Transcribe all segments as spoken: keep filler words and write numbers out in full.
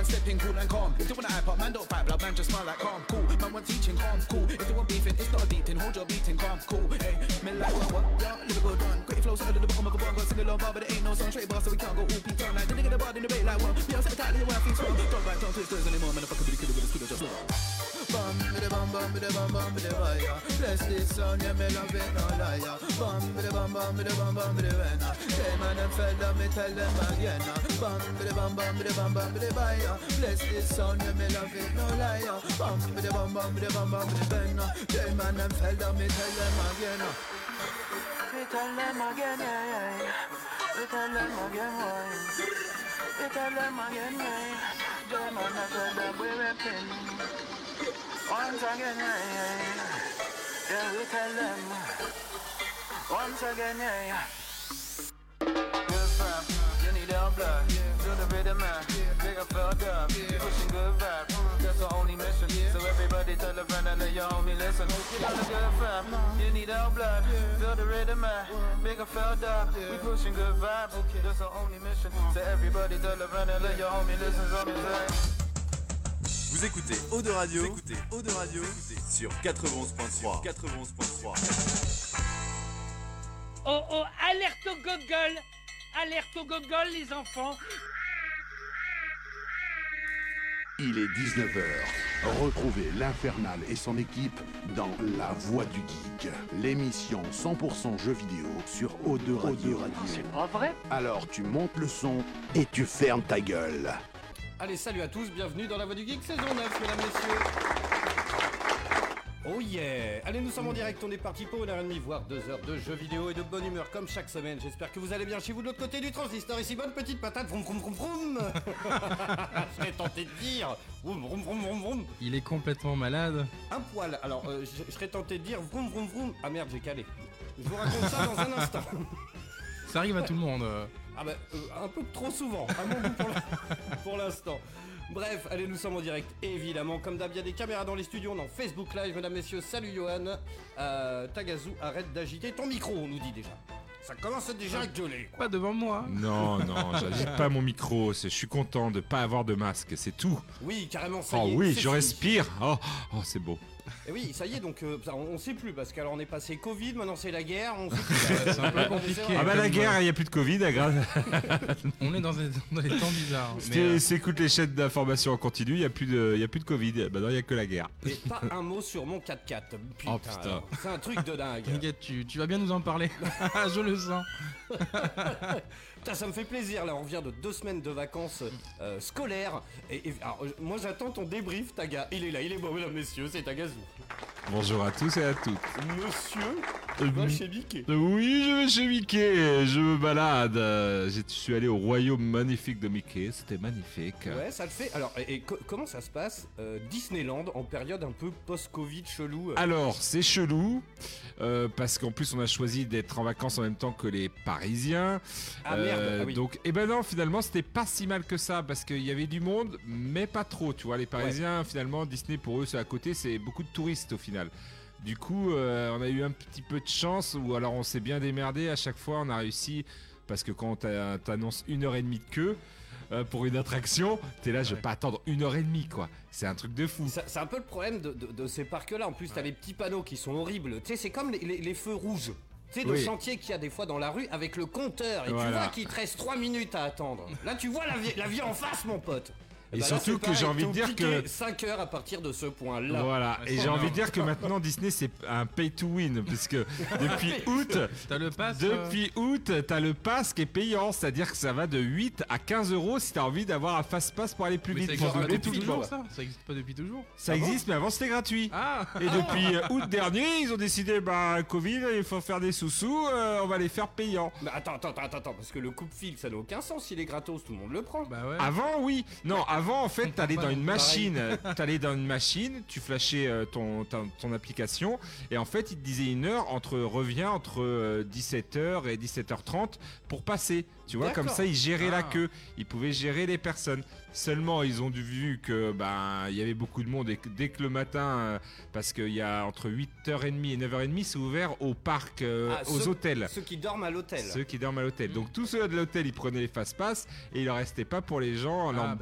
stepping cool and calm. If they want to hype up, man, don't fight, blood, man, just smile like calm. Cool, man, want teaching, calm, cool. If they want beefing, it's not a beating, hold your beating, calm, cool. Hey, me like what, what, yeah, live a good run. Great flows, under the bottom of a bar, got sing a long bar, but it ain't no song straight bar, so we can't go all beat on. Like, the nigga the bar in the bay, like what? Yeah, I'm tight, the way I feel strong. Don't bite, don't twist, anymore, man, I fucking really kill it with a scooter, just look. Bum, biddy bum, bum, biddy bum, bum, biddy fire. Bless this sound, yeah, me love it, no liar. Bum, biddy bum, bum, biddy bum, bum, biddy winner. Say man and fella, me tell them again. Bum, biddy bum, bum, biddy bum, bum, biddy fire. Bless this sound, yeah, me love it, no liar. Bum, biddy bum, bum, biddy bum, bum, biddy winner. Say man and fella, me tell them again. We tell them again, yeah, yeah. We tell them again, why? We tell them again, yeah. Say man and tell them we reppin'. Once again, yeah, yeah, yeah, we tell them. Once again, yeah, yeah. Good fam, you need our blood. Do the rhythm, man. Big up, felt up. Pushing good vibe. That's our only mission. So everybody tell a friend and let your homie listen. You got a good fam, you need our blood. Feel the rhythm, man. Big up, felt up. We pushing good vibes. That's our only mission. So everybody tell a friend and let your homie listen. So me say. Vous écoutez Eau de Radio, vous écoutez Eau de Radio sur quatre-vingt-onze point trois. quatre-vingt-onze point trois. Oh oh, alerte au gogol! Alerte au gogol, les enfants! Il est dix-neuf heures. Retrouvez l'Infernal et son équipe dans La Voix du Geek, l'émission cent pour cent jeux vidéo sur O deux Radio. C'est pas vrai? Alors tu montes le son et tu fermes ta gueule. Allez, salut à tous, bienvenue dans La Voix du Geek, saison neuf, mesdames, messieurs. Oh yeah. Allez, nous sommes en direct, on est parti pour une heure et demie, voire deux heures de jeux vidéo et de bonne humeur, comme chaque semaine. J'espère que vous allez bien chez vous de l'autre côté du transistor. Ici, bonne petite patate, vroom vroom vroom vroom. Je serais tenté de dire, vroom vroom vroom vroom vroom. Il est complètement malade. Un poil, alors, euh, je serais tenté de dire, vroom vroom vroom. Ah merde, j'ai calé. Je vous raconte ça dans un instant. Ça arrive à tout le monde. Ah bah, euh, un peu trop souvent, à mon goût pour l'instant. Bref, allez, nous sommes en direct, évidemment. Comme d'hab, il y a des caméras dans les studios, on est en Facebook Live. Mesdames, messieurs, salut Johan. euh, Tagazu, arrête d'agiter ton micro, on nous dit déjà. Ça commence déjà à gueuler, quoi. Pas devant moi. Non, non, j'agite pas mon micro. Je suis content de pas avoir de masque, c'est tout. Oui, carrément, ça oh y est. Oh oui, je fini. respire. Oh, oh c'est beau. Et oui, ça y est, donc euh, on, on sait plus, parce qu'alors on est passé Covid, maintenant c'est la guerre, on sait plus. C'est un peu compliqué. Ah bah la guerre, il n'y a plus de Covid, grâce. On est dans des, dans des temps bizarres. Si euh... tu écoutes les chaînes d'information en continu, il n'y a, a plus de Covid, bah non, il n'y a que la guerre. Et pas un mot sur mon quatre-quatre. Putain, oh putain. Alors, c'est un truc de dingue. T'inquiète, tu, tu vas bien nous en parler. Je le sens. Putain, ça me fait plaisir, là on revient de deux semaines de vacances euh, scolaires. Et, et alors, moi j'attends ton débrief, Taga. Il est là, il est beau, mesdames, messieurs, c'est Tagazu. Bonjour à tous et à toutes. Monsieur, tu vas chez Mickey. Oui, je vais chez Mickey, je me balade. Je suis allé au royaume magnifique de Mickey, c'était magnifique. Ouais, ça le fait. Alors, et, et co- comment ça se passe euh, Disneyland en période un peu post-Covid chelou euh... Alors, c'est chelou, euh, parce qu'en plus on a choisi d'être en vacances en même temps que les Parisiens. Ah merde, euh, ah oui. Donc, eh ben non, finalement c'était pas si mal que ça, parce qu'il y avait du monde, mais pas trop, tu vois. Les Parisiens, ouais. Finalement, Disney pour eux c'est à côté, c'est beaucoup de touristes au final. Du coup, euh, on a eu un petit peu de chance, ou alors on s'est bien démerdé. À chaque fois, on a réussi, parce que quand t'annonces une heure et demie de queue euh, pour une attraction, t'es là, je vais ouais. pas attendre une heure et demie, quoi. C'est un truc de fou. C'est, c'est un peu le problème de, de, de ces parcs-là. En plus, ouais. T'as les petits panneaux qui sont horribles. Tu sais, c'est comme les, les, les feux rouges. Tu sais, le oui. chantier qu'il y a des fois dans la rue avec le compteur. Et voilà. Tu vois qu'il te reste trois minutes à attendre. Là, tu vois la vie, la vie en face, mon pote. Et bah surtout là, que j'ai envie de dire que cinq heures à partir de ce point-là. Voilà, et j'ai envie de dire que maintenant Disney c'est un pay to win, puisque depuis août, t'as le pass. Depuis euh... août, t'as le pass qui est payant, c'est-à-dire que ça va de huit à quinze euros si t'as envie d'avoir un fast pass pour aller plus mais vite. Ça pour existe depuis toujours, ça Ça existe pas depuis toujours. Ça ah existe, bon mais avant c'était gratuit. Ah. Et depuis euh, août dernier, ils ont décidé, bah Covid, il faut faire des sous-sous, euh, on va les faire payants. Mais attends, attends, attends, attends, parce que le coupe-fil, ça n'a aucun sens. S'il est gratos, tout le monde le prend. Bah ouais. Avant, oui. Non, avant en fait, t'allais dans une machine, t'allais dans une machine, tu flashais euh, ton, ton, ton application et en fait il te disait une heure entre revient entre euh, dix-sept heures et dix-sept heures trente pour passer. Tu vois, D'accord. Comme ça ils géraient ah. la queue, ils pouvaient gérer les personnes. Seulement ils ont dû vu que ben il y avait beaucoup de monde et que, dès que le matin, euh, parce qu'il y a entre huit heures trente et neuf heures trente, c'est ouvert au parc, euh, ah, aux ceux, hôtels. Ceux qui dorment à l'hôtel. Ceux qui dorment à l'hôtel. Mmh. Donc tous ceux de l'hôtel ils prenaient les fast pass et il en restait pas pour les gens lambda ah, bah. qui,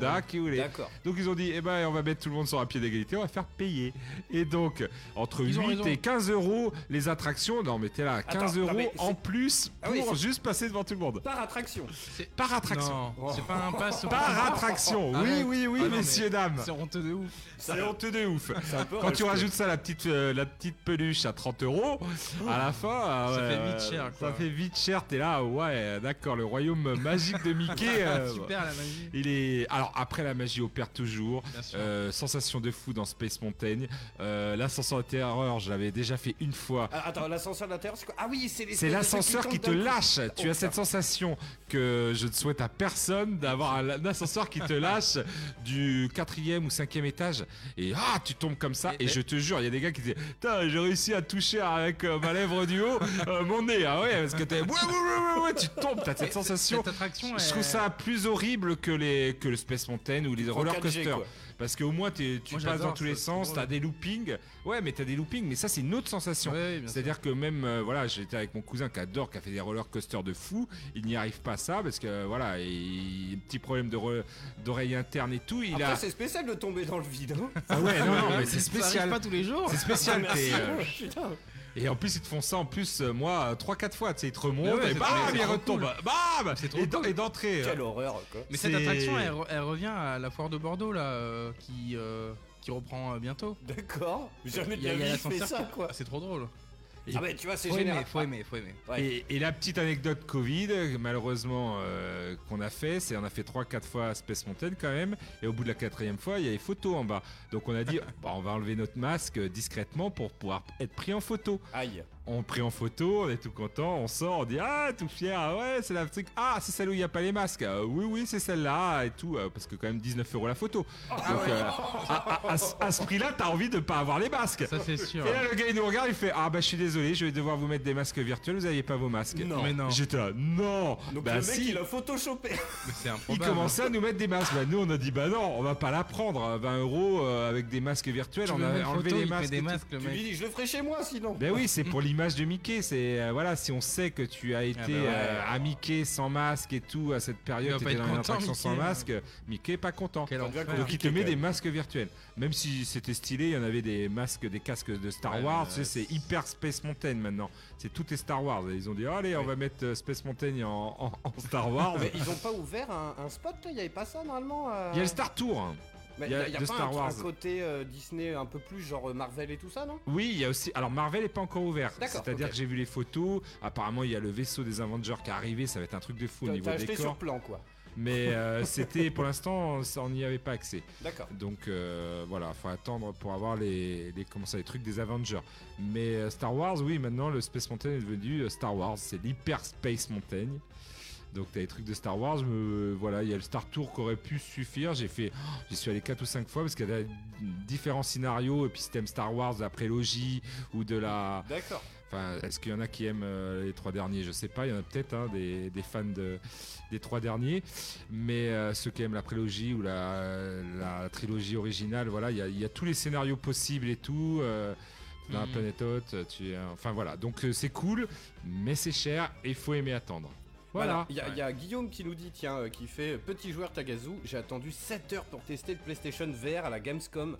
voulez. D'accord. Donc ils ont dit, eh ben on va mettre tout le monde sur un pied d'égalité, on va faire payer. Et donc entre Ils ont huit raison. et quinze euros les attractions, non mais t'es là, quinze Attends, non, euros mais en c'est- plus Ah pour oui, c'est- juste passer devant tout le monde. Par attraction. Par attraction. Non, Oh. c'est pas un pass. Par attraction, oui, Arrête. oui, oui, Ah non, messieurs, mais dames. C'est honteux de ouf. C'est honteux de ouf. C'est un peu Quand tu rush, rajoutes ça, la petite, euh, la petite peluche à trente euros, à la fin, ah Ça ouais, fait vite euh, cher, quoi. Ça fait vite cher, t'es là, ouais, d'accord, le royaume magique de Mickey. euh, Super la magie. Il est. Alors après la magie opère toujours. Bien sûr. Euh, sensation de fou dans Space Mountain. Euh, l'ascenseur de terreur, je l'avais déjà fait une fois. Ah, attends, l'ascenseur de l'intérieur, c'est quoi? Ah oui, c'est les. C'est l'ascenseur qui te lâche. Tu as cette sensation que je ne souhaite à personne d'avoir un, un ascenseur qui te lâche du quatrième ou cinquième étage. Et ah, tu tombes comme ça. Et- Et je te jure, il y a des gars qui disent, putain, j'ai réussi à toucher avec euh, ma lèvre du haut euh, mon nez. Ah ouais, parce que t'es, ouais, ouais, ouais, ouais, ouais, tu tombes. T'as cette sensation. Cette attraction, Je elle- trouve ça plus horrible que les que le Space Mountain ou les roller coasters. Parce qu'au moins t'es- tu Moi, passes j'adore dans tous les ça, c'est sens, drôle. t'as des loopings. Ouais, mais t'as des loopings, mais ça c'est une autre sensation. Ouais, ouais, bien sûr. C'est-à-dire que même, euh, voilà, j'étais avec mon cousin qui adore, qui a fait des roller coasters de fou. Il n'y arrive pas à ça parce que voilà, il a un petit problème de re- d'oreille interne et tout. Il Après, a. c'est spécial de tomber dans le vide. Hein. Ah ouais, non, non, mais c'est Ça arrive spécial. pas tous les jours. C'est spécial. Merci. t'es, euh, Putain. Et en plus, ils te font ça en plus, euh, moi, trois quatre fois. Tu sais, ils te remontent Mais ouais, et c'est- bam, mais c'est ils trop retombent. cool. Bam C'est trop Et d'en- cool. et d'entrée. Quelle euh, horreur, quoi. Mais cette C'est- attraction, elle, re- elle revient à la foire de Bordeaux là, euh, qui euh, qui reprend euh, bientôt. D'accord. Jamais de Il y a- la il y a vie, je fais l'ascenseur ça, quoi. Ah, c'est trop drôle. Ah, mais tu vois, c'est Faut général. aimer, faut aimer, faut aimer. Ouais. Et, et la petite anecdote Covid, euh, malheureusement, euh, qu'on a fait, c'est on a fait trois quatre fois Space Mountain quand même, et au bout de la quatrième fois, il y a les photos en bas. Donc on a dit, bah, on va enlever notre masque euh, discrètement pour pouvoir être pris en photo. Aïe. On pris en photo, on est tout content, on sort, on dit ah tout fier, ah ouais c'est la truc, ah c'est celle où il n'y a pas les masques, Euh, oui oui c'est celle-là et tout, euh, parce que quand même dix-neuf euros la photo. Donc euh, à, à- à ce- à ce prix-là, t'as envie de pas avoir les masques. Ça c'est sûr. Et là le gars il nous regarde, il fait ah bah je suis désolé, je vais devoir vous mettre des masques virtuels, vous n'aviez pas vos masques. Non. Mais non. J'étais là, non. Donc Bah le mec, si. il a photoshopé. Mais c'est Il improbable. commençait à nous mettre des masques. Bah, nous, on a dit, bah non, on va pas la prendre. à vingt euros euh, avec des masques virtuels. Tu On veux a une enlevé photo, les il te met masques. des et tout. masques le Tu lui mec. dis, je le ferai chez moi, sinon. Ben oui, c'est pour l'image de Mickey. C'est euh, voilà, si on sait que tu as été bah ouais. euh, à Mickey sans masque et tout à cette Il période, va tu pas étais être dans une content, attraction sans Mickey. masque, Mickey est pas content. Quel Donc, enfer. donc, Donc il te Mickey, met quand des même. masques virtuels. Même si c'était stylé, il y en avait des masques, des casques de Star Ouais, Wars. mais, Tu sais, euh, c'est hyper Space Mountain maintenant. C'est tout est Star Wars. Ils ont dit allez, on va mettre euh, Space Mountain en, en- en Star Wars. Mais ils ont pas ouvert un, un spot, là? Il y avait pas ça, normalement euh Il y a le Star Tour. hein. Mais il y a y a de pas Star un, Wars. un côté euh, Disney un peu plus genre euh, Marvel et tout ça, non? Oui, il y a aussi. Alors Marvel n'est pas encore ouvert. D'accord, C'est-à-dire ok. que j'ai vu les photos. Apparemment, il y a le vaisseau des Avengers qui est arrivé. Ça va être un truc de fou au T'as niveau t'as acheté décor. sur plan, quoi. Mais euh, c'était pour l'instant, ça, on n'y avait pas accès. D'accord. Donc euh, voilà, faut attendre pour avoir les, les comment ça, les trucs des Avengers. Mais euh, Star Wars, oui, maintenant le Space Mountain est devenu euh, Star Wars. C'est l'Hyper Space Mountain. Donc t'as les trucs de Star Wars, me, voilà, il y a le Star Tour qui aurait pu suffire. J'ai fait, oh, j'y suis allé quatre ou cinq fois parce qu'il y a différents scénarios et puis si t'aimes Star Wars, de la prélogie ou de la, D'accord. enfin, est-ce qu'il y en a qui aiment euh, les trois derniers? Je sais pas, il y en a peut-être hein, des, des fans de, des trois derniers, mais euh, ceux qui aiment la prélogie ou la, la trilogie originale, voilà, il y a, il y a tous les scénarios possibles et tout. euh, dans la Mhm. planète haute, tu es, enfin voilà, donc euh, c'est cool, mais c'est cher et il faut aimer attendre. Voilà. Il y, a- il y a Guillaume qui nous dit, tiens, euh, qui fait euh, petit joueur Tagazu, j'ai attendu sept heures pour tester le PlayStation V R à la Gamescom.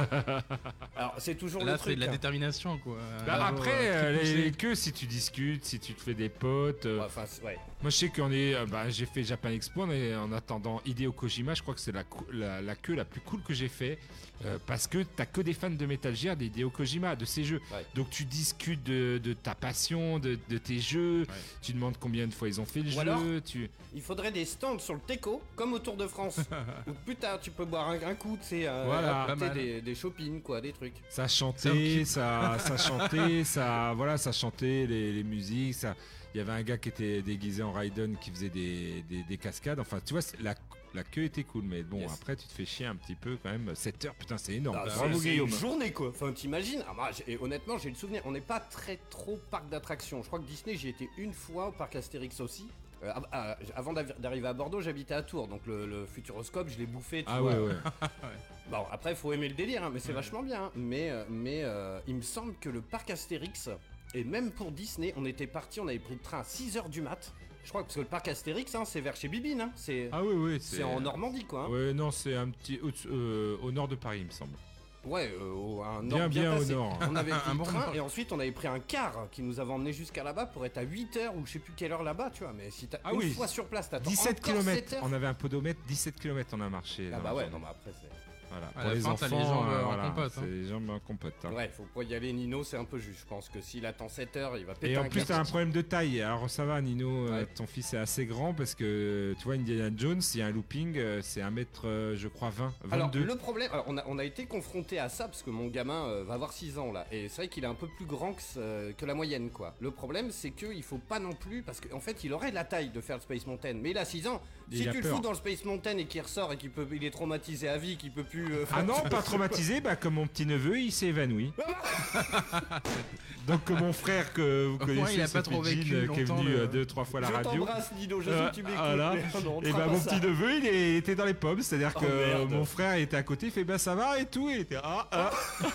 Alors, c'est toujours Là le c'est truc. de la hein. détermination quoi. Bah, Un niveau, après, euh, euh, très les, poussé. les queues, si tu discutes, si tu te fais des potes. euh, Ouais, enfin, c'est- ouais. Moi, je sais qu'on est. euh, bah, j'ai fait Japan Expo on est- en attendant Hideo Kojima. Je crois que c'est la, cou- la, la queue la plus cool que j'ai fait. euh, parce que t'as que des fans de Metal Gear, d'Hideo Kojima, de ses jeux. Ouais. Donc tu discutes de, de ta passion, de, de tes jeux. Ouais. Tu demandes combien de fois ils ont fait le Ou jeu. alors, tu... Il faudrait des stands sur le Teco, comme au Tour de France. Où putain, tu peux boire un, un coup, tu sais, euh, Voilà. hop, Pas tu sais, mal. des, des shopping, quoi, des trucs. Ça Ça chantait, occupe. ça, ça chantait, ça, voilà, ça chantait les, les musiques. Ça, il y avait un gars qui était déguisé en Raiden qui faisait des, des, des cascades. Enfin, tu vois, c'est- la, la queue était cool, mais bon, Yes. après, tu te fais chier un petit peu quand même. sept heures, putain, c'est énorme. Ah, Bravo c'est- c'est Guillaume. une journée, quoi. Enfin, t'imagines ah, moi, j'ai- et honnêtement, j'ai le souvenir. On n'est pas très trop parc d'attractions. Je crois que Disney, j'y étais une fois, au parc Astérix aussi. Euh, av- ah, avant d'av- d'arriver à Bordeaux, j'habitais à Tours, donc le, le Futuroscope, je l'ai bouffé. Tu Ah vois. ouais, ouais. Bon, après, faut aimer le délire, hein, mais c'est vachement bien. hein. Mais, euh, mais euh, il me semble que le parc Astérix, et même pour Disney, on était parti, on avait pris le train à six heures du mat. Je crois que parce que le parc Astérix, hein, c'est vers chez Bibine, hein. C'est Ah oui, oui. c'est en Normandie, quoi. Hein. Ouais, non, c'est un petit au, euh, au nord de Paris, il me semble. Ouais, euh, au- un Bien, nord bien, bien au passé. nord. On avait pris Un le bon train nord. et ensuite on avait pris un car qui nous avait emmené jusqu'à là-bas pour être à huit heures ou je sais plus quelle heure là-bas, tu vois. Mais si t'as Ah une oui. fois sur place, t'attends dix-sept encore kilomètres. sept heures. On avait un podomètre, dix-sept kilomètres on a marché. Ah dans bah la ouais, journée. non mais après c'est... Voilà. À Pour la les fin, enfants, t'as les jambes, euh, euh, en voilà, compote, hein. c'est les jambes en compote. hein. Ouais, faut pas y aller Nino, c'est un peu juste. Je pense que s'il attend sept heures, il va péter Et en un plus, câble. t'as un problème de taille. Alors, ça va, Nino, euh, Ouais. ton fils est assez grand parce que tu vois, Indiana Jones, il y a un looping, euh, c'est un mètre, euh, je crois, vingt, Alors vingt-deux. le problème, alors, on, a, on a été confronté à ça parce que mon gamin euh, va avoir six ans là et c'est vrai qu'il est un peu plus grand que, ce- que la moyenne quoi. Le problème c'est qu'il faut pas non plus parce qu'en en fait il aurait la taille de faire le Space Mountain mais il a six ans. Il Si a tu le peur. fous dans le Space Mountain et qu'il ressort et qu'il peut, il est traumatisé à vie, qu'il peut plus. euh, Ah faire- non, pas traumatisé, bah comme mon petit neveu, il s'est évanoui. Donc mon frère que vous Au moins, connaissez, il a pas Sophie trop vécu Jean, qui est longtemps, venu le- euh, deux, trois fois à la Je radio. t'embrasse Nino, je Euh, sais que tu m'écoutes. voilà. mais non, on Et fera bah pas mon ça. petit neveu, il est- était dans les pommes, c'est-à-dire Oh, que merde. mon frère était à côté, il fait bah ça va et tout, il était ah ah.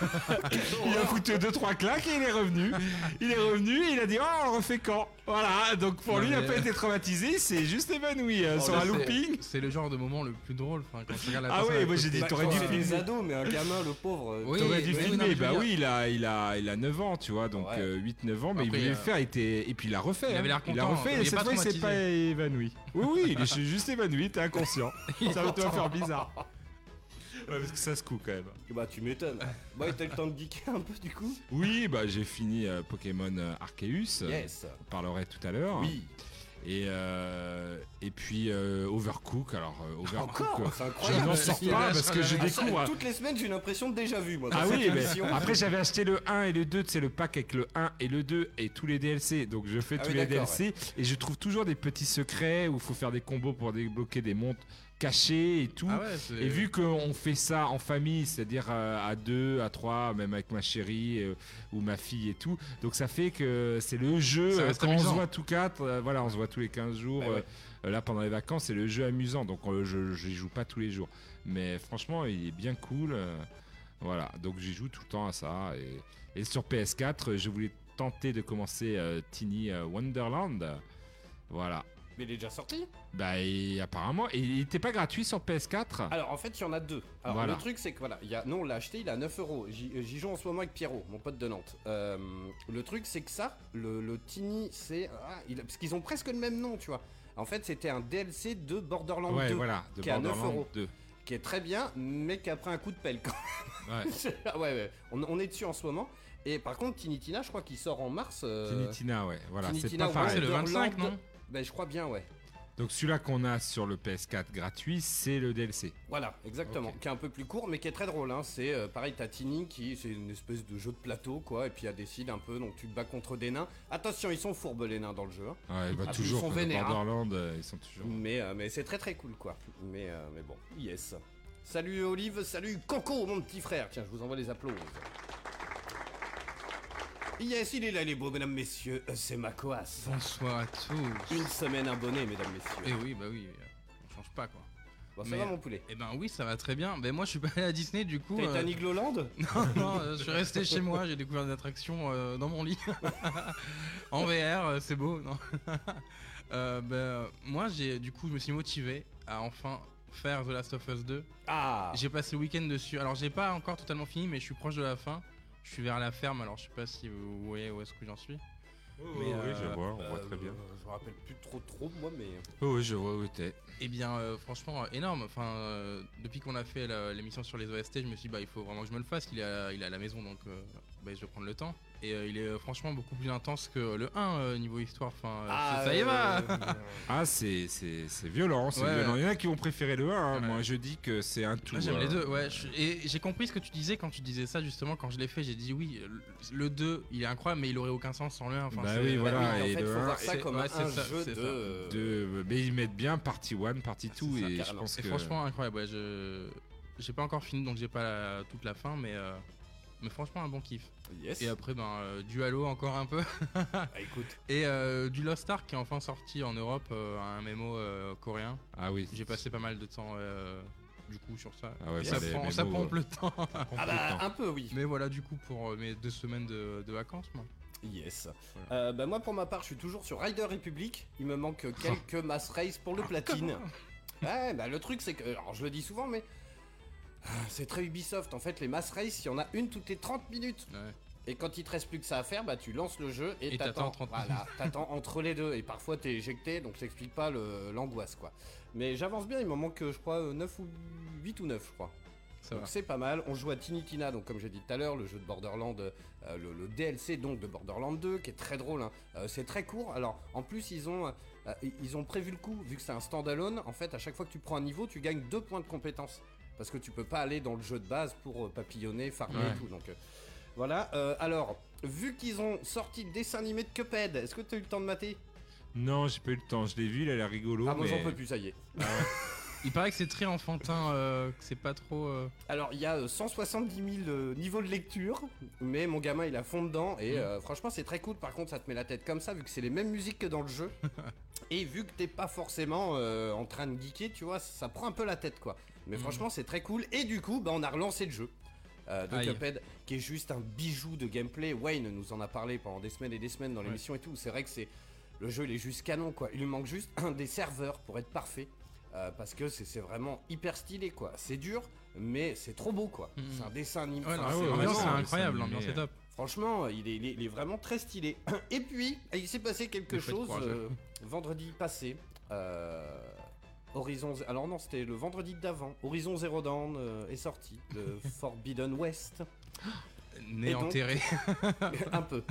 Il a foutu deux trois claques et il est revenu. Il est revenu et il a dit oh on le refait quand. Voilà, donc pour Non, lui il n'a mais- pas été traumatisé, c'est juste évanoui euh, Oh, sur là, un c'est- looping. C'est le genre de moment le plus drôle. Enfin, quand tu regardes la Ah personne ouais, à moi, j'ai côté. dit, Bah, t'aurais quand dû c'est des filmer. ados, mais un gamin, le pauvre. euh, Oui, T'aurais dû oui, filmer, non, mais je bah veux oui, dire- il a, il a, il a neuf ans, tu vois, donc Ouais. euh, huit neuf ans, mais il Après, voulait le euh, faire, il était... et puis il l'a refait. il avait hein. l'air Il l'a content, refait, il et est cette pas fois il s'est pas évanoui. Oui, oui, il est juste évanoui, t'es inconscient. Ça va te faire bizarre. Ouais, parce que ça se coud quand même. Bah tu m'étonnes. Bah t'as eu le temps de geeker un peu du coup. Oui, bah j'ai fini euh, Pokémon euh, Arceus, euh, Yes. on parlerait tout à l'heure. Oui. Et, euh, et puis euh, Overcook, alors euh, Overcook, Encore, euh, c'est je incroyable. n'en sors Il pas lâchera parce que je jamais. découvre. Toutes les semaines j'ai une impression de déjà vu moi. dans Ah cette oui, mais émission. après j'avais acheté le un et le deux, c'est le pack avec le un et le deux et tous les D L C. Donc je fais Ah tous oui, les d'accord, D L C et je trouve toujours des petits secrets où il faut faire des combos pour débloquer des montres cachées et tout. Ah ouais, c'est- Et vu qu'on fait ça en famille, c'est-à-dire euh, à deux, à trois, même avec ma chérie euh, ou ma fille et tout, donc ça fait que c'est le jeu, Ça euh, reste quand on se amusant. voit tous quatre, euh, voilà, on se voit tous les quinze jours, Bah ouais. euh, là pendant les vacances, c'est le jeu amusant, donc euh, je j'y joue pas tous les jours. Mais franchement, il est bien cool, euh, voilà, donc j'y joue tout le temps à ça. Et, et sur P S quatre, je voulais tenter de commencer euh, Tiny euh, Wonderland, voilà. Mais il est déjà sorti. Bah et apparemment, et il était pas gratuit sur P S quatre. Alors en fait il y en a deux. Alors Voilà. le truc c'est que voilà, il y a, nous on l'a acheté, il a neuf euros. J'y j'y joue en ce moment avec Pierrot, mon pote de Nantes. Euh, le truc c'est que ça, le, le Tiny, c'est ah, il- parce qu'ils ont presque le même nom, tu vois. En fait c'était un D L C de Borderlands Ouais, deux, voilà, de qui est à neuf Borderlands euros. deux. qui est très bien, mais qui a pris un coup de pelle quand Ouais. même. Ah ouais, ouais. On, on est dessus en ce moment. Et par contre Tiny Tina, je crois qu'il sort en mars. euh, Tiny Tina, ouais, voilà, Tiny c'est Tina pas pareil. c'est le Wonderland. vingt-cinq, non Ben je crois bien, ouais. Donc celui-là qu'on a sur le P S quatre gratuit, c'est le D L C. Voilà, exactement. Ok. Qui est un peu plus court, mais qui est très drôle. Hein. C'est euh, pareil, t'as Tiny qui, c'est une espèce de jeu de plateau, quoi. Et puis il y a des cibles un peu, donc tu te bats contre des nains. Attention, ils sont fourbes les nains dans le jeu. Hein. Ouais, bah Ah, toujours, ils sont comme vénères, hein. Borderlands, euh, ils sont toujours... Mais, euh, mais c'est très très cool, quoi. Mais, euh, mais bon, yes. Salut Olive, salut Coco, mon petit frère. Tiens, je vous envoie les applaudissements. Yes, il est là, les beaux mesdames, messieurs. Euh, C'est Makoas. Bonsoir à tous. Une semaine abonnée, mesdames, messieurs. Et oui, bah oui, euh, on change pas quoi. Bon, ça mais- va, mon poulet. Eh ben oui, ça va très bien. Ben moi, je suis pas allé à Disney du coup. T'as été euh, à Nigloland Non, non, euh, je suis resté chez moi. J'ai découvert des attractions euh, dans mon lit, en V R. euh, c'est beau, non euh, ben, euh, moi, j'ai du coup, je me suis motivé à enfin faire The Last of Us deux. Ah J'ai passé le week-end dessus. Alors, j'ai pas encore totalement fini, mais je suis proche de la fin. Je suis vers la ferme. Alors, je sais pas si vous voyez où est-ce que j'en suis. Oui, Mais, euh, je vois, on voit Euh, très bien. Je me rappelle plus trop trop, moi, mais... Oh, oui, je vois où t'es. Eh bien, euh, franchement, euh, énorme. Enfin, euh, depuis qu'on a fait la- l'émission sur les O S T, je me suis dit, bah, il faut vraiment que je me le fasse. Il est à, il est à la maison, donc euh, bah, je vais prendre le temps. Et euh, il est euh, franchement beaucoup plus intense que le un euh, niveau histoire. Enfin, euh, ça, ça y va. euh, Ah, c'est c'est- c'est violent, c'est Ouais, violent. ouais. Il y en a qui vont préférer le un, hein. Ouais. Moi je dis que c'est un tout. Moi, j'aime euh, les deux, ouais. je- et j'ai compris ce que tu disais quand tu disais ça, justement, quand je l'ai fait. J'ai dit, oui, le- le deux, il est incroyable, mais il aurait aucun sens sans le un. Enfin, Bah c'est- oui, voilà. oui, en et fait, le faut un, voir ça c'est- comme ouais, un, c'est un ça, jeu c'est de... ça. de- mais ils mettent bien partie un, partie C'est deux, ça, et je carrément. pense Et que. franchement, incroyable. Ouais, je j'ai pas encore fini, donc j'ai pas la- toute la fin, mais euh, mais franchement, un bon kiff. Yes. Et après, ben, euh, du Halo encore un peu. Ah, écoute. Et euh, du Lost Ark qui est enfin sorti en Europe, euh, un M M O euh, coréen. Ah oui. J'ai passé pas mal de temps euh, du coup sur ça. Ah ouais, ça, bah, les prend, M M O, ça pompe euh, le temps. Ah bah, un peu, oui. Mais voilà, du coup, pour euh, mes deux semaines de, de vacances, moi. Yes. Voilà. Euh, bah moi pour ma part je suis toujours sur Rider Republic. Il me manque quelques mass race pour le platine. Ouais bah le truc c'est que, alors je le dis souvent mais c'est très Ubisoft en fait, les mass race il y en a une toutes les trente minutes. Ouais. Et quand il te reste plus que ça à faire, bah tu lances le jeu et, et t'attends. t'attends voilà, t'attends entre les deux et parfois t'es éjecté donc ça explique pas le, l'angoisse quoi. Mais j'avance bien, il m'en manque je crois neuf ou huit ou neuf je crois. Ça donc va. C'est pas mal, on joue à Tiny Tina, donc comme j'ai dit tout à l'heure, le jeu de Borderlands, euh, le, le D L C donc de Borderlands deux qui est très drôle, hein. euh, c'est très court, alors en plus ils ont, euh, ils ont prévu le coup, vu que c'est un standalone, en fait à chaque fois que tu prends un niveau tu gagnes deux points de compétence, parce que tu peux pas aller dans le jeu de base pour euh, papillonner, farmer ouais. et tout, donc euh, voilà, euh, alors vu qu'ils ont sorti le dessin animé de Cuphead, est-ce que tu as eu le temps de mater? Non j'ai pas eu le temps, je l'ai vu, il a l'air rigolo. Ah moi mais... j'en peux plus, ça y est. Ah ouais. Il paraît que c'est très enfantin, euh, que c'est pas trop... Euh... Alors il y a euh, cent soixante-dix mille euh, niveaux de lecture, mais mon gamin il a fond dedans et mmh. euh, franchement c'est très cool, par contre ça te met la tête comme ça vu que c'est les mêmes musiques que dans le jeu. Et vu que t'es pas forcément euh, en train de geeker, tu vois, ça prend un peu la tête quoi. Mais mmh. franchement c'est très cool et du coup bah, on a relancé le jeu. Euh, de Cuphead, qui est juste un bijou de gameplay. Wayne nous en a parlé pendant des semaines et des semaines dans l'émission ouais. et tout, c'est vrai que c'est... Le jeu il est juste canon quoi, il lui manque juste un des serveurs pour être parfait. Euh, parce que c'est, c'est vraiment hyper stylé quoi, c'est dur mais c'est trop beau quoi, mmh. c'est un dessin animé, ouais, enfin, c'est, ouais, ouais, c'est incroyable, l'ambiance est top. Franchement il est, il, est, il est vraiment très stylé. Et puis il s'est passé quelque le chose euh, vendredi passé, euh, Horizon, alors non c'était le vendredi d'avant, Horizon Zero Dawn euh, est sorti, le Forbidden West. Né enterré. Un peu.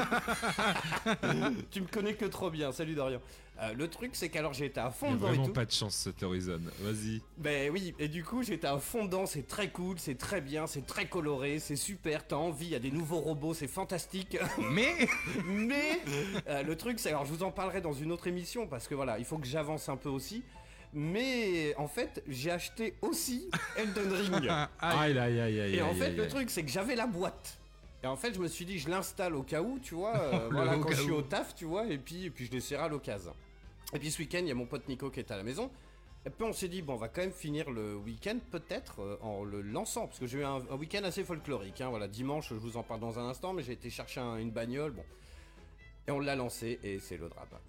Tu me connais que trop bien, salut Dorian. Euh, le truc c'est qu'alors j'ai été à fond dedans et tout. Vraiment pas de chance cet Horizon, vas-y. Ben oui, et du coup j'étais à fond dedans, c'est très cool, c'est très bien, c'est très coloré, c'est super, t'as envie, il y a des nouveaux robots, c'est fantastique. Mais Mais euh, le truc c'est, alors je vous en parlerai dans une autre émission parce que voilà, il faut que j'avance un peu aussi. Mais en fait, j'ai acheté aussi Elden Ring. Aïe, aïe, aïe, aïe. Et en aïe, fait, aïe, le aïe. truc, c'est que j'avais la boîte. Et en fait, je me suis dit, je l'installe au cas où, tu vois. Euh, voilà, quand je suis au taf, tu vois. Et puis, et puis je l'essaierai à l'occasion. Et puis ce week-end, il y a mon pote Nico qui est à la maison. Et puis on s'est dit, bon, on va quand même finir le week-end, peut-être, euh, en le lançant. Parce que j'ai eu un, un week-end assez folklorique. Hein, voilà, dimanche, je vous en parle dans un instant, mais j'ai été chercher un, une bagnole. Bon. Et on l'a lancé, et c'est le drame.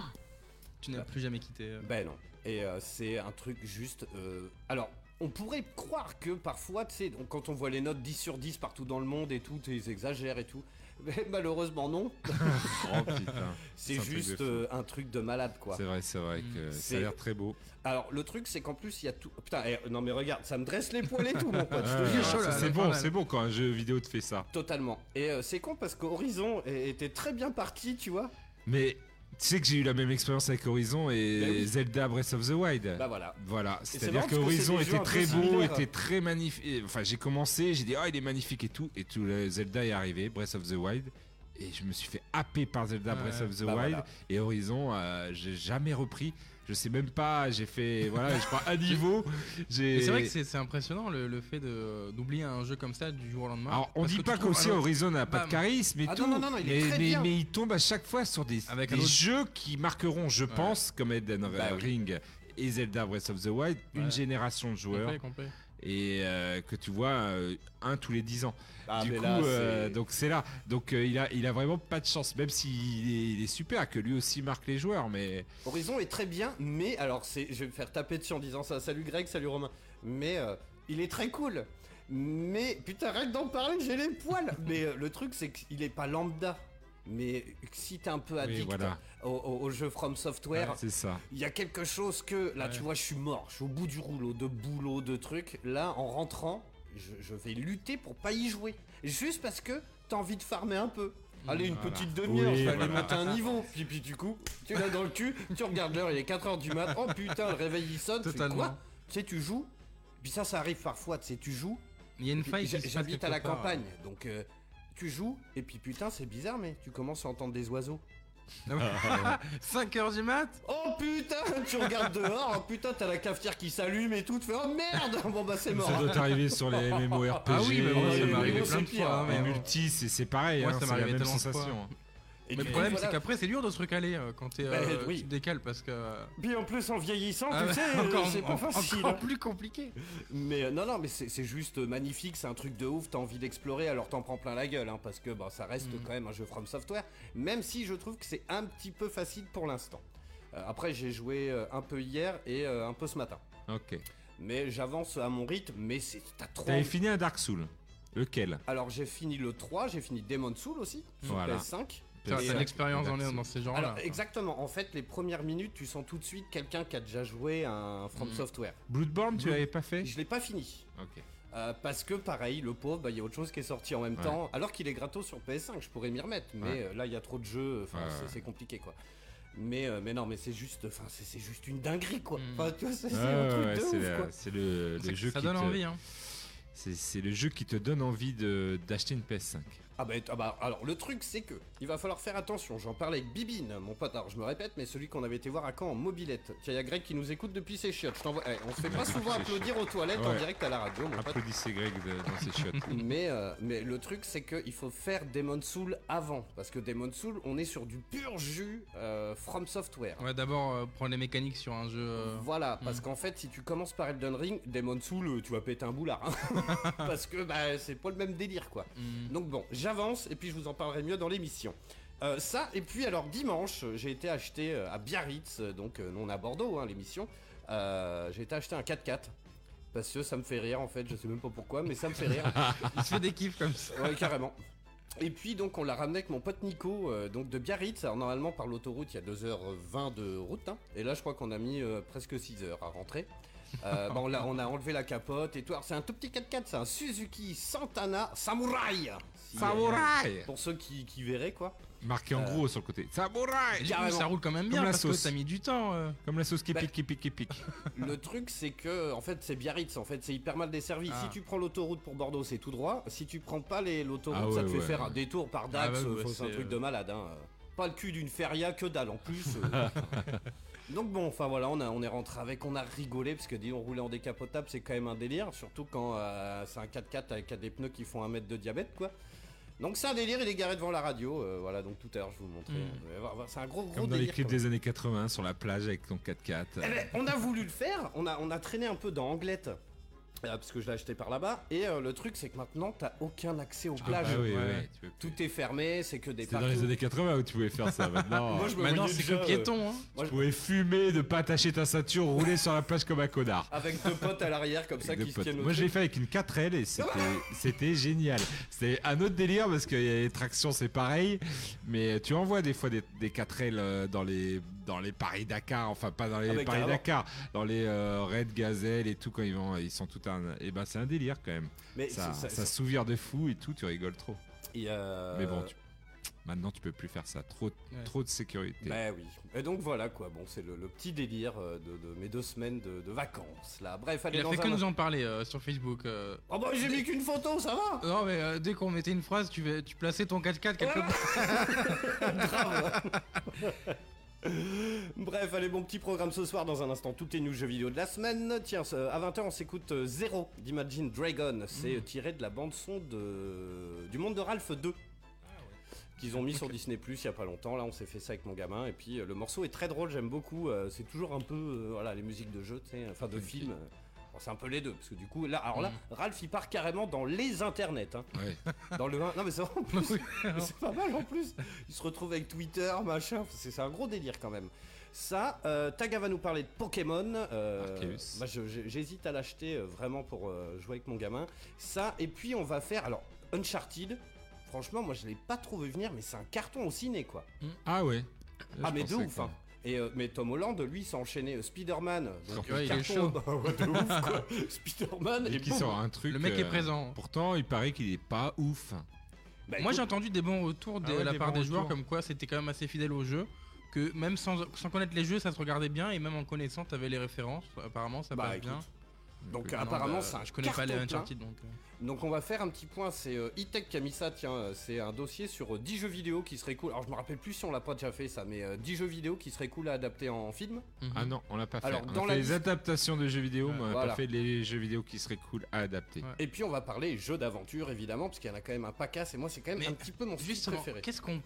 Tu n'as plus jamais quitté. Euh... Ben non. Et euh, c'est un truc juste... Euh... Alors, on pourrait croire que parfois, tu sais, quand on voit les notes dix sur dix partout dans le monde et tout, ils exagèrent et tout. Mais malheureusement, non. Oh putain. C'est, c'est juste un truc, euh, un truc de malade, quoi. C'est vrai, c'est vrai que mmh. ça a l'air très beau. Alors, le truc, c'est qu'en plus, il y a tout... Putain, eh, non mais regarde, ça me dresse les poils et tout, mon pote. Ah, je te chaud, là, c'est bon, c'est bon quand un jeu vidéo te fait ça. Totalement. Et euh, c'est con parce qu'Horizon était très bien parti, tu vois. Mais... Tu sais que j'ai eu la même expérience avec Horizon et bah oui. Zelda Breath of the Wild. Bah voilà. Voilà, c'est-à-dire que Horizon était très beau, était très magnifique. Enfin, j'ai commencé, j'ai dit oh il est magnifique et tout, et tout le Zelda est arrivé, Breath of the Wild, et je me suis fait happer par Zelda Breath of the bah Wild voilà. Et Horizon, euh, j'ai jamais repris. Je sais même pas, j'ai fait voilà, je crois un niveau. J'ai... C'est vrai que c'est, c'est impressionnant le, le fait de, d'oublier un jeu comme ça du jour au lendemain. Alors on dit pas qu'aussi alors... Horizon n'a pas bah, de charisme et ah tout, non, non, non, il est mais, très mais, bien. mais il tombe à chaque fois sur des, des autre... jeux qui marqueront, je ouais. pense, comme Elden bah, Ring oui. et Zelda Breath of the Wild, ouais. une génération de joueurs. Complet, complet. Et euh, que tu vois euh, un tous les dix ans. Ah, du coup, là, euh, donc c'est là. Donc euh, il a, il a vraiment pas de chance, même s'il est, il est super, que lui aussi marque les joueurs. Mais Horizon est très bien, mais alors c'est, je vais me faire taper dessus en disant ça. Salut Greg, salut Romain. Mais euh, il est très cool. Mais putain, rien que d'en parler, j'ai les poils. Mais euh, le truc, c'est qu'il est pas lambda. Mais si t'es un peu addict oui, voilà. au, au, au jeu From Software, ouais, c'est ça. Il y a quelque chose que là, ouais. tu vois, je suis mort, je suis au bout du rouleau de boulot, de trucs. Là, en rentrant, je, je vais lutter pour pas y jouer, juste parce que t'as envie de farmer un peu. Allez, une voilà. petite demi-heure, oui, je vais voilà. aller monter un niveau. Puis, puis du coup, tu l'as dans le cul, tu regardes l'heure, il est quatre heures du mat. Oh putain, le réveil il sonne. Totalement. Quoi tu sais, tu joues. Puis ça, ça arrive parfois. Tu sais, tu joues. Il y a une faille. Puis, j'habite à la part, campagne, ouais. donc. Euh, Tu joues, et puis putain, c'est bizarre, mais tu commences à entendre des oiseaux. cinq heures du mat. Oh putain, tu regardes dehors, oh putain, t'as la cafetière qui s'allume et tout, tu fais oh merde. Bon bah c'est mort. Ça doit t'arriver sur les MMORPG. Ah oui, mais bon, ça m'est arrivé plein de fois. En multi, c'est, c'est pareil, ouais, hein, ça c'est la même sensation. Et Mais du le problème, coup, c'est voilà. qu'après, c'est dur de se recaler euh, quand t'es, Bah, euh, oui. tu te décales parce que. Puis en plus en vieillissant, Ah tu ouais, sais, encore, c'est pas en- facile. encore hein. plus compliqué. Mais euh, non, non, mais c'est c'est juste magnifique, c'est un truc de ouf, t'as envie d'explorer, alors t'en prends plein la gueule, hein, parce que bah, ça reste Mhm. quand même un jeu From Software, même si je trouve que c'est un petit peu facile pour l'instant. Euh, après, j'ai joué euh, un peu hier et euh, un peu ce matin. Ok. Mais j'avance à mon rythme, mais c'est t'as trop. T'avais fini un Dark Souls. Lequel? Alors j'ai fini le trois, j'ai fini Demon's Souls aussi, sur Voilà. P S cinq. T'as Et, t'as euh, de l'expérience dans, les- Dark dans ces genres-là. Alors quoi. exactement, en fait les premières minutes tu sens tout de suite quelqu'un qui a déjà joué à un From Mhm. Software. Bloodborne, tu Blue- l'avais pas fait? Je l'ai pas fini. Ok. Euh, parce que pareil, le pauvre, bah, il y a autre chose qui est sorti en même Ouais. temps, alors qu'il est gratos sur P S cinq, je pourrais m'y remettre, mais Ouais. euh, là il y a trop de jeux, enfin Ouais, c'est ouais. c'est compliqué quoi. Mais, euh, mais non, mais c'est juste, enfin c'est c'est juste une dinguerie quoi. Mm. Enfin, tu vois, c'est c'est Ouais, un truc ouais, de c'est ouf la- quoi. c'est le, le C'est- jeu ça qui donne te... envie, hein. C'est c'est le jeu qui te donne envie de d'acheter une P S cinq. Ah bah, ah bah, alors le truc c'est que il va falloir faire attention, j'en parlais avec Bibine, mon pote, alors je me répète, mais celui qu'on avait été voir à Caen en mobilette. Tiens, il y a Greg qui nous écoute depuis ses chiottes, je t'envoie. Eh, on se fait pas souvent applaudir aux toilettes en Ouais. direct à la radio, mon pote. Applaudissez Greg de- dans ses chiottes. Mais, euh, mais le truc c'est qu'il faut faire Demon's Souls avant, parce que Demon's Souls on est sur du pur jus euh, From Software. Ouais, d'abord, euh, prendre les mécaniques sur un jeu. euh, Voilà, parce Mm. qu'en fait, si tu commences par Elden Ring, Demon's Souls, euh, tu vas péter un boulard. hein. parce que bah, c'est pas le même délire, quoi. hmm. Donc bon, j'avance et puis je vous en parlerai mieux dans l'émission. Euh, ça, et puis alors dimanche, euh, j'ai été acheter euh, à Biarritz, euh, donc euh, non à Bordeaux, hein, l'émission, euh, j'ai été acheter un quatre-quatre. Parce que ça me fait rire en fait, je sais même pas pourquoi, mais ça me fait rire. Il se fait des kiffs comme ça. Ouais, carrément. Et puis donc on l'a ramené avec mon pote Nico, euh, donc de Biarritz. Alors normalement par l'autoroute il y a deux heures vingt de route, hein. Et là je crois qu'on a mis euh, presque six heures à rentrer. Euh, bah, on, l'a- on a enlevé la capote et tout. Alors c'est un tout petit quatre-quatre, c'est un Suzuki Santana Samurai. Si, Samouraï euh, Pour ceux qui, qui verraient quoi. Marqué en Euh, gros sur le côté. Samouraï Du coup, Carrément. ça roule quand même bien Comme la parce sauce. que t'as mis du temps. euh. Comme la sauce qui Bah- pique, qui pique, qui pique. Le truc c'est que en fait c'est Biarritz, en fait c'est hyper mal desservi. Ah. Si tu prends l'autoroute pour Bordeaux c'est tout droit. Si tu prends pas les- l'autoroute Ah ouais, ça te fait ouais, faire ouais. un détour par Ah Dax. ouais, euh, ouais, faut- c'est un c'est, truc euh, de malade. Hein. Pas le cul d'une feria que dalle en plus. euh. Donc bon, enfin voilà, on, a, on est rentré avec, on a rigolé parce que dis on roulait en décapotable, c'est quand même un délire, surtout quand euh, c'est un quatre-quatre avec des pneus qui font un mètre de diamètre quoi. Donc c'est un délire, il est garé devant la radio, euh, voilà, donc tout à l'heure je vous le montrais. Mm. Euh, voilà, voilà, c'est un gros gros Comme dans les délire. clips quand même. des années quatre-vingts sur la plage avec ton quatre-quatre. Eh ben, on a voulu le faire, on a, on a traîné un peu dans Anglette. euh, Parce que je l'ai acheté par là-bas, et euh, le truc c'est que maintenant t'as aucun accès aux Ah plages. bah oui, ouais. ouais, tu peux- Tout est fermé, c'est que des C'était dans les parkings. années quatre-vingts où tu pouvais faire ça. Maintenant, Moi je me Maintenant, voyais c'est déjà, que euh, piéton. Hein. moi, tu je- pouvais fumer, de pas attacher ta ceinture, rouler sur la plage comme un connard. avec deux potes à l'arrière comme ça Avec qui deux se potes. tiennent au Moi je truc. l'ai fait avec une quatre L et c'était c'était génial. C'était un autre délire parce qu'il y a les tractions c'est pareil, mais tu en vois des fois des, des quatre L euh, dans les dans les Paris Dakar, enfin pas dans les Ah bah, Paris carrément. Dakar, dans les euh, Red Gazelle et tout quand ils vont ils sont tout un et ben c'est un délire quand même. Mais Ça c'est- ça souvenir de fou et tout, tu rigoles trop. Et euh, Mais bon, tu- maintenant tu peux plus faire ça, trop Ouais. trop de sécurité. Bah oui. Et donc voilà quoi, bon c'est le, le petit délire euh, de, de mes deux semaines de, de vacances là. Bref, allez Il a dans fait un... que nous en parler euh, sur Facebook. euh. Oh bah j'ai mis qu'une photo, ça va. Non, mais euh, dès qu'on mettait une phrase, tu, vais- tu plaçais ton quatre-quatre quelque part. Grave. Bref, allez, bon petit programme ce soir. Dans un instant, toutes les news jeux vidéo de la semaine. Tiens, ce- à vingt heures, on s'écoute euh, Zero d'Imagine Dragon. C'est euh, tiré de la bande-son de... du monde de Ralph deux. Qu'ils ont mis sur Disney Plus il y a pas longtemps. Là, on s'est fait ça avec mon gamin. Et puis, euh, le morceau est très drôle, j'aime beaucoup. euh, c'est toujours un peu, euh, voilà, les musiques de jeux, tu sais, enfin de films. euh, bon, c'est un peu les deux. Parce que du coup, là, alors là, Ralph, il part carrément dans les internets. Hein. Ouais. Dans le un. Non, mais c'est en plus, c'est pas mal en plus. Il se retrouve avec Twitter, machin. C'est c'est un gros délire quand même. Ça, euh, Taga va nous parler de Pokémon. euh, Arceus. bah, je- je- J'hésite à l'acheter euh, vraiment pour euh, jouer avec mon gamin. Ça, et puis on va faire. Alors, Uncharted. Franchement, moi je l'ai pas trouvé venir, mais c'est un carton au ciné quoi. Ah ouais. Ah, Je mais de pensais ouf, que- hein. Et euh, mais Tom Holland, lui, s'est enchaîné euh, Spider-Man. Donc, Ouais, euh, il est carton, chaud. bah, ouais, de ouf quoi. Spider-Man et, Et qui boum. sort un truc. Le mec est euh, présent. Pourtant, il paraît qu'il est pas ouf. Bah, Moi écoute, j'ai entendu des bons retours de Ah ouais, la des part bons des joueurs retours. comme quoi c'était quand même assez fidèle au jeu, que même sans, sans connaître les jeux ça se regardait bien et même en connaissant t'avais les références, apparemment ça Bah, passe écoute, bien. donc Non, apparemment bah, c'est un je connais pas les carton plein. Uncharted donc. euh. Donc on va faire un petit point, c'est euh, E-Tech qui a mis ça, tiens, euh, c'est un dossier sur euh, dix jeux vidéo qui seraient cool. Alors je me rappelle plus si on l'a pas déjà fait ça, mais euh, dix jeux vidéo qui seraient cool à adapter en film. Mhm. Ah non, on l'a pas fait. Alors, on dans a la fait liste- les adaptations de jeux vidéo, Ouais. mais on a Voilà. pas fait les jeux vidéo qui seraient cool à adapter. Ouais. Et puis on va parler jeux d'aventure évidemment, parce qu'il y en a quand même un pacasse, et moi c'est quand même Mais un petit peu mon style Justement, préféré. qu'est-ce qu'on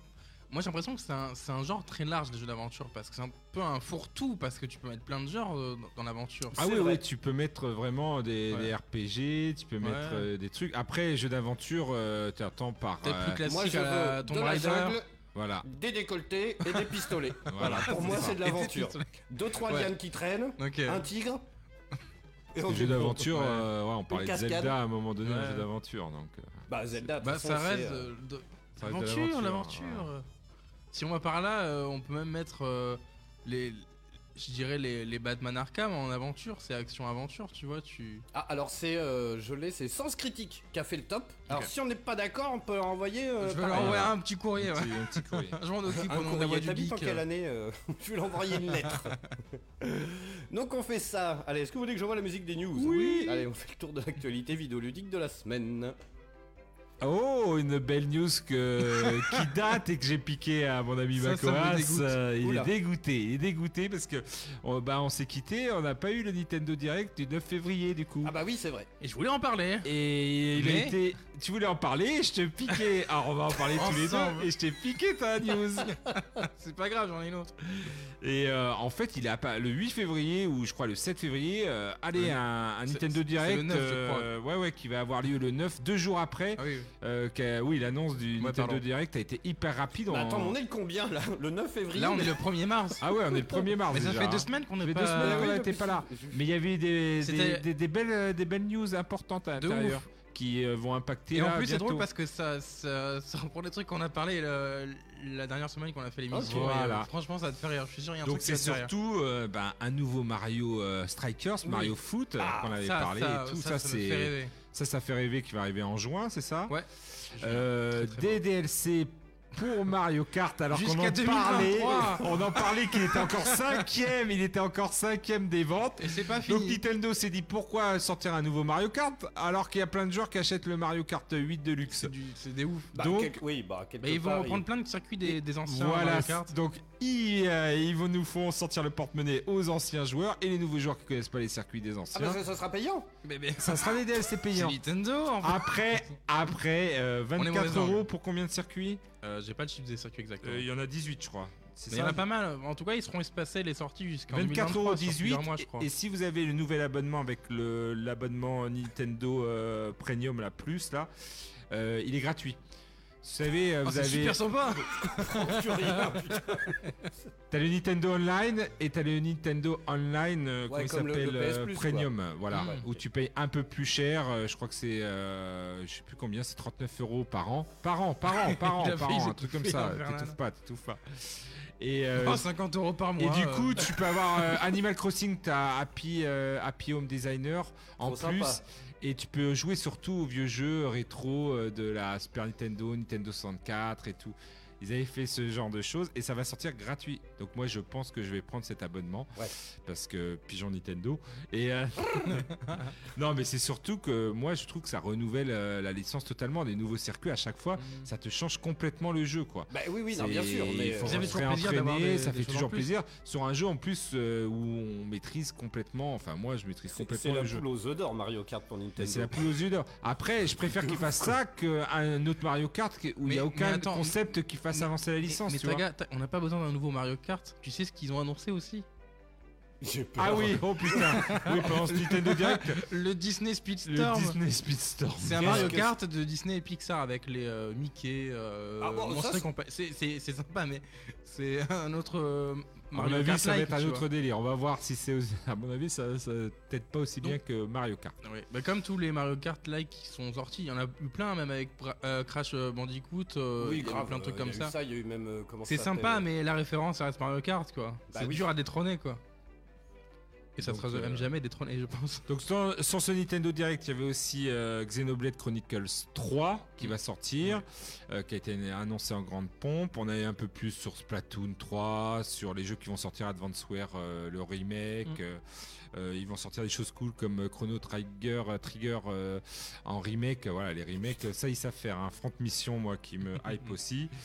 Moi j'ai l'impression que c'est un, c'est un genre très large les jeux d'aventure parce que c'est un peu un fourre-tout parce que tu peux mettre plein de genres euh, dans, dans l'aventure. Ah C'est oui, vrai. oui, tu peux mettre vraiment des, Ouais. des R P G, tu peux Ouais. mettre euh, des trucs. Après, jeux d'aventure, euh, tu attends par. Peut-être euh, plus classique Moi, je à la veux Tomb de la Raider. jungle, Voilà. des décolletés et des pistolets. Voilà. Pour moi, c'est de l'aventure. Et des Deux, trois Ouais. lianes qui traînent, Ok. un tigre. Et on Les jeux dit, d'aventure, Ouais. euh, ouais, on parlait de cascade. Zelda à un moment donné, un Ouais. jeu d'aventure. Donc, euh, Bah, Zelda, de Bah toute ça façon, reste c'est, euh, de, de- ça reste de l'aventure, l'aventure, l'aventure. Si on va par là, euh, on peut même mettre euh, les, je dirais les, les Batman Arkham en aventure, c'est action aventure, tu vois, tu. Ah, alors c'est, euh, je l'ai, c'est Sens Critique qui a fait le top. Alors Ok. si on n'est pas d'accord, on peut envoyer. euh, je vais par- leur envoyer un petit courrier. un Ouais. petit, un petit courrier. Je m'en occupe un au nom de la voix courrier. du T'habites en geek. quelle année euh, Je vais l'envoyer une lettre. Donc on fait ça. Allez, est-ce que vous voulez que j'envoie la musique des news Oui. Allez, on fait le tour de l'actualité vidéoludique de la semaine. Oh, une belle news que, qui date et que j'ai piqué à mon ami Ça, ça me Makoas. dégoûte. Euh, il Oula. est dégoûté, il est dégoûté parce que on, bah, on s'est quitté, on n'a pas eu le Nintendo Direct du neuf février du coup. Ah bah oui, c'est vrai. Et je voulais en parler. Et il a Mais- été. Tu voulais en parler, je te piquais. Alors on va en parler tous les Ensemble. deux. Et je t'ai piqué ta news. C'est pas grave, j'en ai une autre. Et euh, en fait, il a pas le huit février ou je crois le sept février. Euh, allez, Ouais. un, un C'est- Nintendo c'est Direct. le neuf, je euh, ouais, ouais, qui va avoir lieu le neuf, deux jours après. Ah oui. Euh, qu'a- oui, l'annonce du Ouais, Nintendo pardon. Direct a été hyper rapide. Bah, en- attends, on est le combien là Le neuf février Là on est le premier mars. Ah ouais, on est le premier mars. Mais ça déjà, fait deux hein. semaines qu'on Ça est fait pas. deux semaines Ah qu'on oui, n'était depuis- pas là. Mais il y avait des, des, C'était- des, des belles, euh, des belles news importantes à De l'intérieur ouf. qui euh, vont impacter. Et en là, plus c'est drôle bientôt. parce que ça, ça, ça reprend des trucs qu'on a parlé le- la dernière semaine qu'on a fait l'émission. Ok. et, euh, Voilà. franchement ça te fait rire. Je suis sûr il y a un Donc truc qui c'est va te faire rire. surtout euh, bah, un nouveau Mario euh, Strikers, Oui. Mario Foot, euh, Ah, qu'on avait ça, parlé ça, et tout. Ça, Ça, ça me c'est fait rêver. ça, ça fait rêver qui va arriver en juin, c'est ça Ouais. Euh, Très, très des bon. D L C pour Mario Kart, alors qu'on Jusqu'à en deux mille parlait, vingt-trois. on en parlait qu'il était encore cinquième, il était encore cinquième des ventes. Et c'est pas Donc fini. Nintendo s'est dit pourquoi sortir un nouveau Mario Kart alors qu'il y a plein de joueurs qui achètent le Mario Kart huit Deluxe. C'est du- c'est des ouf. Bah, Donc- quelque- oui, bah quelque Mais ils vont part, reprendre plein de circuits des, des anciens Voilà, Mario Kart. donc ils, euh, ils vont nous font sortir le porte-monnaie aux anciens joueurs et les nouveaux joueurs qui connaissent pas les circuits des Ah anciens. bah ça, ça sera payant. Mais, mais Ça sera des D L C c'est payants. Nintendo en fait. Après, après euh, On est vingt-quatre mauvais euros langue. pour combien de circuits Euh, J'ai pas le chiffre des circuits exactement. Euh, Il y en a dix-huit, je crois. C'est Mais il y en a pas mal. En tout cas, ils seront espacés les sorties jusqu'en vingt-quatre euros dix-huit. dix-huit. Mois, je crois. Et, et si vous avez le nouvel abonnement avec le l'abonnement Nintendo euh, Premium là plus là, euh, il est gratuit. Vous savez, euh, Oh, vous c'est avez super sympa. Plus rien, putain. t'as le Nintendo Online et t'as le Nintendo Online euh, Ouais, comment il comme le- s'appelle le P S euh, Plus, Premium, voilà, Mm. où tu payes un peu plus cher. euh, je crois que c'est, euh, je sais plus combien, c'est trente-neuf euros par an, par an, par an, par an, Il a par failli an, un truc comme s'étouffer, ça. Infernal. T'étouffes pas, t'étouffes pas. Et euh, Oh, cinquante euros par mois. Et du euh. coup, tu peux avoir euh, Animal Crossing, t'as Happy, euh, Happy Home Designer en Trop plus. sympa. Et tu peux jouer surtout aux vieux jeux rétro euh, de la Super Nintendo, Nintendo soixante-quatre et tout. Ils avaient fait ce genre de choses et ça va sortir gratuit. Donc moi je pense que je vais prendre cet abonnement Ouais. parce que pigeon Nintendo. Et euh, non mais c'est surtout que moi je trouve que ça renouvelle euh, la licence totalement, des nouveaux circuits à chaque fois. Mm. Ça te change complètement le jeu quoi. Bah oui, oui, non, C'est- bien sûr. Mais il faut euh, Vous avez se toujours plaisir d'avoir réentraîner, des- ça des fait choses en toujours plus. plaisir. Sur un jeu en plus euh, où on maîtrise complètement, enfin moi je maîtrise c'est c'est complètement la le jeu. poule aux œufs d'or Mario Kart pour Et Nintendo. c'est la poule aux yeux d'or. Après, je préfère qu'il fasse ça qu'un autre Mario Kart qui- où il Mais- n'y a mais aucun attends, concept qui fasse mais- avancer la licence. Mais tu vois. Taga, t'as- on n'a pas besoin d'un nouveau Mario Kart. Tu sais ce qu'ils ont annoncé aussi J'ai peur. Ah oui, oh putain. Oui, pendant ce Nintendo Direct, Le Disney le Speedstorm. Disney Speedstorm. C'est un Qu'est-ce Mario que Kart de Disney et Pixar avec les euh, Mickey, euh, Ah bon, Monstres ça, et compagnie. C'est- C'est c'est sympa, mais c'est un autre euh, À mon Mario avis, Kart ça va like, être un tu autre vois. délire. On va voir si c'est. aussi- À mon avis, ça, ça peut-être pas aussi bien que Mario Kart. Oui, bah comme tous les Mario Kart like qui sont sortis, il y en a eu plein, même avec Bra- euh, Crash Bandicoot, euh, Oui, il y a eu grave. plein de trucs euh, comme il y a eu ça. Il y a eu même. euh, comment C'est ça sympa, s'appelle mais la référence, ça reste Mario Kart, quoi. Bah c'est oui. dur à détrôner, quoi. Et ça Donc, sera même euh, jamais détrôné, je pense. Donc sur, sur ce Nintendo Direct, il y avait aussi euh, Xenoblade Chronicles trois qui va sortir, euh, qui a été annoncé en grande pompe. On a eu un peu plus sur Splatoon trois, sur les jeux qui vont sortir Advanceware, euh, le remake. Mm. euh, euh, ils vont sortir des choses cool comme euh, Chrono Trigger, euh, Trigger euh, en remake. Voilà, les remakes, ça ils savent faire. Hein. Front Mission, moi, qui me hype aussi.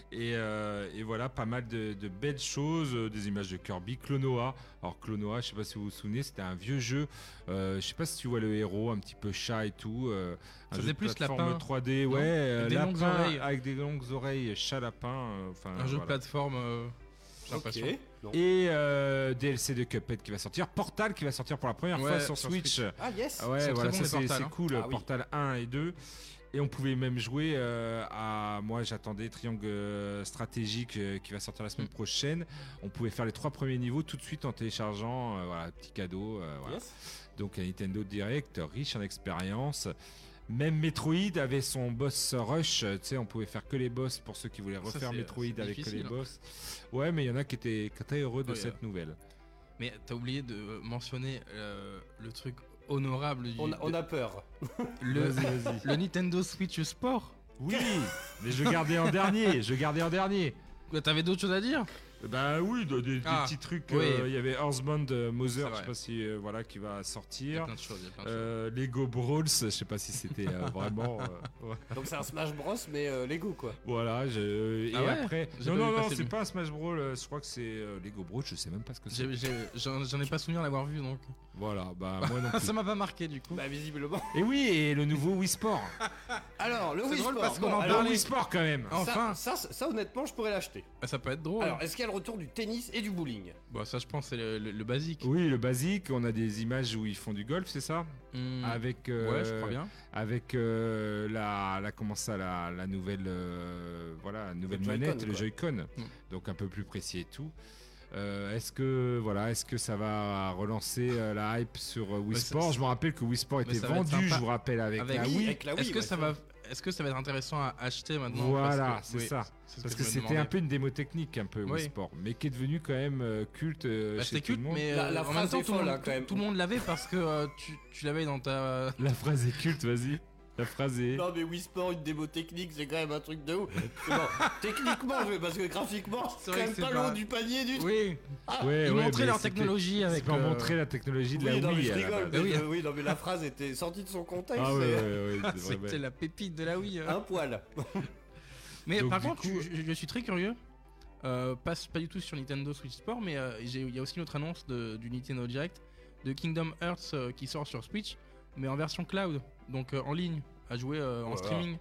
Et, euh, et voilà, pas mal de, de belles choses, euh, des images de Kirby, Clonoa. Alors Clonoa, je sais pas si vous vous souvenez, c'était un vieux jeu. Euh, je sais pas si tu vois le héros, un petit peu chat et tout. Euh, un Ça jeu faisait de plus plateforme lapin, trois D, non ouais, euh, Avec des longues lapin oreilles. avec des longues oreilles, chat lapin. euh, Enfin, Un jeu de voilà. plateforme, euh, j'ai Ok. l'impression. Non. Et euh, D L C de Cuphead qui va sortir, Portal qui va sortir pour la première Ouais, fois sur sur Switch. Switch. Ah yes. Ah ouais, Ils sont voilà, très bons, ça les c'est Portal, c'est hein. cool, Ah oui. Portal un et deux. Et on pouvait même jouer euh, à. Moi j'attendais Triangle euh, Stratégique euh, qui va sortir la semaine Mm. prochaine. On pouvait faire les trois premiers niveaux tout de suite en téléchargeant. euh, voilà, petit cadeau. euh, voilà. Yes. Donc un Nintendo Direct riche en expérience. Même Metroid avait son boss rush. Tu sais, on pouvait faire que les boss pour ceux qui voulaient Ça, refaire c'est- Metroid c'est avec que les difficile, hein. boss. Ouais, mais il y en a qui étaient qui étaient heureux de Oui, cette euh. nouvelle. Mais t'as oublié de mentionner euh, le truc honorable du. On a, on de- a peur. le, Vas-y, vas-y. le Nintendo Switch Sport. Oui, mais je gardais en dernier. Je gardais en dernier. Quoi, T'avais d'autres choses à dire? Bah oui, de- des, des Ah, petits trucs. oui. euh, Il y avait Earthbound euh, Mother, C'est je sais vrai. pas si euh, voilà qui va Il y a sortir. plein de choses. il y a plein de choses. Euh, Lego Brawls, je sais pas si c'était euh, vraiment. euh, ouais. Donc c'est un Smash Bros mais euh, Lego quoi. Voilà. Je, et Ah ouais après, J'ai non pas non vu non, passer c'est lui. pas un Smash Brawl. euh, Je crois que c'est euh, Lego Brawls. Je sais même pas ce que c'est. J'ai- j'ai- J'en j'en ai pas souvenir d'avoir vu donc. Voilà, bah moi non plus. Ça m'a pas marqué du coup. Bah visiblement. Et oui, et le nouveau Wii Sport. Alors le C'est Wii drôle Sport. parce qu'on bon, en Le alors, parlait. Wii Sport quand même. Enfin ça, ça, ça, honnêtement je pourrais l'acheter. Ah, ça peut être drôle. Alors est-ce qu'il y a le retour du tennis et du bowling? Bon, ça je pense c'est le, le- le basique. Oui, le basique. On a des images où ils font du golf, c'est ça? Hmm. Avec. euh, Ouais, je crois bien. Avec euh, la, la comment ça la, la nouvelle euh, voilà la nouvelle Joy-Con, manette, le quoi. Joy-Con, Mm. donc un peu plus précis et tout. Euh, est-ce que voilà est-ce que ça va relancer euh, la hype sur euh, Wii Mais ça- Sport? Je me rappelle que Wii Sport Mais était ça va être vendu, sympa. je vous rappelle avec, Avec la Wii, Wii. avec la Wii, Est-ce que ouais, ça c'est va Est-ce que ça va être intéressant à acheter maintenant? Voilà, Parce c'est ça. c'est ce Parce je que me c'était demandais. un peu une démo technique un peu Wii Oui. Sport, mais qui est devenu quand même euh, culte euh, Bah, chez c'était tout le culte, monde. mais La- euh, la en même phrase temps, est tout, le folle, monde, hein, quand même. tout le monde l'avait parce que euh, tu, tu l'avais dans ta. La phrase est culte, vas-y. La phrase est. Non mais Wii Sport, une démo technique, c'est quand même un truc de ouf. C'est bon. Techniquement, je vais parce que graphiquement, C'est c'est vrai quand que même c'est pas pas- loin du panier du truc. Oui, Ouais, ils ouais, montraient mais leur c'était- technologie c'est avec. pour euh, montrer la technologie de Oui, la non, mais Wii. je à la rigole, base. mais Ah oui. euh, oui, non mais la phrase était sortie de son contexte. Ah ouais, c'est- ouais, ouais, ouais, c'est vrai, C'était la pépite de la Wii. hein. Un poil. Mais Donc, par du contre, coup- je, je- je suis très curieux. Euh, pas, pas du tout sur Nintendo Switch Sport, mais euh, j'ai- il y a aussi une autre annonce de- du Nintendo Direct de Kingdom Hearts euh, qui sort sur Switch, mais en version cloud, donc euh, en ligne, à jouer euh, en Voilà. streaming.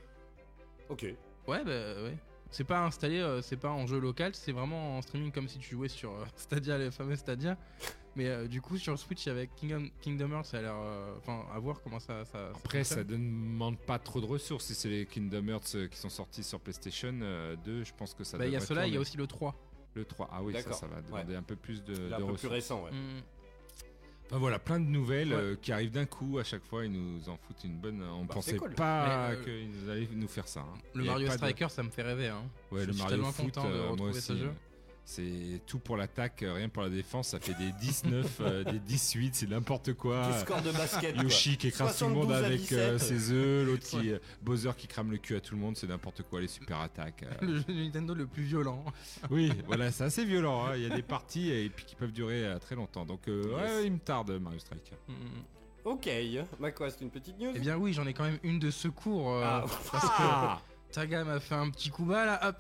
Ok. Ouais, bah ouais. C'est pas installé, euh, c'est pas en jeu local, c'est vraiment en streaming comme si tu jouais sur euh, Stadia, les fameux Stadia. Mais euh, du coup, sur Switch avec Kingdom, Kingdom Hearts, ça a l'air. euh, Enfin, à voir comment ça. ça Après, ça fonctionne. demande pas trop de ressources. Si c'est les Kingdom Hearts euh, qui sont sortis sur PlayStation euh, deux, je pense que ça Bah, il y a devrait cela, il y a tourner. aussi le trois. Le trois. Ah oui, ça, D'accord. ça va demander un peu plus de, Il est de un peu plus ressources. récent, ouais. Mm. Enfin, voilà, plein de nouvelles Ouais. euh, qui arrivent d'un coup à chaque fois. Ils nous en foutent une bonne. On Bah, pensait c'est cool. pas Mais, euh, qu'ils allaient nous faire ça. hein. Le Il y avait Mario pas de- Striker, ça me fait rêver. Hein. Ouais, Je le suis Mario tellement Foot, content de euh, moi retrouver aussi. ce jeu. C'est tout pour l'attaque, euh, rien pour la défense. Ça fait des dix-neuf, euh, des dix-huit, c'est n'importe quoi. Des scores de basket. quoi. Yoshi qui écrase tout le monde soixante-douze à avec euh, dix-sept. ses œufs, l'autre qui euh, Bowser qui crame le cul à tout le monde, c'est n'importe quoi, les super attaques. euh. Le jeu de Nintendo le plus violent. Oui, voilà, c'est assez violent. hein. Il y a des parties et puis qui peuvent durer euh, très longtemps. Donc euh, Yes. ouais, il me tarde Mario Striker. Mm. Ok. Macquas, c'est une petite news. Eh bien oui, j'en ai quand même une de secours. euh, Ah. Parce que Ah Taga m'a fait un petit coup bas là, hop.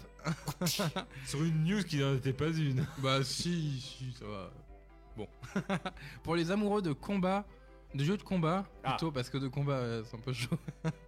Sur une news qui n'en était pas une. Bah si, si, ça va. Bon. Pour les amoureux de combat, de jeux de combat, Ah. plutôt parce que de combat euh, c'est un peu chaud.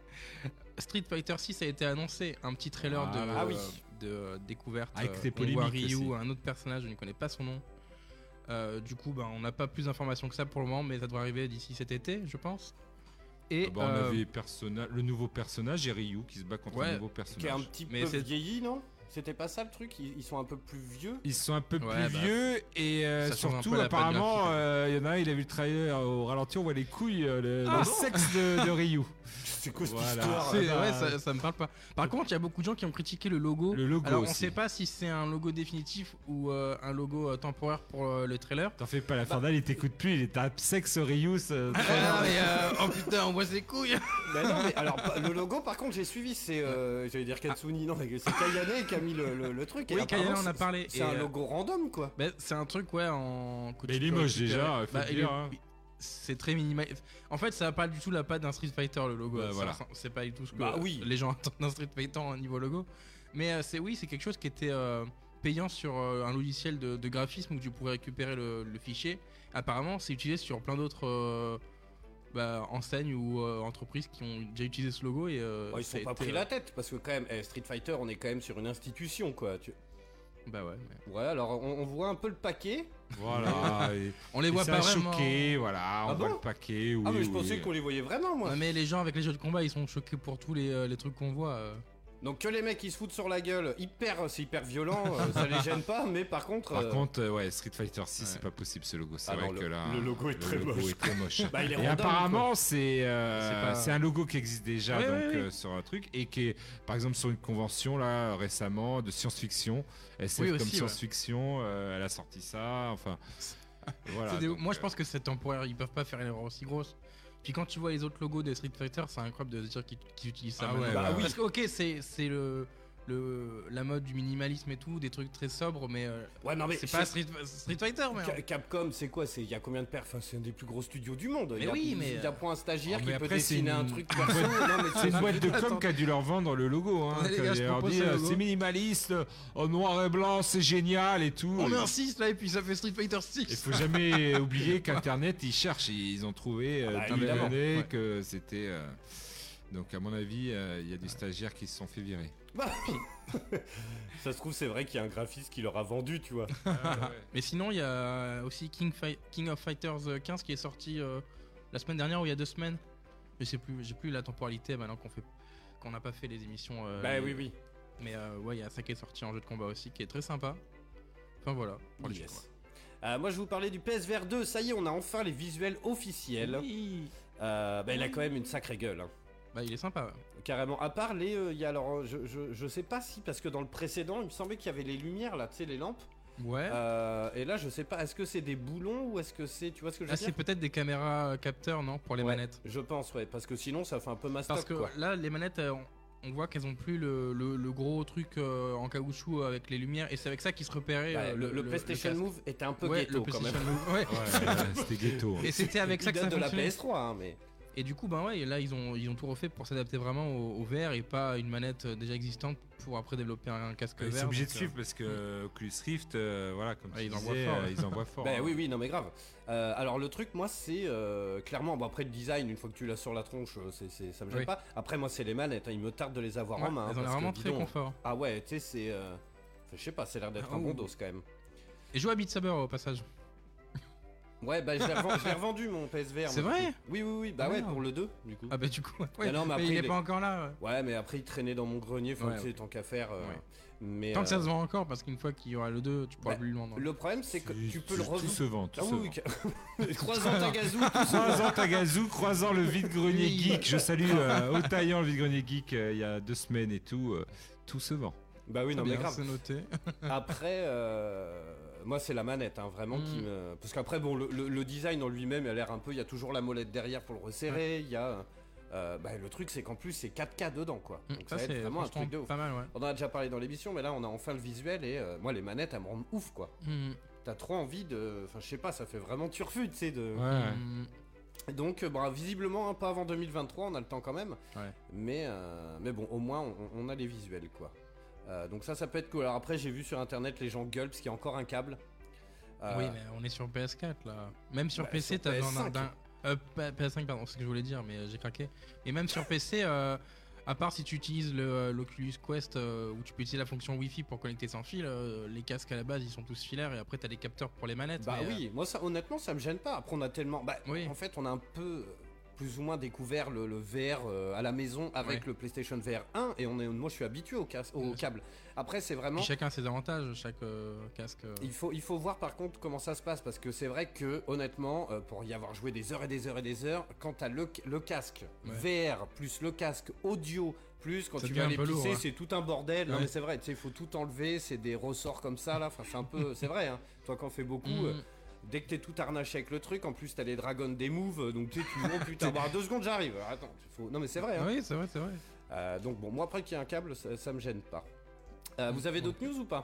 Street Fighter six a été annoncé, un petit trailer de, Voilà. Ah oui. de euh, découverte. Avec euh, des on voit polémiques Ryu, aussi. un autre personnage, je ne connais pas son nom. Euh, du coup, bah, on n'a pas plus d'informations que ça pour le moment, mais ça devrait arriver d'ici cet été, je pense. Et Ah bah, on euh, avait personna- le nouveau personnage et Ryu qui se bat contre Ouais, un nouveau Qui est personnage. un petit Mais peu c'est- vieilli, non? C'était pas ça le truc? Ils, ils sont un peu plus vieux. Ils sont un peu Ouais, plus bah, vieux et euh, ça change un surtout peu la patte apparemment graphique, hein. euh, il y en a un, il a vu le trailer au ralenti, on voit les couilles, euh, le, Ah le bon sexe de, de Ryu. C'est quoi cette Voilà. histoire? c'est- bah, ouais, ça, ça me parle pas. Par contre, il y a beaucoup de gens qui ont critiqué le logo. Le logo Alors, on aussi. sait pas si c'est un logo définitif ou euh, un logo euh, temporaire pour euh, le trailer. T'en fais pas, la Fandal il t'écoute plus, il est tape sexe Ryu. ça- Ah, mais, euh, oh putain, on voit ses couilles. Bah non, mais alors pa- le logo par contre j'ai suivi, c'est euh, j'allais dire Katsuni, non mais c'est Kayane qui a mis le, le- le truc. et Oui, apparemment, Kayane en a c'est- parlé, C'est et, un euh, logo random quoi. Bah, c'est un truc, ouais, en. que Mais tu il est peux moche récupérer. déjà, faut Bah, le il dire, est- hein. C'est très minimal. En fait, ça a pas du tout la patte d'un Street Fighter, le logo. Bah, Ça voilà. ressemble- C'est pas du tout ce que Bah, oui. les gens attendent d'un Street Fighter au niveau logo. Mais euh, c'est oui, c'est quelque chose qui était euh, payant sur euh, un logiciel de, de graphisme où tu pouvais récupérer le, le fichier. Apparemment, c'est utilisé sur plein d'autres euh, bah, enseignes ou euh, entreprises qui ont déjà utilisé ce logo et euh, Oh, ils se sont pas été, pris euh, la tête parce que quand même, eh, Street Fighter, on est quand même sur une institution quoi. Tu... Bah ouais. Mais... Ouais, alors on, on voit un peu le paquet. Voilà. et- On les et voit ça pas a vraiment. choqué, voilà, on Ah voit bon le paquet. Oui, ah mais je oui. pensais qu'on les voyait vraiment moi. Ouais, mais les gens avec les jeux de combat, ils sont choqués pour tous les, euh, les trucs qu'on voit. euh. Donc que les mecs ils se foutent sur la gueule, hyper, c'est hyper violent, euh, ça les gêne pas, mais par contre. Par euh, contre, euh, ouais, Street Fighter six, Ouais. c'est pas possible ce logo. C'est Ah vrai non, que le- là. le logo est très logo moche. est très moche. Bah, il est Et random, apparemment, c'est euh, C'est pas- c'est un logo qui existe déjà Ouais, donc, ouais, ouais. euh, sur un truc et qui est, par exemple, sur une convention là récemment de science-fiction. S F Oui, comme aussi, ouais. science-fiction, euh, elle a sorti ça. Enfin, voilà. C'est des- donc, Moi, je euh, pense que c'est temporaire. Ils peuvent pas faire une erreur aussi grosse. Puis quand tu vois les autres logos des Street Fighter, c'est incroyable de se dire qu'ils qu'ils utilisent ça. Ah maintenant. ouais, Bah ouais, oui. Parce que ok, c'est c'est le, le la mode du minimalisme et tout, des trucs très sobres, mais, euh, Ouais, non mais c'est pas Street, Street Fighter, mais. Ca- Capcom, c'est quoi? C'est il y a combien de perfs? Enfin, c'est un des plus gros studios du monde. Mais il y a, oui, il- mais, il y a point un stagiaire Oh, qui mais peut après, c'est dessiner une- un truc perso. Non, mais C'est une boîte de Attends. com qui a dû leur vendre le logo. Hein, Attendez, les qui gars, a je leur propose dit, ce euh, logo. c'est minimaliste, en noir et blanc, c'est génial et tout. On met un six là et puis ça fait Street Fighter six. Il faut jamais oublier qu'Internet, ils cherchent, ils ont trouvé euh, Ah bah, dans les évidemment. données Ouais. que c'était. euh, Donc, à mon avis, euh, il y a des stagiaires qui se sont fait virer. Ça se trouve, c'est vrai qu'il y a un graphiste qui leur a vendu, tu vois. Mais sinon, il y a aussi King, Fi- King of Fighters quinze qui est sorti euh, la semaine dernière ou il y a deux semaines. Je sais plus, j'ai plus la temporalité maintenant qu'on fait, qu'on n'a pas fait les émissions. euh, Bah les- oui, oui. Mais euh, ouais, il y a ça qui est sorti en jeu de combat aussi, qui est très sympa. Enfin voilà. pour les jeux de Yes. Euh, moi, je vous parlais du P S V R deux. Ça y est, on a enfin les visuels officiels. combat. Oui. Euh, bah, il a quand même une sacrée gueule. hein. Bah il est sympa. Ouais. Carrément. À part les, euh, il y a alors, je, je, je sais pas si parce que dans le précédent, il me semblait qu'il y avait les lumières là, tu sais, les lampes. Ouais. Euh, et là, je sais pas. Est-ce que c'est des boulons ou est-ce que c'est, tu vois ce que je veux Là dire? c'est peut-être des caméras euh, capteurs non pour les Ouais, manettes. Je pense, ouais, parce que sinon, ça fait un peu mastoc Parce que quoi. là les manettes, euh, on, on voit qu'elles ont plus le, le- le gros truc euh, en caoutchouc avec les lumières et c'est avec ça qu'ils se repéraient. Bah, euh, le, le PlayStation casque. Move était un peu Ouais, ghetto le quand même. PlayStation Move. Ouais. Ouais, ouais, c'était ghetto. Et c'était avec ça Il que ça date de la fonctionnait. P S trois, hein, mais. Et du coup, ben ouais, là ils ont, ils ont tout refait pour s'adapter vraiment au, au V R et pas une manette euh, déjà existante pour après développer un casque Ils V R. sont obligés de donc, suivre parce que Oculus Rift, euh, voilà, comme Ouais, tu ils envoient disais, fort, euh, ouais. ils envoient fort. Bah hein. oui, oui, non mais grave. Euh, alors le truc, moi, c'est euh, clairement, bon après le design, une fois que tu l'as sur la tronche, euh, c'est, c'est- ça me gêne Oui. pas. Après, moi, c'est les manettes, hein, il me tarde de les avoir ouais, en main. hein, elles ont l'air parce que, vraiment dis très donc, confort. Ah ouais, tu sais, c'est. euh, enfin, je sais pas, ça a l'air d'être Ah, un bon ouh. dos quand même. Et joue à Beat Saber au passage. Ouais, bah je l'ai revendu, je l'ai revendu mon P S V R. C'est moi, vrai du coup. Oui, oui, oui, bah Ah, ouais, merde. pour le deux, du coup. Ah bah du coup, ouais. Ah non, mais après, il est il est- pas encore là. ouais. Ouais, mais après, il traînait dans mon grenier, enfin, Ouais, tu sais, ouais. tant qu'à faire. euh, Ouais. Mais, Tant que ça euh, se vend encore, parce qu'une fois qu'il y aura le deux, tu pourras bah, plus le vendre. Le problème, c'est que Si, tu peux tout- le Tout revendre. se vend, tout Ah se oui, vend. oui, croisant ta gazou, tout se Croisant Tagazu, croisant le vide-grenier Oui. geek. Je salue euh, Otaillant, le vide-grenier geek, euh, il y a deux semaines et tout. euh, tout se vend. Bah oui, Très non, mais bien, grave. c'est noté. Après, euh, moi c'est la manette, hein, vraiment qui Mm. me. Parce qu'après, bon, le, le- le design en lui-même, il a l'air un peu. Il y a toujours la molette derrière pour le resserrer. Il y a. euh, bah, le truc, c'est qu'en plus, c'est quatre K dedans, quoi. Donc ça, Ça va être c'est vraiment un franchement truc de ouf. pas mal, ouais. On en a déjà parlé dans l'émission, mais là, on a enfin le visuel et euh, moi, les manettes, elles me rendent ouf, quoi. Mhm. T'as trop envie de. Enfin, je sais pas, ça fait vraiment turfu, tu sais. De... Ouais. Mhm. Donc, euh, bah, visiblement, hein, pas avant deux mille vingt-trois, on a le temps quand même. Ouais. Mais, euh, mais bon, au moins, on, on a les visuels, quoi. Euh, donc ça, ça peut être cool. Alors après, j'ai vu sur internet les gens gueulent parce qu'il y a encore un câble. Euh, Oui, mais on est sur P S quatre là. Même sur Bah, P C, sur t'as besoin P S d'un. cinq. d'un- Euh, P- P S cinq, pardon, c'est ce que je voulais dire, mais euh, j'ai craqué. Et même sur P C, euh, à part si tu utilises le, euh, l'Oculus Quest euh, où tu peux utiliser la fonction Wi-Fi pour connecter sans fil, euh, les casques à la base ils sont tous filaires et après t'as des capteurs pour les manettes. Bah mais, euh, oui, moi ça, honnêtement, ça me gêne pas. Après, on a tellement. Bah, Oui. en fait, on a un peu. euh, Plus ou moins découvert le, le V R euh, à la maison avec Ouais. le PlayStation V R un et on est, moi je suis habitué au, cas- au Ouais. câble. Après c'est vraiment puis chacun a ses avantages, chaque euh, casque. euh, il faut, il faut voir par contre comment ça se passe parce que c'est vrai que honnêtement euh, pour y avoir joué des heures et des heures et des heures quand t'as le, le casque Ouais. V R plus le casque audio plus quand Ça tu devient vas un aller peu pisser lourd, hein. c'est tout un bordel. Non Ouais. mais c'est vrai, tu sais il faut tout enlever, c'est des ressorts comme ça là, enfin c'est un peu c'est vrai hein. Toi qui en fais beaucoup Mhm. euh, dès que t'es tout harnaché avec le truc, en plus t'as les dragons des moves, donc tu sais, tu oh putain, bah deux secondes j'arrive. Attends, faut... non mais c'est vrai. Hein. Oui, c'est vrai, c'est vrai. Euh, donc bon, moi après qu'il y ait un câble, ça, ça me gêne pas. Euh, vous avez d'autres news ou pas?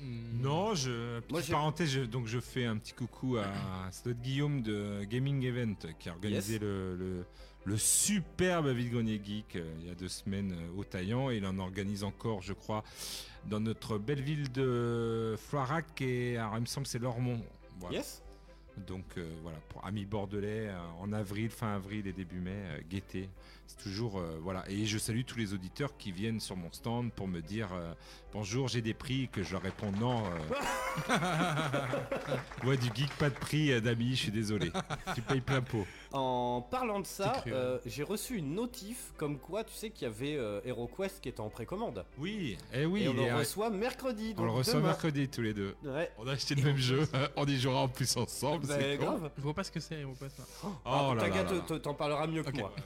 Non, je. Petite Moi, j'ai- parenthèse, je- donc je fais un petit coucou à c'est notre Guillaume de Gaming Event qui a organisé Yes. le, le, le superbe vide-grenier geek euh, il y a deux semaines euh, au Taillan, et il en organise encore, je crois, dans notre belle ville de Floirac, et alors, il me semble que c'est Lormont. Voilà. Yes. Donc euh, voilà, pour amis bordelais, euh, en avril, fin avril et début mai, euh, gaieté. C'est toujours euh, voilà. Et je salue tous les auditeurs qui viennent sur mon stand pour me dire euh, bonjour, j'ai des prix, que je leur réponds non. Euh... ouais, du geek, pas de prix, euh, d'amis, je suis désolé. Tu payes plein pot. En parlant de ça, C'est cru, euh, j'ai reçu une notif comme quoi, tu sais qu'il y avait euh, HeroQuest qui était en précommande. Oui, et oui, Et on il est- le reçoit mercredi. on le donc reçoit demain. mercredi tous les deux. Ouais. On a acheté le même jeu, on y jouera en plus ensemble. Bah, c'est con. grave. Je vois pas ce que c'est, HeroQuest. là. Oh Ah, là Taga là te- là. te- t'en parleras mieux que Ok. moi.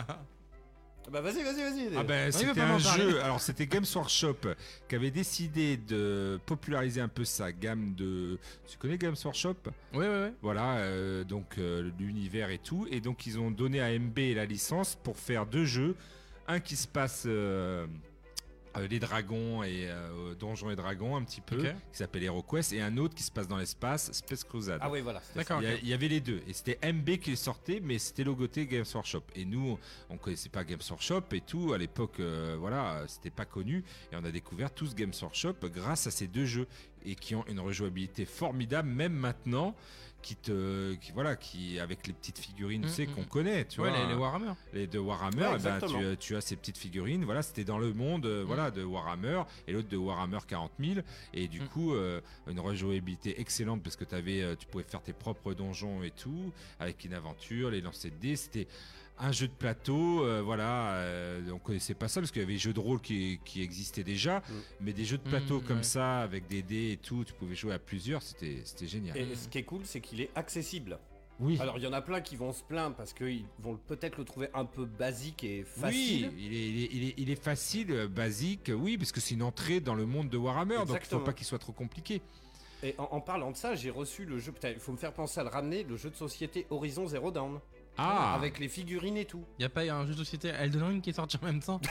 Bah vas-y, vas-y, vas-y. Ah ben veut c'était pas m'en un parler. jeu, alors c'était Games Workshop qui avait décidé de populariser un peu sa gamme de... Tu connais Games Workshop? Ouais, ouais, ouais. Voilà, euh, donc euh, l'univers et tout, et donc ils ont donné à M B la licence pour faire deux jeux, un qui se passe... euh, euh, les dragons et euh, donjons et dragons un petit peu, Ok. qui s'appelle HeroQuest, et un autre qui se passe dans l'espace, Space Crusade. Ah oui, voilà. c'était D'accord. Il y, a- ok. il y avait les deux, et c'était M B qui les sortait, mais c'était logoté Games Workshop. Et nous, on connaissait pas Games Workshop et tout à l'époque. euh, voilà, euh, c'était pas connu, et on a découvert tous Games Workshop grâce à ces deux jeux, et qui ont une rejouabilité formidable, même maintenant, qui te, qui voilà, qui avec les petites figurines, tu Mm, sais mm. qu'on connaît, tu Ouais, vois, les, les Warhammer. les de Warhammer, Ouais, eh ben, exactement. tu, tu as ces petites figurines. Voilà, c'était dans le monde, euh, voilà, de Warhammer, et l'autre de Warhammer quarante mille. Et du Mm. coup, euh, une rejouabilité excellente parce que t'avais, euh, tu pouvais faire tes propres donjons et tout, avec une aventure, les lancers de dés. C'était un jeu de plateau, euh, voilà. Euh, on connaissait pas ça parce qu'il y avait des jeux de rôle qui, qui existaient déjà, mais des jeux de plateau Mm, comme ouais. ça, avec des dés et tout, tu pouvais jouer à plusieurs. C'était, c'était génial. Et ce qui est cool, c'est qu'il est accessible. Oui. Alors il y en a plein qui vont se plaindre parce qu'ils vont peut-être le trouver un peu basique et facile. Oui, il est, il, est, il, est, il est facile, euh, basique, oui, parce que c'est une entrée dans le monde de Warhammer, donc il Exactement. faut pas qu'il soit trop compliqué. Et en, en parlant de ça, j'ai reçu le jeu. Putain, il faut me faire penser à le ramener, le jeu de société Horizon Zero Dawn. Ah, Avec les figurines et tout. Y a pas un jeu de société Elden Ring qui est sorti en même temps?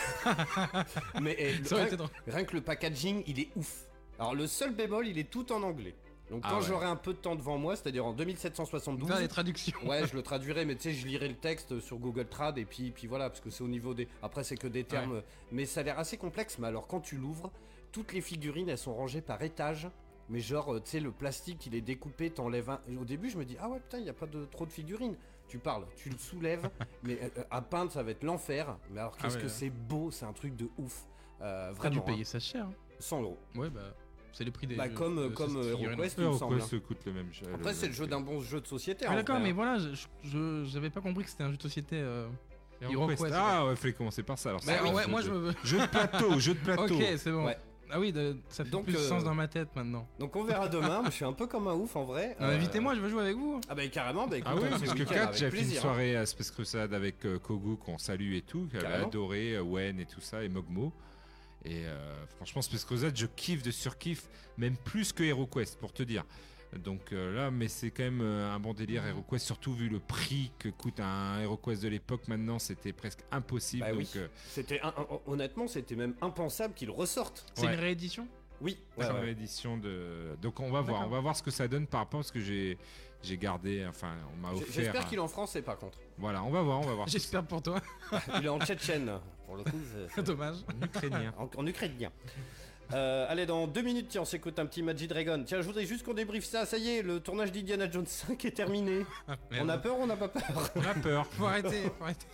Mais eh, le- Ça aurait rien, été drôle. rien que le packaging, il est ouf. Alors le seul bémol, il est tout en anglais. Donc Ah quand ouais. j'aurai un peu de temps devant moi, c'est-à-dire en deux mille sept cent soixante-douze, Faire les traductions. ouais, je le traduirai, mais tu sais, je lirai le texte sur Google Trad et puis, puis voilà, parce que c'est au niveau des. Après, c'est que des termes, mais ça a l'air assez complexe. Mais alors, quand tu l'ouvres, toutes les figurines, elles sont rangées par étage. Mais genre, euh, tu sais, le plastique, il est découpé, t'enlèves un. Et au début, je me dis, ah ouais, putain, il n'y a pas de trop de figurines. Tu parles, tu le soulèves, mais euh, à peindre, ça va être l'enfer. Mais alors, Ah qu'est-ce ouais, que ouais. c'est beau, c'est un truc de ouf. Euh, T'as dû vraiment. payer hein. ça cher. hein. cent euros. Ouais, bah, c'est le prix des Bah, jeux comme, de- comme de euh, figurines. HeroQuest, il me semble. HeroQuest coûte le même jeu. Après, c'est le jeu d'un bon jeu de société. Ah en d'accord, vrai, mais hein. voilà, je, je- j'avais pas compris que c'était un jeu de société. euh, HeroQuest. HeroQuest, Ah, ouais, fallait commencer par ça. Alors, Bah, c'est un ouais, jeu moi de- je me. Jeu de plateau, jeu de plateau. Ok, c'est bon. Ouais. Ah oui, de- ça fait Donc, plus de euh, sens dans ma tête maintenant. Donc on verra demain, mais je suis un peu comme un ouf en vrai. Non, Euh, Invitez-moi, je veux jouer avec vous. Ah bah carrément, bah écoute, Ah oui, on parce fait que le week-end Kat, avec j'ai fait une plaisir, hein. soirée à Space Crusade avec euh, Kogu, qu'on salue et tout, qui avait Carrément. adoré, euh, Wen et tout ça, et Mogmo. Et euh, franchement, Space Crusade, je kiffe de surkiffe, même plus que HeroQuest, pour te dire. Donc euh, là, mais c'est quand même euh, un bon délire HeroQuest, surtout vu le prix que coûte un HeroQuest de l'époque. Maintenant, c'était presque impossible. Bah donc, oui. euh, C'était un- un- honnêtement, c'était même impensable qu'ils ressortent. C'est Ouais. une réédition? Oui, c'est ouais, une ouais. réédition de. Donc on va voir, D'accord. on va voir ce que ça donne par rapport à ce que j'ai j'ai gardé. Enfin, on m'a J- offert. J'espère qu'il est en français par contre. Voilà, on va voir, on va voir. J'espère pour toi. Il est en tchétchène, pour le coup. c'est- Dommage. En ukrainien. En, en ukrainien. Euh, allez, dans deux minutes, tiens, on s'écoute un petit Magic Dragon. Tiens, je voudrais juste qu'on débriefe ça. Ça y est, le tournage d'Indiana Jones cinq est terminé. On a peur ou on n'a pas peur? On a peur. Faut arrêter, faut arrêter.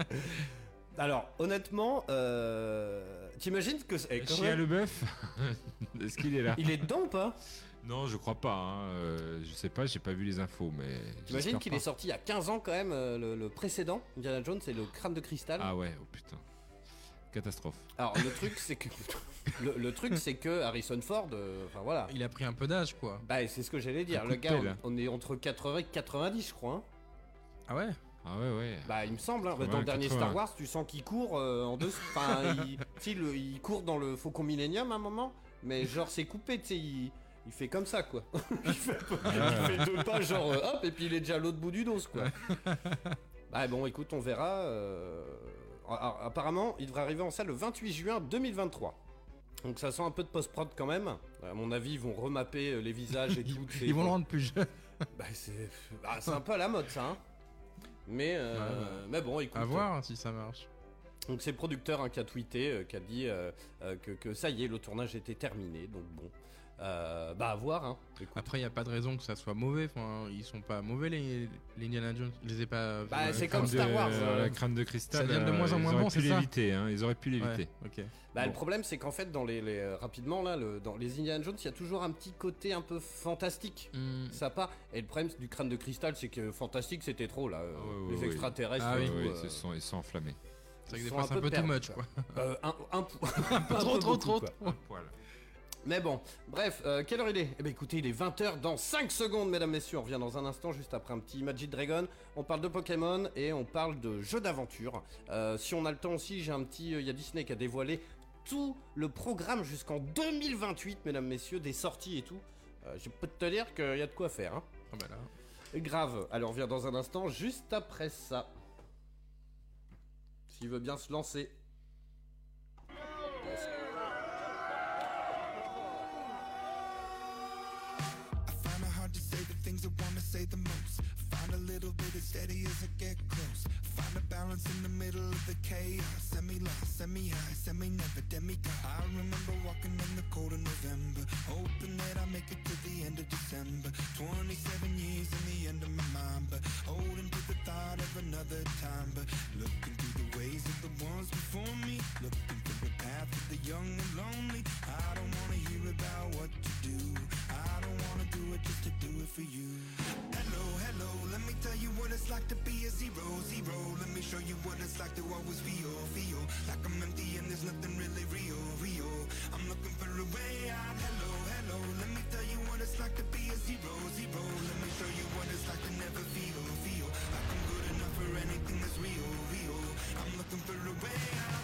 Alors, honnêtement, euh, t'imagines que c'est. eh, quand Chia même, Leboeuf, est-ce qu'il est là? il est dedans ou pas? Non, je crois pas. Hein. Euh, je sais pas, j'ai pas vu les infos, mais. T'imagines j'espère qu'il pas. est sorti il y a quinze ans quand même, euh, le, le précédent, Indiana Jones, c'est le crâne de cristal. Ah ouais, oh putain. Catastrophe. Alors le truc c'est que le, le truc c'est que Harrison Ford, euh, enfin voilà. Il a pris un peu d'âge, quoi. Bah c'est ce que j'allais dire. Un coup Le de gars, pelle. on, on est entre quatre-vingts et quatre-vingt-dix, je crois. hein. Ah ouais? Ah ouais, ouais. Bah il me semble. Hein. Bah, quatre-vingts, dans le dernier quatre-vingts. Star Wars, tu sens qu'il court euh, en deux. Enfin, il, tu sais, le- il court dans le Faucon Millenium à un moment, mais genre c'est coupé, tu sais. Il, il fait comme ça quoi. il, fait, il fait deux pas genre euh, hop et puis il est déjà à l'autre bout du dos quoi. Bah bon, écoute, on verra. euh, alors, apparemment, il devrait arriver en salle le vingt-huit juin deux mille vingt-trois. Donc ça sent un peu de post-prod quand même. À mon avis, ils vont remapper euh, les visages et tout. Ils vont le rendre plus jeune. Bah, c'est... Bah, c'est un peu à la mode ça. Hein. Mais, euh, Ouais, ouais. mais bon, écoute. À voir hein, si ça marche. Donc c'est le producteur hein, qui a tweeté, euh, qui a dit euh, euh, que, que ça y est, le tournage était terminé. Donc bon, euh, bah à voir. Hein. Écoute. Après, il n'y a pas de raison que ça soit mauvais. Enfin, ils sont pas mauvais les, les Indiana Jones. Ils les ai pas. Bah, euh, c'est Crâne comme Star de- Wars, euh, La crâne de cristal. ça devient de moins en euh, moins ils auraient bon, pu c'est ça l'éviter. Hein, ils auraient pu l'éviter. Ouais, ok. Bah, Bon. Le problème, c'est qu'en fait, dans les, les euh, rapidement là, le, dans les Indiana Jones, il y a toujours un petit côté un peu fantastique. Hmm. Ça pas. Et le problème du crâne de cristal, c'est que fantastique, c'était trop là. euh, Ouais, ouais, les ouais. extraterrestres. Ah et oui, tout, oui, euh, ils se sont, ils sont enflammés. C'est vrai que ils des sont fois, un c'est un peu peu too perdus, much quoi. euh, un, un, pou- un peu Trop, trop, beaucoup, trop. quoi. Un poil. Mais bon, bref, euh, quelle heure il est Eh ben écoutez, il est vingt heures dans cinq secondes, mesdames, messieurs. On revient dans un instant, juste après un petit Magic Dragon. On parle de Pokémon et on parle de jeux d'aventure. Euh, si on a le temps aussi, j'ai un petit... Il y a Disney qui a dévoilé tout le programme jusqu'en deux mille vingt-huit, mesdames, messieurs, des sorties et tout. Euh, je peux te dire qu'il y a de quoi faire. Hein. Ah bah là. Et grave. Allez, on revient dans un instant, juste après ça. S'il veut bien se lancer. I find it hard to say the things I wanna say the most. Find a little bit of steady as I get close. Find a balance in the middle of the chaos. Semi-lost, semi-high, semi-never, demigod. I remember walking in the cold of November, hoping that I make it to the end of December. Twenty-seven years in the end of my mind, but holding to the thought of another time. But looking through the ways of the ones before me, looking for the path of the young and lonely. I don't wanna hear about what to do. I don't wanna do it just to do it for you. Hello, hello, let me tell you what it's like to be a zero, zero. Let me show you what it's like to always feel, feel like I'm empty and there's nothing really real, real. I'm looking for a way out. Hello, hello, let me tell you what it's like to be a zero, zero. Let me show you what it's like to never feel, feel like I'm good enough for anything that's real, real. I'm looking for a way out.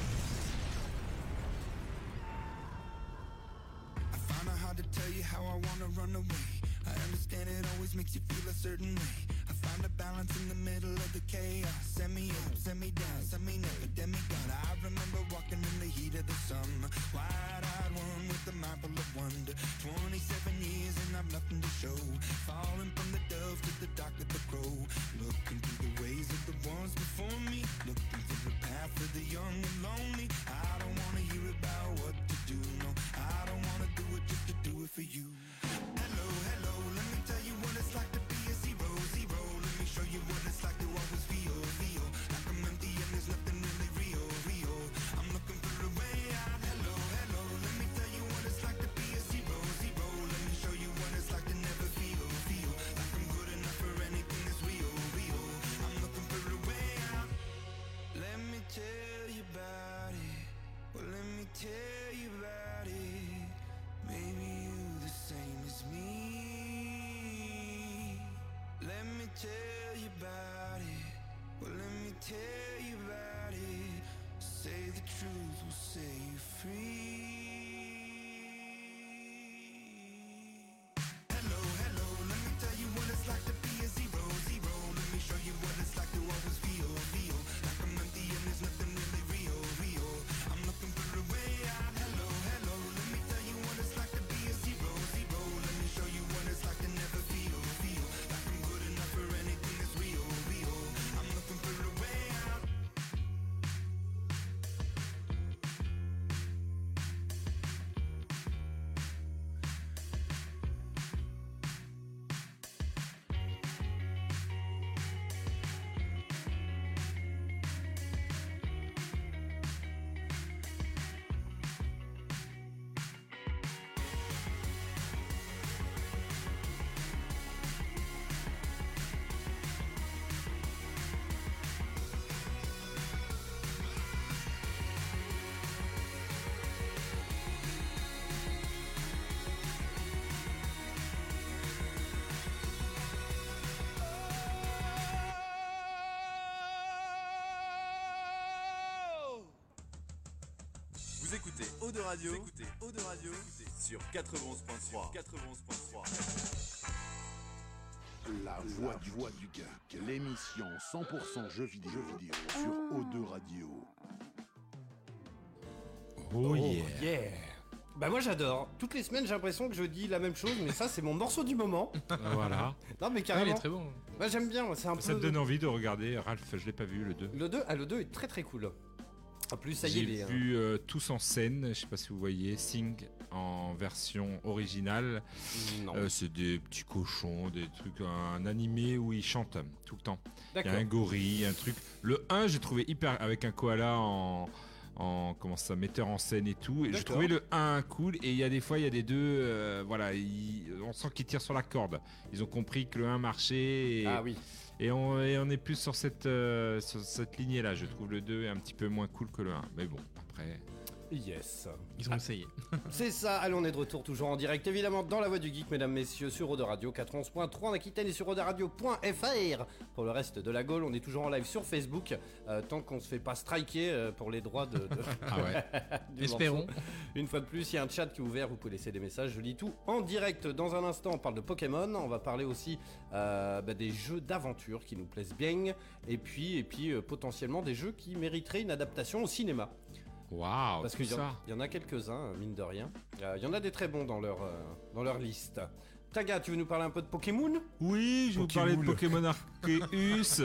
I find it hard to tell you how I wanna run away. I understand it always makes you feel a certain way. I find a balance in the middle of the chaos. Send me up, send me down, send me never, demigod. I remember walking in the heat of the summer, wide-eyed one with a mind full of wonder. Twenty-seven years and I've nothing to show. Falling from the dove to the dark of the crow. Looking through the ways of the ones before me, looking for the path of the young and lonely. I don't wanna hear about what to do, no. I don't wanna do it just to do it for you. Hello, hello, let me tell you what it's like to be a zero, zero. Let me show you what it's like to always feel, feel like I'm empty and there's nothing really real, real. I'm looking for a way out. Hello, hello, let me tell you what it's like to be a zero, zero. Let me show you what it's like to never feel, feel like I'm good enough for anything that's real, real. I'm looking for a way out. Let me tell you about it. Well, let me tell you about it. Maybe you the same as me. Let me tell you about it. Well, let me tell you about it. Say the truth will set you free. Hello, hello, let me tell you what it's like to be a zero, zero. Let me show you what it's like to always feel, feel like I'm empty and there's nothing really real, real. I'm looking for a way out. Hello, hello, let me tell you what it's like to be a zero, zero. Let me show you what it's like to never feel, feel like I'm good enough for anything that's real, real. I'm looking for a way out. Vous écoutez Eau de Radio, vous écoutez Eau de Radio sur quatre-vingt-onze point trois. quatre-vingt-onze point trois. La voix du, voix du geek, l'émission cent pour cent jeux vidéo, jeux vidéo sur O deux Radio. Oh, yeah. yeah. Bah moi j'adore. Toutes les semaines j'ai l'impression que je dis la même chose, mais ça c'est mon morceau du moment. Voilà. Non mais Ah, il carrément. est très bon. Moi j'aime bien, c'est un Ça peu... te donne envie de regarder Ralph, je l'ai pas vu le deux. Le deux, ah, le deux est très très cool. En plus ça y est, J'ai les, vu euh, Tous en scène, je sais pas si vous voyez, Sing en version originale. Non. Euh, c'est des petits cochons, des trucs, un animé où ils chantent tout le temps. Il y D'accord. a un gorille, un truc. Le un, j'ai trouvé hyper avec un koala en, en comment ça, metteur en scène et tout. Et j'ai D'accord. trouvé le un cool. Et il y a des fois, il y a des deux, euh, voilà, ils- on sent qu'ils tirent sur la corde. Ils ont compris que le un marchait. Et, Ah oui. et, on, et on est plus sur cette, euh, sur cette lignée-là. Je trouve le deux est un petit peu moins cool que le un. Mais bon, après. Yes. Ils ont essayé. C'est ça, allez on est de retour toujours en direct évidemment dans la voix du geek mesdames messieurs sur Eau de Radio quatre-vingt-onze point trois en Aquitaine et sur eau de radio point f r. Pour le reste de la Gaule on est toujours en live sur Facebook euh, tant qu'on se fait pas striker euh, pour les droits de, de- Ah ouais. du Espérons. morceau. Une fois de plus il y a un chat qui est ouvert, vous pouvez laisser des messages, je lis tout en direct. Dans un instant on parle de Pokémon, on va parler aussi euh, bah, des jeux d'aventure qui nous plaisent bien et puis, et puis euh, potentiellement des jeux qui mériteraient une adaptation au cinéma. Waouh, Parce tout qu'il y, en- ça. il y en a quelques-uns, mine de rien. Euh, Il y en a des très bons dans leur, euh, dans leur liste. Taga, tu veux nous parler un peu de Pokémon? Oui, je vais vous parler de Pokémon Arceus.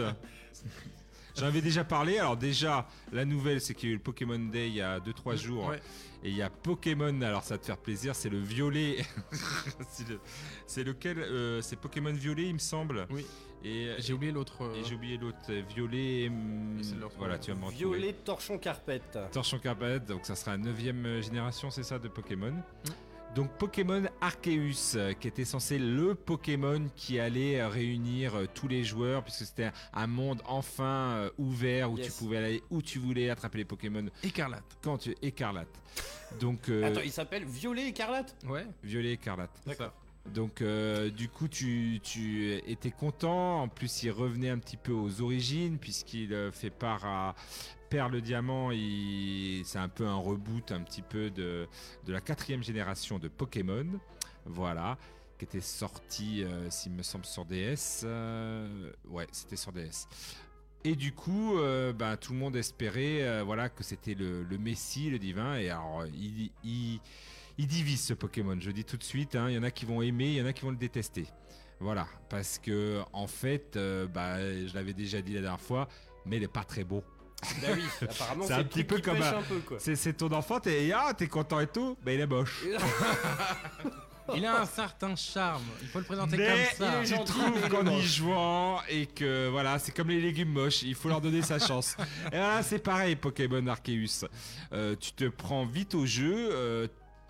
J'en avais déjà parlé. Alors déjà, la nouvelle, c'est qu'il y a eu le Pokémon Day il y a deux trois jours. Ouais. Et il y a Pokémon, alors ça va te faire plaisir, c'est le violet. c'est, le- c'est lequel euh, C'est Pokémon violet, il me semble. Oui. Et, J'ai oublié l'autre. euh, et j'ai oublié l'autre, euh, violet. hum, C'est l'autre, voilà, euh, tu vas me retrouver. Violet Torchon Carpette. Torchon Carpet, donc ça sera la neuvième génération, c'est ça, de Pokémon. Donc Pokémon Arceus, euh, qui était censé le Pokémon qui allait euh, réunir euh, tous les joueurs, puisque c'était un monde enfin euh, ouvert où Yes. tu pouvais aller où tu voulais, attraper les Pokémon Écarlate. quand tu écarlate. Donc euh, Attends, il s'appelle Violet Écarlate? Ouais. violet écarlate. D'accord. Donc euh, du coup tu, tu étais content. En plus il revenait un petit peu aux origines puisqu'il euh, fait part à Perle Diamant. Il... C'est un peu un reboot un petit peu de, de la quatrième génération de Pokémon. Voilà. Qui était sorti, euh, s'il me semble, sur D S. Euh, ouais, c'était sur D S. Et du coup, euh, ben, tout le monde espérait euh, voilà, que c'était le, le Messie, le divin. Et alors, il, il, il divise ce Pokémon, je dis tout de suite. Hein, il y en a qui vont aimer, il y en a qui vont le détester. Voilà, parce que en fait, euh, bah, je l'avais déjà dit la dernière fois, mais il n'est pas très beau. Bah oui, apparemment C'est c'est un le petit truc peu qui comme pêche un- un peu quoi. C'est, c'est ton enfant, t'es ah, t'es content et tout, mais il est moche. Il a un certain charme. Il faut le présenter Mais comme ça. il est tu gentil, trouves mais il est qu'en y moche. jouant et que voilà, c'est comme les légumes moches, il faut leur donner sa chance. Et voilà, c'est pareil, Pokémon Arceus. Euh, tu te prends vite au jeu. euh,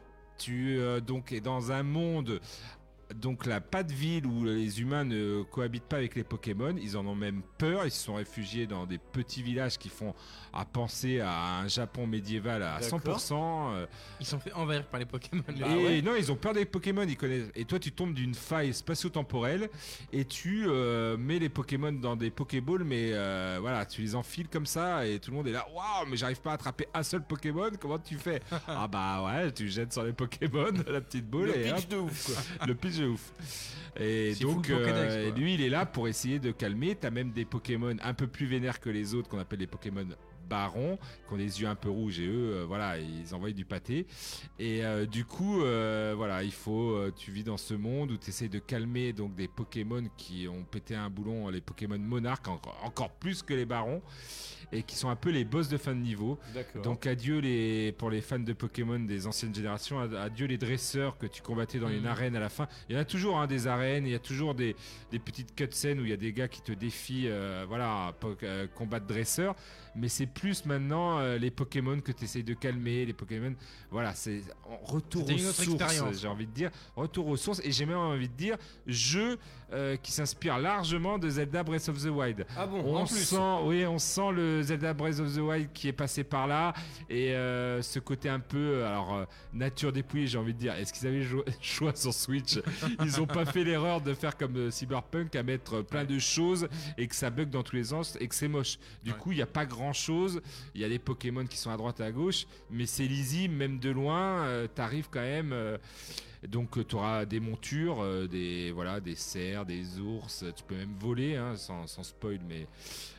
tu euh, donc es dans un monde. Donc là, pas de ville où les humains ne cohabitent pas avec les Pokémon. Ils en ont même peur. Ils se sont réfugiés dans des petits villages qui font à penser à un Japon médiéval à D'accord. cent pour cent. euh, Ils sont fait envahir par les Pokémon. et Ah ouais. non, ils ont peur des Pokémon, ils connaissent. Et toi, tu tombes d'une faille spatio-temporelle et tu euh, mets les Pokémon dans des Pokéballs, mais euh, voilà, tu les enfiles comme ça et tout le monde est là. Waouh, mais j'arrive pas à attraper un seul Pokémon. Comment tu fais? Ah bah ouais, tu jettes sur les Pokémon la petite boule Le et pitch hop, de ouf quoi. le pitch de ouf. Et C'est donc, full Pokédex, euh, quoi. lui, il est là pour essayer de calmer. T'as même des Pokémon un peu plus vénères que les autres qu'on appelle les Pokémon barons, qui ont des yeux un peu rouges et eux, euh, voilà, ils envoient du pâté. Et euh, du coup, euh, voilà, il faut, euh, tu vis dans ce monde où tu essaies de calmer donc des Pokémon qui ont pété un boulon, les Pokémon monarques, encore, encore plus que les barons, et qui sont un peu les boss de fin de niveau. D'accord. Donc adieu les, pour les fans de Pokémon des anciennes générations, ad- adieu les dresseurs que tu combattais dans une Mhm. arène à la fin. Il y en a toujours hein, des arènes, il y a toujours des, des petites cutscenes où il y a des gars qui te défient, euh, voilà, po- euh, combat de dresseurs. Mais c'est plus maintenant euh, les Pokémon que tu essayes de calmer, les Pokémon. Voilà, c'est en retour aux C'était une autre sources, expérience. j'ai envie de dire. Retour aux sources, et j'ai même envie de dire jeu euh, qui s'inspire largement de Zelda Breath of the Wild. Ah bon, On en plus. sent, oui, on sent le Zelda Breath of the Wild qui est passé par là et euh, ce côté un peu, alors euh, nature dépouillée, j'ai envie de dire. Est-ce qu'ils avaient le choix sur Switch? Ils ont pas fait l'erreur de faire comme euh, Cyberpunk à mettre euh, plein de choses et que ça bug dans tous les sens et que c'est moche. Du Ouais. coup, il y a pas grand chose. Il y a des Pokémon qui sont à droite et à gauche, mais c'est lisible, même de loin. Euh, T'arrives quand même. euh, donc tu auras des montures, euh, des voilà, des cerfs, des ours. Tu peux même voler, hein, sans, sans spoil, mais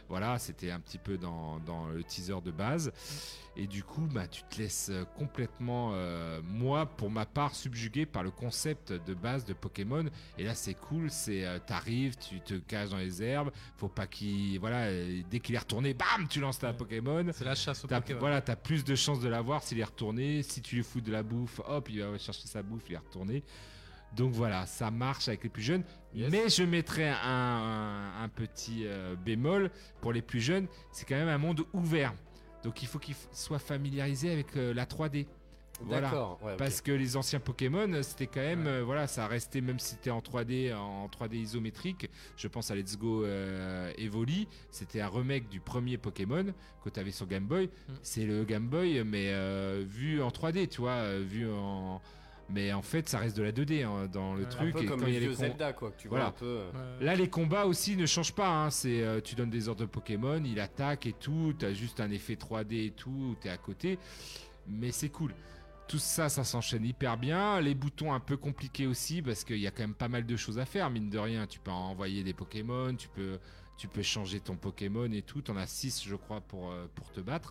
Voilà, c'était un petit peu dans, dans le teaser de base. Et du coup, bah, tu te laisses complètement, euh, moi, pour ma part, subjugué par le concept de base de Pokémon. Et là, c'est cool, c'est euh, t'arrives, tu te caches dans les herbes, faut pas qu'il, voilà, euh, dès qu'il est retourné, bam, tu lances ta Pokémon. C'est la chasse au T'as, Pokémon. voilà, t'as plus de chances de l'avoir s'il est retourné. Si tu lui fous de la bouffe, hop, il va chercher sa bouffe, il est retourné. Donc voilà, ça marche avec les plus jeunes. Yes. Mais je mettrais un, un, un petit euh, bémol pour les plus jeunes, c'est quand même un monde ouvert. Donc il faut qu'ils f- soient familiarisés avec euh, la trois D. Voilà. D'accord. Ouais, okay. Parce que les anciens Pokémon, c'était quand même, ouais. euh, voilà, ça restait, même si c'était en trois D, en trois D isométrique. Je pense à Let's Go euh, Evoli, c'était un remake du premier Pokémon que tu avais sur Game Boy. Mm. C'est le Game Boy, mais euh, vu en trois D, tu vois, euh, vu en. Mais en fait, ça reste de la deux D hein, dans le ouais, truc. Un peu et comme quand les il y a vieux les com... Zelda, quoi. Que tu voilà. vois un peu. Euh... Là, les combats aussi ne changent pas. Hein. C'est, euh, tu donnes des ordres de Pokémon, il attaque et tout. T'as juste un effet trois D et tout. T'es à côté, mais c'est cool. Tout ça, ça s'enchaîne hyper bien. Les boutons un peu compliqués aussi parce qu'il y a quand même pas mal de choses à faire. Mine de rien, tu peux envoyer des Pokémon, tu peux, tu peux changer ton Pokémon et tout. T'en as six, je crois, pour euh, pour te battre.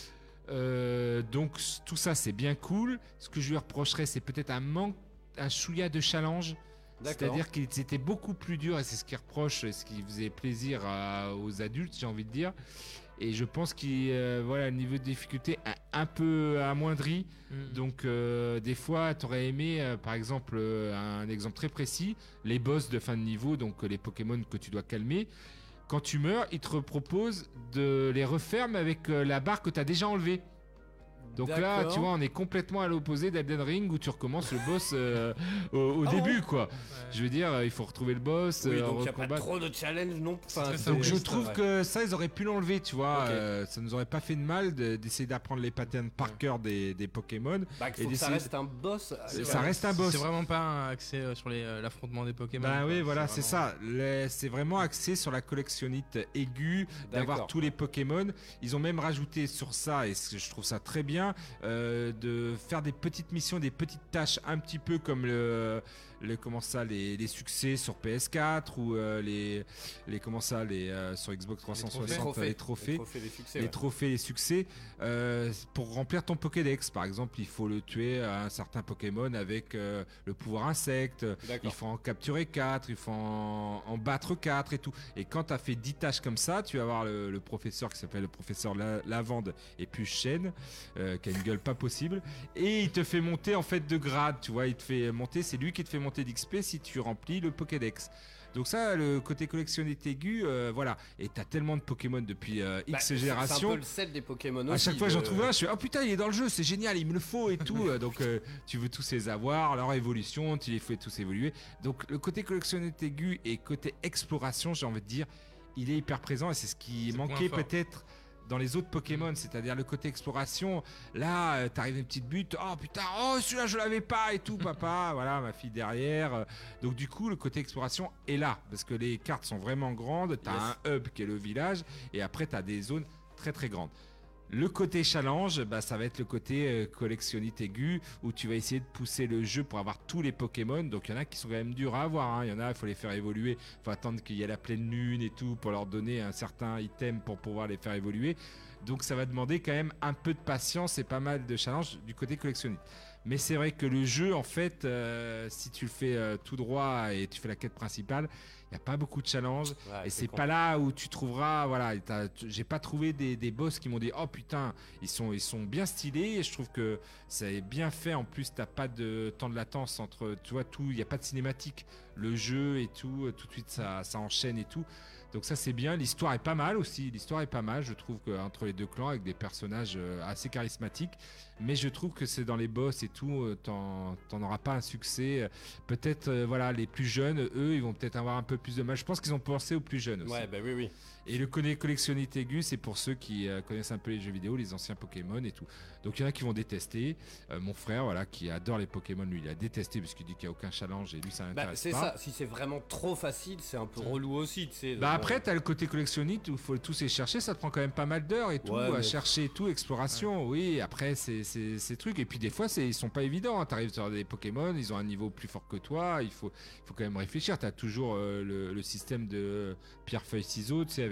Euh, donc tout ça, c'est bien cool. Ce que je lui reprocherais, c'est peut-être un manque. Un chouïa de challenge, d'accord. C'est-à-dire qu'ils étaient beaucoup plus durs et c'est ce qu'ils reprochent, ce qui faisait plaisir à, aux adultes, j'ai envie de dire. Et je pense qu'il euh, voilà, le niveau de difficulté a un peu amoindri. Mmh. Donc euh, des fois, tu aurais aimé, euh, par exemple, euh, un exemple très précis, les boss de fin de niveau, donc euh, les Pokémon que tu dois calmer. Quand tu meurs, ils te proposent de les refaire mais avec euh, la barre que tu as déjà enlevée. Donc d'accord. Là, tu vois, on est complètement à l'opposé d'Elden Ring où tu recommences le boss euh, au, au ah début, bon quoi. Ouais. Je veux dire, il faut retrouver le boss. Oui, euh, donc il n'y a pas trop de challenge, non. Enfin, donc je trouve ouais. que ça, ils auraient pu l'enlever, tu vois. Okay. Euh, ça nous aurait pas fait de mal de, d'essayer d'apprendre les patterns par ouais. cœur des, des Pokémon. Bah, il faut que ça reste un boss. C'est, ça reste un boss. C'est vraiment pas un axé sur les, euh, l'affrontement des Pokémon. Bah quoi. Oui, voilà, c'est, c'est ça. Les, c'est vraiment axé sur la collectionnite aiguë, d'accord. D'avoir tous les Pokémon. Ils ont même rajouté sur ça, et je trouve ça très bien. Euh, de faire des petites missions, des petites tâches un petit peu comme le, le comment ça, les, les succès sur P S quatre ou euh, les, les comment ça, les euh, sur Xbox trois cent soixante, les trophées, les trophées, les, trophées, les succès, les, ouais. trophées, les succès euh, pour remplir ton Pokédex. Par exemple, il faut le tuer à un certain Pokémon avec euh, le pouvoir insecte. D'accord. Il faut en capturer quatre, il faut en, en battre quatre et tout. Et quand tu as fait dix tâches comme ça, tu vas avoir le, le professeur qui s'appelle le professeur La, Lavande et puis Chêne, euh, qui a une gueule pas possible, et il te fait monter en fait de grade, tu vois, il te fait monter, c'est lui qui te fait monter d'X P si tu remplis le Pokédex. Donc ça, le côté collectionnite aigu, euh, voilà. Et t'as tellement de Pokémon depuis euh, X bah, générations. C'est un peu le sel des Pokémon aussi. À chaque fois, de... j'en trouve un, je suis oh putain, il est dans le jeu, c'est génial, il me le faut et tout. Donc euh, tu veux tous les avoir, leur évolution, tu les fais tous évoluer. Donc le côté collectionnite aigu et côté exploration, j'ai envie de dire, il est hyper présent et c'est ce qui c'est manquait peut-être dans les autres Pokémon, c'est-à-dire le côté exploration. Là, euh, t'arrives à une petite butte, oh putain, oh celui-là je l'avais pas et tout, papa, voilà, ma fille derrière. Donc du coup, le côté exploration est là, parce que les cartes sont vraiment grandes, t'as yes. un hub qui est le village, et après t'as des zones très très grandes. Le côté challenge, bah, ça va être le côté euh, collectionnite aigu où tu vas essayer de pousser le jeu pour avoir tous les Pokémon. Donc il y en a qui sont quand même durs à avoir. Hein. Il y en a, il faut les faire évoluer. Il faut attendre qu'il y ait la pleine lune et tout pour leur donner un certain item pour pouvoir les faire évoluer. Donc ça va demander quand même un peu de patience et pas mal de challenge du côté collectionnite. Mais c'est vrai que le jeu, en fait, euh, si tu le fais euh, tout droit et tu fais la quête principale, il n'y a pas beaucoup de challenge. Ouais, et c'est, c'est pas là où tu trouveras. Voilà, j'ai pas trouvé des, des boss qui m'ont dit oh putain, ils sont, ils sont bien stylés. Et je trouve que c'est bien fait. En plus, t'as pas de temps de latence entre. Tu vois, tout. Il n'y a pas de cinématique. Le jeu et tout. Tout de suite, ça, ça enchaîne et tout. Donc ça c'est bien, l'histoire est pas mal aussi, l'histoire est pas mal, je trouve qu'entre les deux clans avec des personnages assez charismatiques, mais je trouve que c'est dans les boss et tout, t'en, t'en auras pas un succès, peut-être euh, voilà, les plus jeunes, eux ils vont peut-être avoir un peu plus de mal, je pense qu'ils ont pensé aux plus jeunes aussi. Ouais bah oui oui. Et le collectionnite aigu, c'est pour ceux qui euh, connaissent un peu les jeux vidéo, les anciens Pokémon et tout. Donc il y en a qui vont détester. Euh, mon frère, voilà, qui adore les Pokémon, lui, il a détesté parce qu'il dit qu'il n'y a aucun challenge et lui, ça l'intéresse bah, c'est pas. C'est ça. Si c'est vraiment trop facile, c'est un peu relou aussi, tu sais. Bah après, t'as le côté collectionnite où il faut tous les chercher. Ça te prend quand même pas mal d'heures et tout ouais, à mais... chercher et tout, exploration. Ouais. Oui, après c'est c'est ces trucs. Et puis des fois, c'est ils sont pas évidents. Hein. T'arrives sur des Pokémon, ils ont un niveau plus fort que toi. Il faut il faut quand même réfléchir. T'as toujours euh, le, le système de pierre feuille ciseaux, tu sais, avec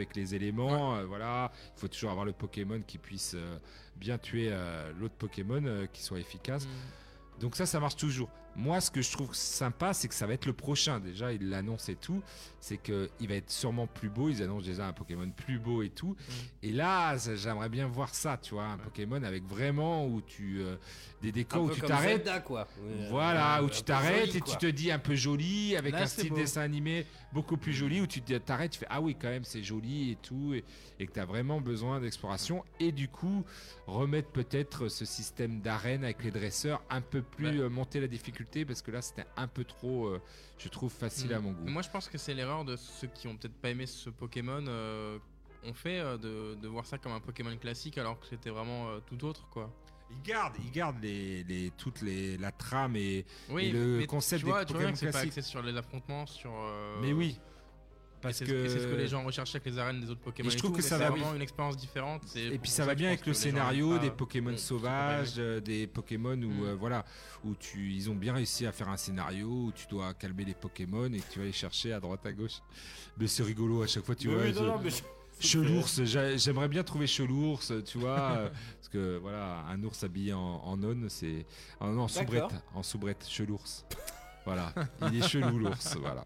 avec les éléments. Euh, voilà, il faut toujours avoir le Pokémon qui puisse euh, bien tuer euh, l'autre Pokémon, euh, qui soit efficace. Mm. Donc ça, ça marche toujours. Moi, ce que je trouve sympa, c'est que ça va être le prochain. Déjà, ils l'annoncent et tout. C'est qu'il va être sûrement plus beau. Ils annoncent déjà un Pokémon plus beau et tout. Mm. Et là, ça, j'aimerais bien voir ça, tu vois, un Ouais. Pokémon avec vraiment où tu euh, des Un décors où peu tu comme t'arrêtes. Zelda, quoi. Ouais, Voilà, euh, où un tu peu t'arrêtes joli, et quoi. tu te dis un peu joli, avec Là, un c'est style beau. dessin animé beaucoup plus joli, où tu te- t'arrêtes, tu fais ah oui, quand même, c'est joli et tout, et, et que tu as vraiment besoin d'exploration. Et du coup, remettre peut-être ce système d'arène avec les dresseurs, un peu plus Ouais. euh, monter la difficulté, parce que là, c'était un peu trop, euh, je trouve, facile Mm. à mon goût. Moi, je pense que c'est l'erreur de ceux qui ont peut-être pas aimé ce Pokémon. Euh, ont fait euh, de, de voir ça comme un Pokémon classique alors que c'était vraiment euh, tout autre, quoi. Ils gardent, ils gardent les, les, toutes les, la trame et, Oui, et le mais concept tu vois, des tu vois bien Pokémon que c'est pas classiques. axé sur les affrontements, sur. euh, Mais oui, et parce c'est- que et c'est ce que les gens recherchaient avec les arènes des autres Pokémon. je et trouve tout, que mais ça c'est va- vraiment une expérience différente. c'est Et pour puis ça que va je bien pense avec que le les gens scénario aiment des pas- Pokémon ont- sont pas sauvages, aimés. euh, des Pokémon où Mm. euh, voilà, où tu ils ont bien réussi à faire un scénario où tu dois calmer les Pokémon et que tu vas les chercher à droite à gauche. Mais c'est rigolo à chaque fois tu Oui, vois. oui, non, je- non, mais je- Chelours, j'a- j'aimerais bien trouver Chelours, tu vois, euh, parce que voilà, un ours habillé en, en aune, c'est ah non, en soubrette, D'accord. en soubrette, Chelours. Voilà, il est chelou l'ours, voilà.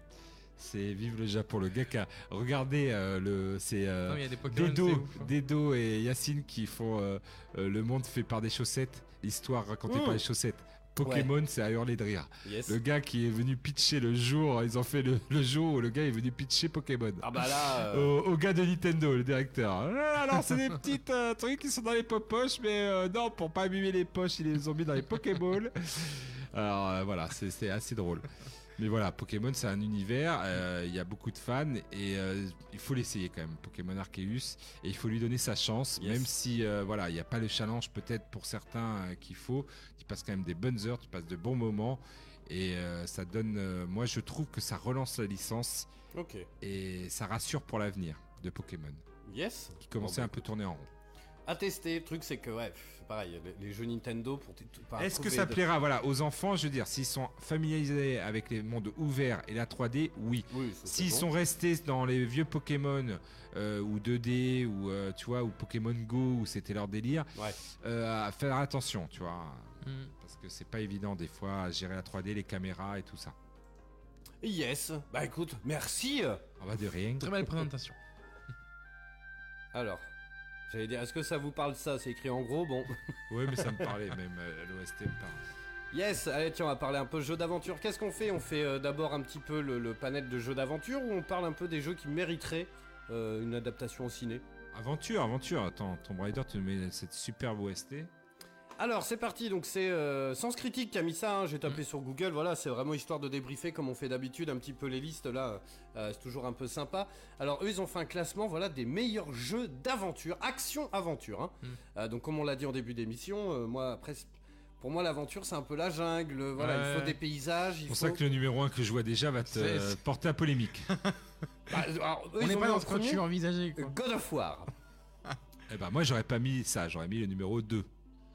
C'est vive le Japon, le gars qui a regardé euh, le, c'est euh, Non, mais il y a des Pokémon. Dedo, c'est ouf, hein. Dedo et Yacine qui font euh, euh, le monde fait par des chaussettes, l'histoire racontée Mmh. par les chaussettes. Pokémon, c'est à hurler de rire. Yes. Le gars qui est venu pitcher le jour, ils ont fait le, le jour où le gars est venu pitcher Pokémon. Ah bah là. euh, Au, au gars de Nintendo, le directeur. Ah, alors, c'est des petits euh, trucs qui sont dans les poches, mais euh, non, pour pas abîmer les poches, ils les ont mis dans les Pokéballs. Alors euh, voilà, c'est c'est assez drôle. Mais voilà, Pokémon, c'est un univers, euh, il y a beaucoup de fans et euh, il faut l'essayer quand même, Pokémon Arceus, et il faut lui donner sa chance, Yes. même si euh, voilà, il n'y a pas le challenge peut-être pour certains euh, qu'il faut. Tu passes quand même des bonnes heures, tu passes de bons moments, et euh, ça donne, euh, moi je trouve que ça relance la licence Ok. et ça rassure pour l'avenir de Pokémon, Yes. qui commençait Bon, un peu tourner en rond. À tester. Le truc, c'est que, ouais, pff, c'est pareil, les, les jeux Nintendo pour. t- pas Est-ce que trouver ça de- plaira voilà, aux enfants, je veux dire, s'ils sont familiarisés avec les mondes ouverts et la trois D, oui. Oui, ça, c'est S'ils bon. sont restés dans les vieux Pokémon euh, ou deux D ou euh, tu vois ou Pokémon Go où c'était leur délire, Ouais. euh, à faire attention, tu vois, Mm. parce que c'est pas évident des fois à gérer la trois D, les caméras et tout ça. Yes. Bah écoute, merci. On va de rien. Très belle présentation. Alors, j'allais dire, est-ce que ça vous parle ça? C'est écrit en gros, bon. Oui, mais ça me parlait même euh, l'O S T me parle. Yes, allez tiens, on va parler un peu jeux d'aventure. Qu'est-ce qu'on fait? On fait euh, d'abord un petit peu le, le panel de jeux d'aventure ou on parle un peu des jeux qui mériteraient euh, une adaptation au ciné? Aventure, aventure. Attends, Tomb Raider, tu nous mets cette superbe O S T. Alors c'est parti, donc c'est euh, Sens Critique qui a mis ça, hein. J'ai tapé sur Google, voilà, c'est vraiment histoire de débriefer comme on fait d'habitude, un petit peu les listes là, euh, c'est toujours un peu sympa. Alors eux ils ont fait un classement, voilà, des meilleurs jeux d'aventure, action-aventure, hein. Mm. Euh, donc comme on l'a dit en début d'émission, euh, moi après, c'est- pour moi l'aventure c'est un peu la jungle, voilà, il faut Ouais. des paysages, il C'est pour faut... ça que le numéro un que je vois déjà va te C'est- euh, c'est- porter à polémique. Bah, alors, eux, On ils n'est ont pas mis en dans ce que premier, tu envisagé, quoi. God of War. Eh ben moi j'aurais pas mis ça, j'aurais mis le numéro deux.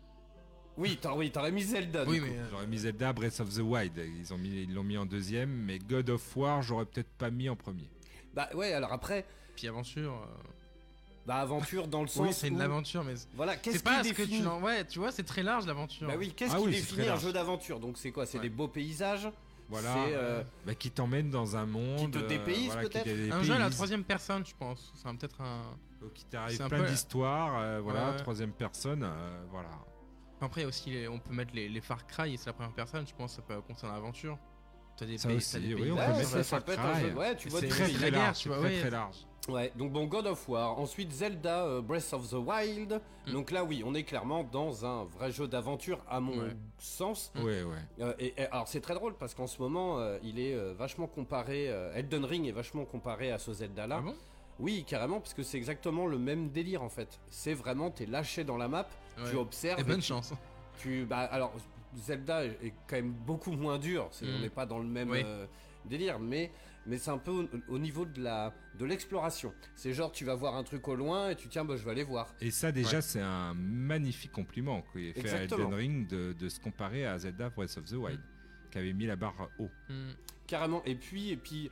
Oui, t'as- oui, t'aurais mis Zelda. Oui, du coup. mais. euh, J'aurais mis Zelda Breath of the Wild, ils ont mis ils l'ont mis en deuxième, mais God of War j'aurais peut-être pas mis en premier. Bah ouais, alors après, Puis aventure. euh, bah aventure dans le sens Oui, c'est une où- aventure, mais. Voilà, qu'est-ce C'est pas qui ce que définit... tu l'en. Ouais, tu vois, c'est très large l'aventure. Bah oui, qu'est-ce Ah qui oui, c'est définit très un large. jeu d'aventure? Donc c'est quoi? C'est Ouais. des beaux paysages? Voilà, C'est, euh, bah, qui t'emmène dans un monde, te dépayse, voilà, qui peut-être te Un jeu à la dépayse, troisième personne, je pense. C'est un- peut-être un. donc qui t'arrive c'est un plein peu- d'histoires, euh, voilà, Ouais. troisième personne, euh, voilà. Après, il y a aussi, les- on peut mettre les, les Far Cry et c'est la première personne, je pense, ça peut concerner l'aventure. T'as des Ça pays- aussi, t'as des oui, pays- on Ouais, peut ça, mettre les ça Far peut être un Cry. jeu... Ouais, tu vois, C'est tu Très fais- la très guerre, large, tu c'est vois, très ouais. très large. Ouais, donc bon, God of War. Ensuite, Zelda euh, Breath of the Wild. Mm. Donc là, oui, on est clairement dans un vrai jeu d'aventure, à mon Ouais. sens. Mm. Ouais, ouais. Euh, et, et alors, c'est très drôle parce qu'en ce moment, euh, il est euh, vachement comparé... euh, Elden Ring est vachement comparé à ce Zelda-là. Ah bon Oui, carrément, parce que c'est exactement le même délire, en fait. C'est vraiment, t'es lâché dans la map, tu Ouais. observes... Et et bonne tu- chance. Tu, bah, alors, Zelda est est quand même beaucoup moins dur. C'est- Mm. On n'est pas dans le même Oui. euh, délire, mais, mais c'est un peu au, au niveau de la de l'exploration. C'est genre, tu vas voir un truc au loin et tu tiens, bah, je vais aller voir. Et ça déjà Ouais. c'est un magnifique compliment qui est fait Exactement. à Elden Ring de, de se comparer à Zelda Breath of the Wild, qui avait mis la barre haut. Hmm. Carrément. Et puis, et puis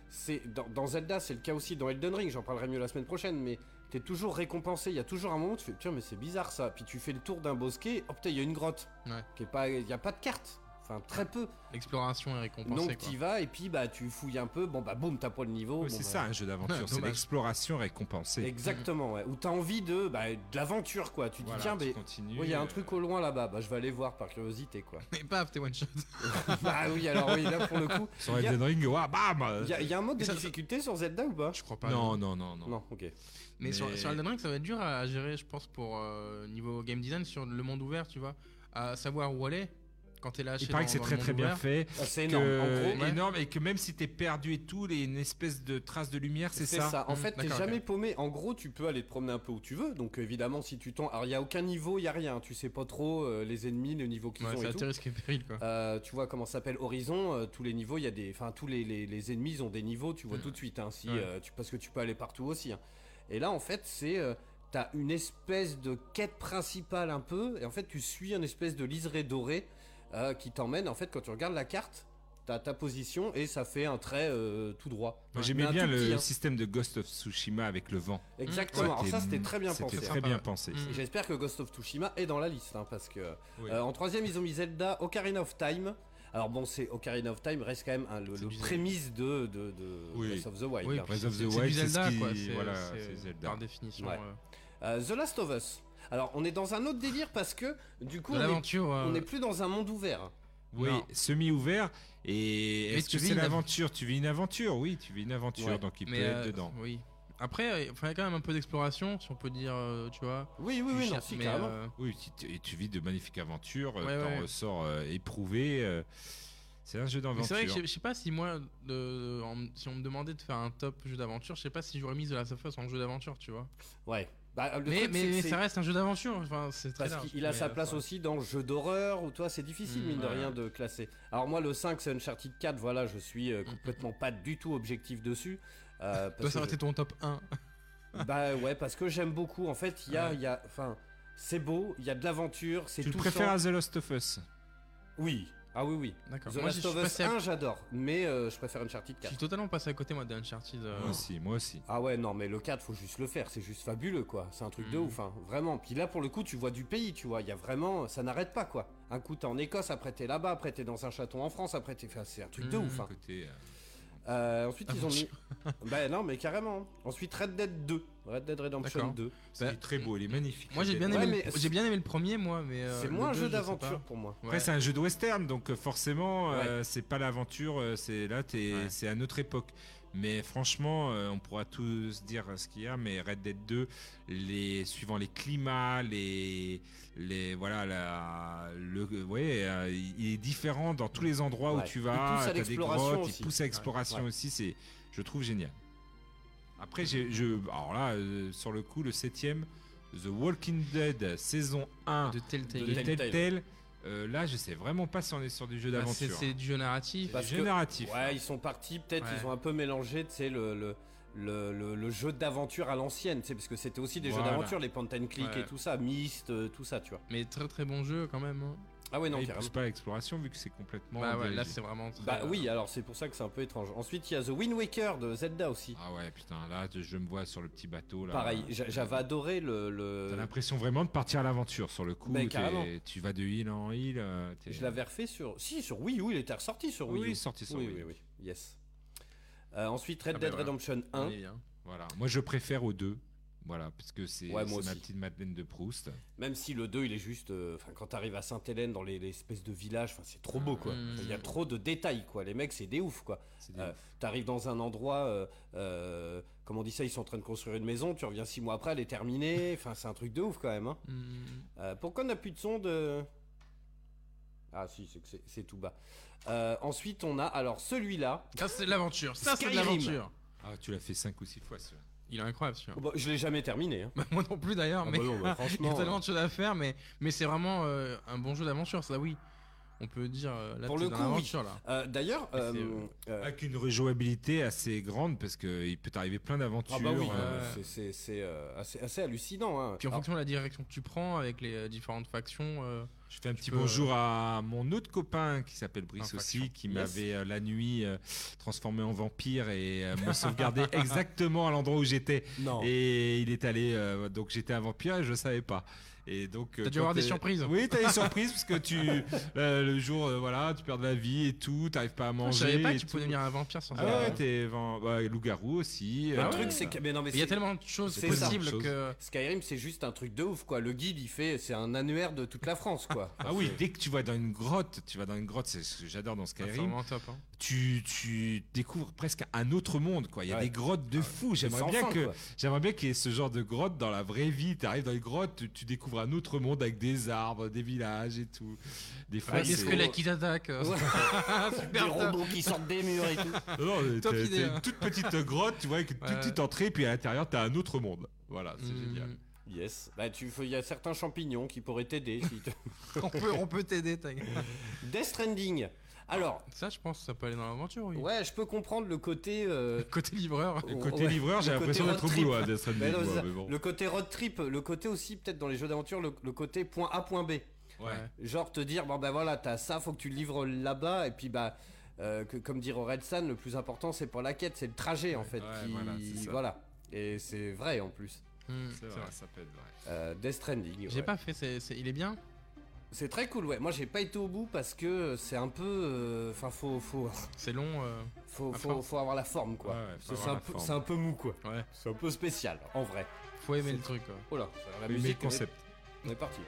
c'est dans, dans Zelda, c'est le cas aussi dans Elden Ring. J'en parlerai mieux la semaine prochaine, mais t'es toujours récompensé. Il y a toujours un moment où tu fais tiens, mais c'est bizarre ça. Puis tu fais le tour d'un bosquet, oh putain, il y a une grotte. Ouais. Qui est pas, il y a pas de carte. Enfin, très peu. L'exploration est récompensée. Donc t'y vas et puis bah tu fouilles un peu. Bon bah boum, t'as pas le niveau. Ouais, bon, c'est bah, ça un jeu d'aventure, c'est dommage. l'exploration récompensée. Exactement, ouais. Où t'as envie de, bah, de l'aventure quoi. Tu te Voilà, dis tiens, tu mais continues, il y a un euh, truc au loin là-bas. Bah je vais aller voir par curiosité quoi. Et paf, t'es one shot. Bah oui, alors oui, là pour le coup. Sur Il y a- Elden Ring, ouah, bam. Il y, a- il y a un mode de Ça- difficulté sur Zelda ou pas? Je crois pas. Non, non, non, non. Non, ok. Mais, sur, Mais- sur Elden Ring, ça va être dur à gérer, je pense, pour euh, niveau game design sur le monde ouvert, tu vois. À savoir où aller quand t'es lâché. Il paraît dans- que c'est dans très le très monde bien ouvert. fait. Ah, c'est que- énorme. En gros, ouais. énorme et que même si t'es perdu et tout, il y a une espèce de trace de lumière, c'est c'est ça. ça. En Mmh, fait, t'es d'accord, jamais ok. paumé. En gros, tu peux aller te promener un peu où tu veux. Donc, évidemment, si tu tombes. Alors, il n'y a aucun niveau, il n'y a rien. Tu sais pas trop euh, les ennemis, le niveau qu'ils Ouais, ont c'est et à tout. tes risques et périls, quoi. Euh, tu vois comment ça s'appelle Horizon, euh, tous les niveaux, il y a des. Enfin, tous les, les, les ennemis ils ont des niveaux, tu vois Mm. tout de suite. Hein, si, Ouais. euh, tu, parce que tu peux aller partout aussi. Hein. Et là, en fait, c'est. euh, T'as une espèce de quête principale un peu. Et en fait, tu suis une espèce de liseré doré euh, qui t'emmène. En fait, quand tu regardes la carte, t'as ta position et ça fait un trait euh, tout droit. Moi, Mais j'aimais un bien tout le petit, hein. système de Ghost of Tsushima avec le vent. Exactement. Alors, ça, c'était C'était- très bien C'était pensé. très Sympa, bien ouais. pensé. Mm. Et j'espère que Ghost of Tsushima est dans la liste, hein, parce que Oui. euh, en troisième ils ont mis Zelda Ocarina of Time. Alors bon, c'est Ocarina of Time reste quand même un- le, C'est le du prémisse de, de, de Oui. Breath of the Wild. Oui, hein. Breath of c'est- the c'est Wild, du c'est Zelda, ce qui- quoi. C'est voilà, c'est- c'est Zelda. par définition. Ouais. euh, Euh, The Last of Us. Alors on est dans un autre délire parce que du coup de on est, l'aventure. euh, on est plus dans un monde ouvert. Oui, Non. semi-ouvert. Et Mais est-ce tu que vis c'est une av- l'aventure Tu vis une aventure, oui, tu vis une aventure, Ouais. donc il mais, peut euh, être dedans. Oui. Après, euh, il faudrait quand même un peu d'exploration, si on peut dire, euh, tu vois. Oui, oui, Tu oui, non, cherches- si, mais, carrément. euh, Oui, tu- tu- et tu vis de magnifiques aventures, euh, Ouais, t'en ouais. ressors euh, éprouvé. euh, c'est un jeu mais d'aventure. c'est vrai que je je sais pas si moi, de, en- si on me demandait de faire un top jeu d'aventure, je sais pas si j'aurais mis The Last of Us en jeu d'aventure, tu vois. Ouais. Bah, le Mais, truc, mais, c'est que mais c'est- ça reste un jeu d'aventure, enfin, c'est très Parce large. qu'il a Mais, sa euh, place ouais. aussi dans le jeu d'horreur où toi c'est difficile Mm, mine de ouais. rien de classer. Alors moi le cinq c'est Uncharted quatre, voilà je suis Mm, euh, complètement pas du tout objectif dessus. Euh, parce Toi, ça que aurait été ton top un. je- Bah ouais parce que j'aime beaucoup en fait il y a, Ouais. il y a, enfin c'est beau, il y a de l'aventure, c'est Tu le touchant. préfères à The Last of Us? Oui, ah oui oui. D'accord. The Moi, je Last suis of Us passé à- un j'adore, mais euh, je préfère Uncharted Je quatre. suis totalement passé à côté, moi, d'Uncharted. euh, Moi aussi, moi aussi. Ah ouais non mais le quatre faut juste le faire, c'est juste fabuleux quoi, c'est un truc de Mm. ouf hein, vraiment. Puis là pour le coup tu vois du pays, tu vois, il y a vraiment, ça n'arrête pas quoi. Un coup t'es en Écosse, après t'es là-bas, après t'es dans un château en France, après t'es, enfin, c'est un truc de Mm. ouf hein. Côté, euh, Euh, ensuite ils ont mis, bah non mais carrément. Ensuite Red Dead deux, Red Dead Redemption D'accord. deux. c'est Bah, très beau, il est magnifique. Moi, j'ai Red bien, Dead. Ouais, aimé mais le... j'ai bien aimé le premier, moi, mais. euh, c'est le moins un deux, jeu je sais d'aventure pas. pour moi. Après, Ouais. c'est un jeu de western, donc euh, forcément, euh, c'est pas l'aventure, euh, c'est là, t'es- Ouais. c'est à notre époque. Mais franchement, euh, on pourra tous dire ce qu'il y a, mais Red Dead deux, les, suivant les climats, les, les voilà, la, le, ouais, euh, il est différent dans tous les endroits Ouais. où tu Il vas. pousse à t'as des l'exploration grottes, aussi. il pousse à l'exploration Ouais. aussi. C'est, je trouve génial. Après, j'ai, je, alors là, euh, sur le coup, le septième, The Walking Dead saison un De Telltale. de Telltale. Telltale. Euh, là, je sais vraiment pas si on est sur du jeu Bah, c'est d'aventure. c'est du jeu narratif. Parce jeu que- narratif. Ouais ils sont partis, peut-être Ouais. ils ont un peu mélangé, tu sais le, le, le, le, le jeu d'aventure à l'ancienne, tu sais parce que c'était aussi des Voilà. jeux d'aventure, les point and click Ouais. et tout ça, Myst, euh, tout ça tu vois. Mais très très bon jeu quand même. hein. Ah ouais non il carrément. pousse pas à l'exploration vu que c'est complètement. Bah ouais, là dirigé. c'est vraiment très. Bah euh, oui, alors c'est pour ça que c'est un peu étrange. Ensuite, il y a The Wind Waker de Zelda aussi. Ah ouais, putain, là, je me vois sur le petit bateau. Là, Pareil, j'a- j'avais adoré le. T'as le... l'impression vraiment de partir à l'aventure sur le coup. Mais t'es- carrément. Tu vas de île en île. euh, t'es- Je l'avais refait sur. Si, sur Wii U, il était ressorti sur Oui, Wii U. oui, sorti sur oui, Wii U. oui, oui, yes. Euh, ensuite, Red Ah bah Dead voilà. Redemption on un. est bien. Voilà. Moi, je préfère aux deux. Voilà, parce que c'est Ouais, moi c'est ma aussi. petite Madeleine de Proust. Même si le deux, il est juste. euh, Enfin, quand t'arrives à Sainte-Hélène, dans les, les espèces de villages, enfin, c'est trop beau, quoi. Mmh. Il y a trop de détails, quoi. Les mecs, c'est des ouf, quoi. C'est des Euh, ouf. T'arrives dans un endroit, euh, euh, comment on dit ça, ils sont en train de construire une maison, tu reviens six mois après, elle est terminée. Enfin, c'est un truc de ouf, quand même, hein. Hmm. Euh, pourquoi on n'a plus de son de... Ah si, c'est que c'est- c'est tout bas. Euh, ensuite, on a alors celui-là. Ça c'est de l'aventure. Ça c'est de Skyrim. l'aventure. Ah, tu l'as fait cinq ou six fois, celui-là. Il est incroyable celui-là. Oh, bah, je l'ai jamais terminé. Hein. Bah, moi non plus d'ailleurs, Ah mais bah non, bah, il y franchement, a tellement de choses à faire, mais, mais c'est vraiment euh, un bon jeu d'aventure, ça oui. On peut dire, euh, là Pour t'es le dans coup, oui. l'aventure là. Euh, D'ailleurs, Mais euh, c'est, euh, Avec une rejouabilité assez grande parce qu'il peut t'arriver plein d'aventures. ah bah oui, euh, euh, c'est- c'est c'est, euh, assez, assez hallucinant. Hein. Puis en Alors, fonction de la direction que tu prends avec les euh, différentes factions, euh, Je fais un petit peux, bonjour à mon autre copain qui s'appelle Brice aussi, Infraction. qui Yes. m'avait euh, la nuit euh, transformé en vampire et euh, me sauvegardé exactement à l'endroit où j'étais. Non. Et il est allé, euh, donc j'étais un vampire et je savais pas. Et donc, T'as euh, dû quand avoir des t'es- surprises. Oui, t'as des surprises parce que tu, euh, le jour, euh, voilà, tu perds de la vie et tout, t'arrives pas à Ah, je manger. savais pas et que tu tout. pouvais devenir un vampire sans Ah ça. ouais, t'es van- ouais, loup-garou aussi. Le euh, truc, c'est que. Mais non, mais Il y a c'est- tellement de choses c'est ça. possibles Chose. que. Skyrim, c'est juste un truc de ouf, quoi. Le guide, il fait. C'est un annuaire de toute la France, quoi. Ah oui, dès que tu vas dans une grotte, tu vas dans une grotte, c'est ce que j'adore dans C'est Skyrim. vraiment top. Hein. Tu, tu découvres presque un autre monde, quoi. Il y a Ouais. des grottes de fou. J'aimerais sans bien fin, que, quoi. j'aimerais bien qu'il y ait ce genre de grotte dans la vraie vie. Tu arrives dans une grotte, tu, tu découvres un autre monde avec des arbres, des villages et tout. Des fois, Ouais, des c'est- squelettes qui t'attaquent. euh, Ouais. Des Super top. robots qui sortent des murs et tout. Non, non, Top t'as- idée, t'as hein. une toute petite grotte, tu vois, avec une toute Ouais. petite entrée, puis à l'intérieur, t'as un autre monde. Voilà, c'est Mm. génial. Yes. Bah, tu il y a certains champignons qui pourraient t'aider. Si te- on peut, on peut t'aider. t'as- Death Stranding. Alors, Ça, je pense que ça peut aller dans l'aventure, oui. ouais, je peux comprendre le côté. euh, Côté livreur. Et côté ouais, livreur, j'ai le côté l'impression road d'être au trip. boulot à Death Stranding, Mais non, moi, c'est ça. mais bon. Le côté road trip, le côté aussi peut-être dans les jeux d'aventure, le, le côté point A, point B. Ouais. Genre te dire, bon ben voilà, t'as ça, faut que tu le livres là-bas, et puis bah, euh, que, comme dire Red Sun, le plus important c'est pas la quête, c'est le trajet en fait. ouais, qui- voilà, c'est ça. voilà. Et c'est vrai en plus. Hmm, C'est c'est vrai, vrai. ça peut être vrai. Euh, Death Stranding. J'ai ouais. pas fait, c'est, c'est- il est bien. C'est très cool, ouais. Moi j'ai pas été au bout parce que c'est un peu. Enfin, faut, faut, C'est long. euh, faut, À faut, force. faut avoir la forme quoi. Ouais, ouais, C'est- faut avoir c'est un, la peu- forme. c'est un peu mou quoi. Ouais. C'est un peu spécial en vrai. Faut aimer le truc. Quoi. Oh là, la Mais musique. le concept. On est parti.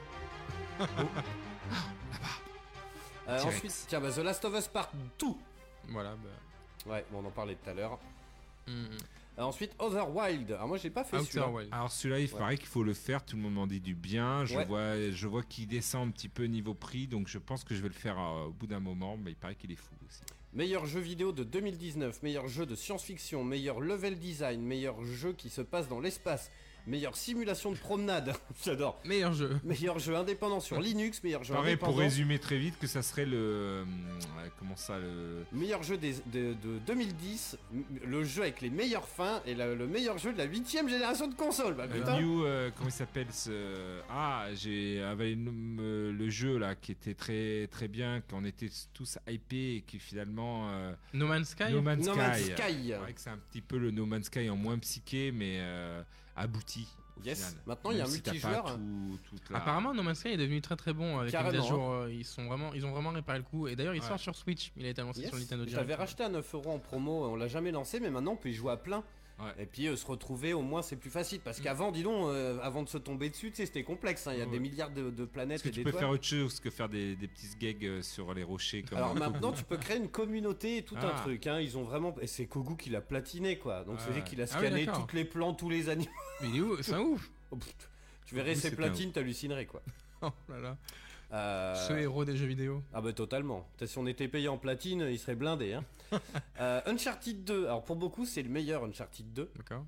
Euh, T-Rex. ensuite, tiens, bah, The Last of Us Part deux. Voilà. Bah. Ouais, bon, on en parlait tout à l'heure. hmm, hmm. Euh, ensuite, Otherwild. Alors moi, j'ai pas fait Outer celui-là. Wild. Alors celui-là, il Ouais. paraît qu'il faut le faire, tout le monde m'en dit du bien. Je Ouais. vois, je vois qu'il descend un petit peu niveau prix, donc je pense que je vais le faire euh, au bout d'un moment, mais il paraît qu'il est fou aussi. Meilleur jeu vidéo de deux mille dix-neuf, meilleur jeu de science-fiction, meilleur level design, meilleur jeu qui se passe dans l'espace, meilleure simulation de promenade. J'adore. Meilleur jeu. Meilleur jeu indépendant sur Linux, meilleur jeu Pareil, pour indépendant. résumer très vite, que ça serait le... euh, comment ça, le... Meilleur jeu des- de, de deux mille dix, m- le jeu avec les meilleures fins et la- le meilleur jeu de la huitième génération de console. Bah, Le putain. New, euh, comment il s'appelle ce... Ah, j'ai avalé le, euh, le jeu là qui était très très bien, qu'on était tous hypés et qui finalement euh, No Man's Sky. No Man's No Sky. Man's Sky. C'est vrai que c'est un petit peu le No Man's Sky en moins psyché, mais euh, abouti. Au Yes. final. Maintenant, il y a Même un si t'as multijoueur. pas tout- toute la- Apparemment, No Man's Sky est devenu très très bon avec Carrément, les mises à jour. euh, Ils sont vraiment, ils ont vraiment réparé le coup. Et d'ailleurs, il Ouais. sort sur Switch. Il a été annoncé Yes. sur le Nintendo Je Direct. l'avais racheté à neuf euros en promo, on l'a jamais lancé, mais maintenant on peut y jouer à plein. Ouais. Et puis euh, se retrouver au moins c'est plus facile Mm. parce qu'avant dis donc euh, avant de se tomber dessus tu sais c'était complexe hein. Il y a Ouais. des milliards de, de planètes Est-ce que et tu peux d'étoiles. faire autre chose que faire des, des petits gags euh, sur les rochers comme Alors un maintenant Kogu tu peux créer une communauté et tout un Ah. truc hein. Ils ont vraiment et c'est Kogu qui l'a platiné quoi. Donc c'est Ouais. lui qui a Ah oui, scanné d'accord. toutes les plans tous les animaux. Mais il est où C'est un ouf. Oh, pff, tu verrais Kogu, ces c'est platines t'hallucinerais quoi. Oh là là. Euh, Ce héros des jeux vidéo. Ah bah totalement. Peut-être si on était payé en platine il serait blindé hein. euh, Uncharted deux. Alors pour beaucoup c'est le meilleur Uncharted deux. D'accord.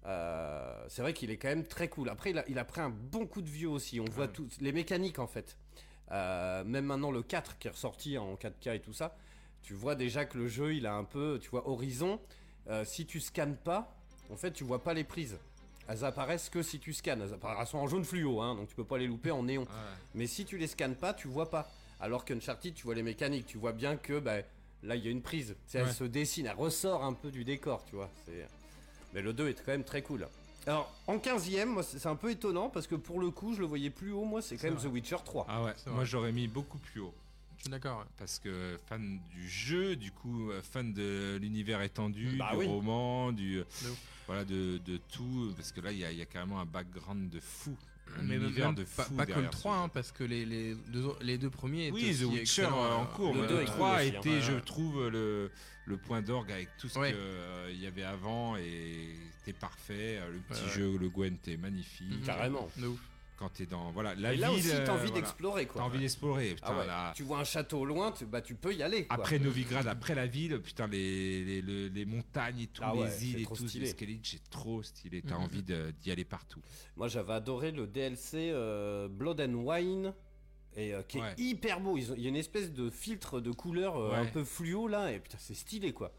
Euh, c'est vrai qu'il est quand même très cool. Après, il a, il a pris un bon coup de vieux aussi. On voit toutes les mécaniques en fait. Euh, même maintenant, le quatre qui est ressorti en quatre K et tout ça, tu vois déjà que le jeu il a un peu, tu vois, horizon. Euh, si tu scannes pas, en fait, tu vois pas les prises. Elles apparaissent que si tu scannes. Elles apparaissent en jaune fluo, hein, donc tu peux pas les louper en néon. Ouais. Mais si tu les scannes pas, tu vois pas. Alors qu'Uncharted, tu vois les mécaniques, tu vois bien que bah, là il y a une prise. Tu sais, elle Ouais. se dessine, elle ressort un peu du décor, tu vois. C'est... Mais le deux est quand même très cool. Alors en quinzième, moi c'est c'est un peu étonnant parce que pour le coup je le voyais plus haut, moi c'est quand C'est même vrai. The Witcher trois. Ah ouais, C'est moi vrai. j'aurais mis beaucoup plus haut. Je suis d'accord. ouais. Parce que fan du jeu, du coup euh, fan de l'univers étendu, Bah du oui. roman, du ouf. voilà de, de tout, parce que là il y, a- il y a carrément un background de fou, un Mais univers même de pas, fou pas que le derrière ce trois, jeu. hein, parce que les, les, deux, au- les deux premiers étaient Oui, The aussi Witcher excellents, euh, en euh, cours, le mais deux le est cool trois a aussi, hein. été, Ouais, je ouais. trouve, le, le point d'orgue avec tout ce Ouais. qu'il y avait avant et c'était parfait. euh, Le petit Ouais, ouais. jeu, le Gwen, était magnifique. Mhm. Carrément. De ouf. Quand t'es dans voilà la Et ville, là aussi t'as euh, envie voilà. d'explorer quoi. T'as envie d'explorer. Ah Putain, ouais. là, Tu vois un château au loin, tu, bah tu peux y aller. Quoi. après Novigrad, après la ville, putain, les, les, les, les montagnes et tout, Ah ouais, les îles c'est et trop tout, stylé. les Skellige, c'est trop stylé. T'as Mhm. envie de- d'y aller partout. Moi j'avais adoré le D L C euh, Blood and Wine. Et euh, qui est Ouais. hyper beau. Ils ont- Il y a une espèce de filtre de couleur euh, Ouais. un peu fluo là. Et putain, c'est stylé quoi.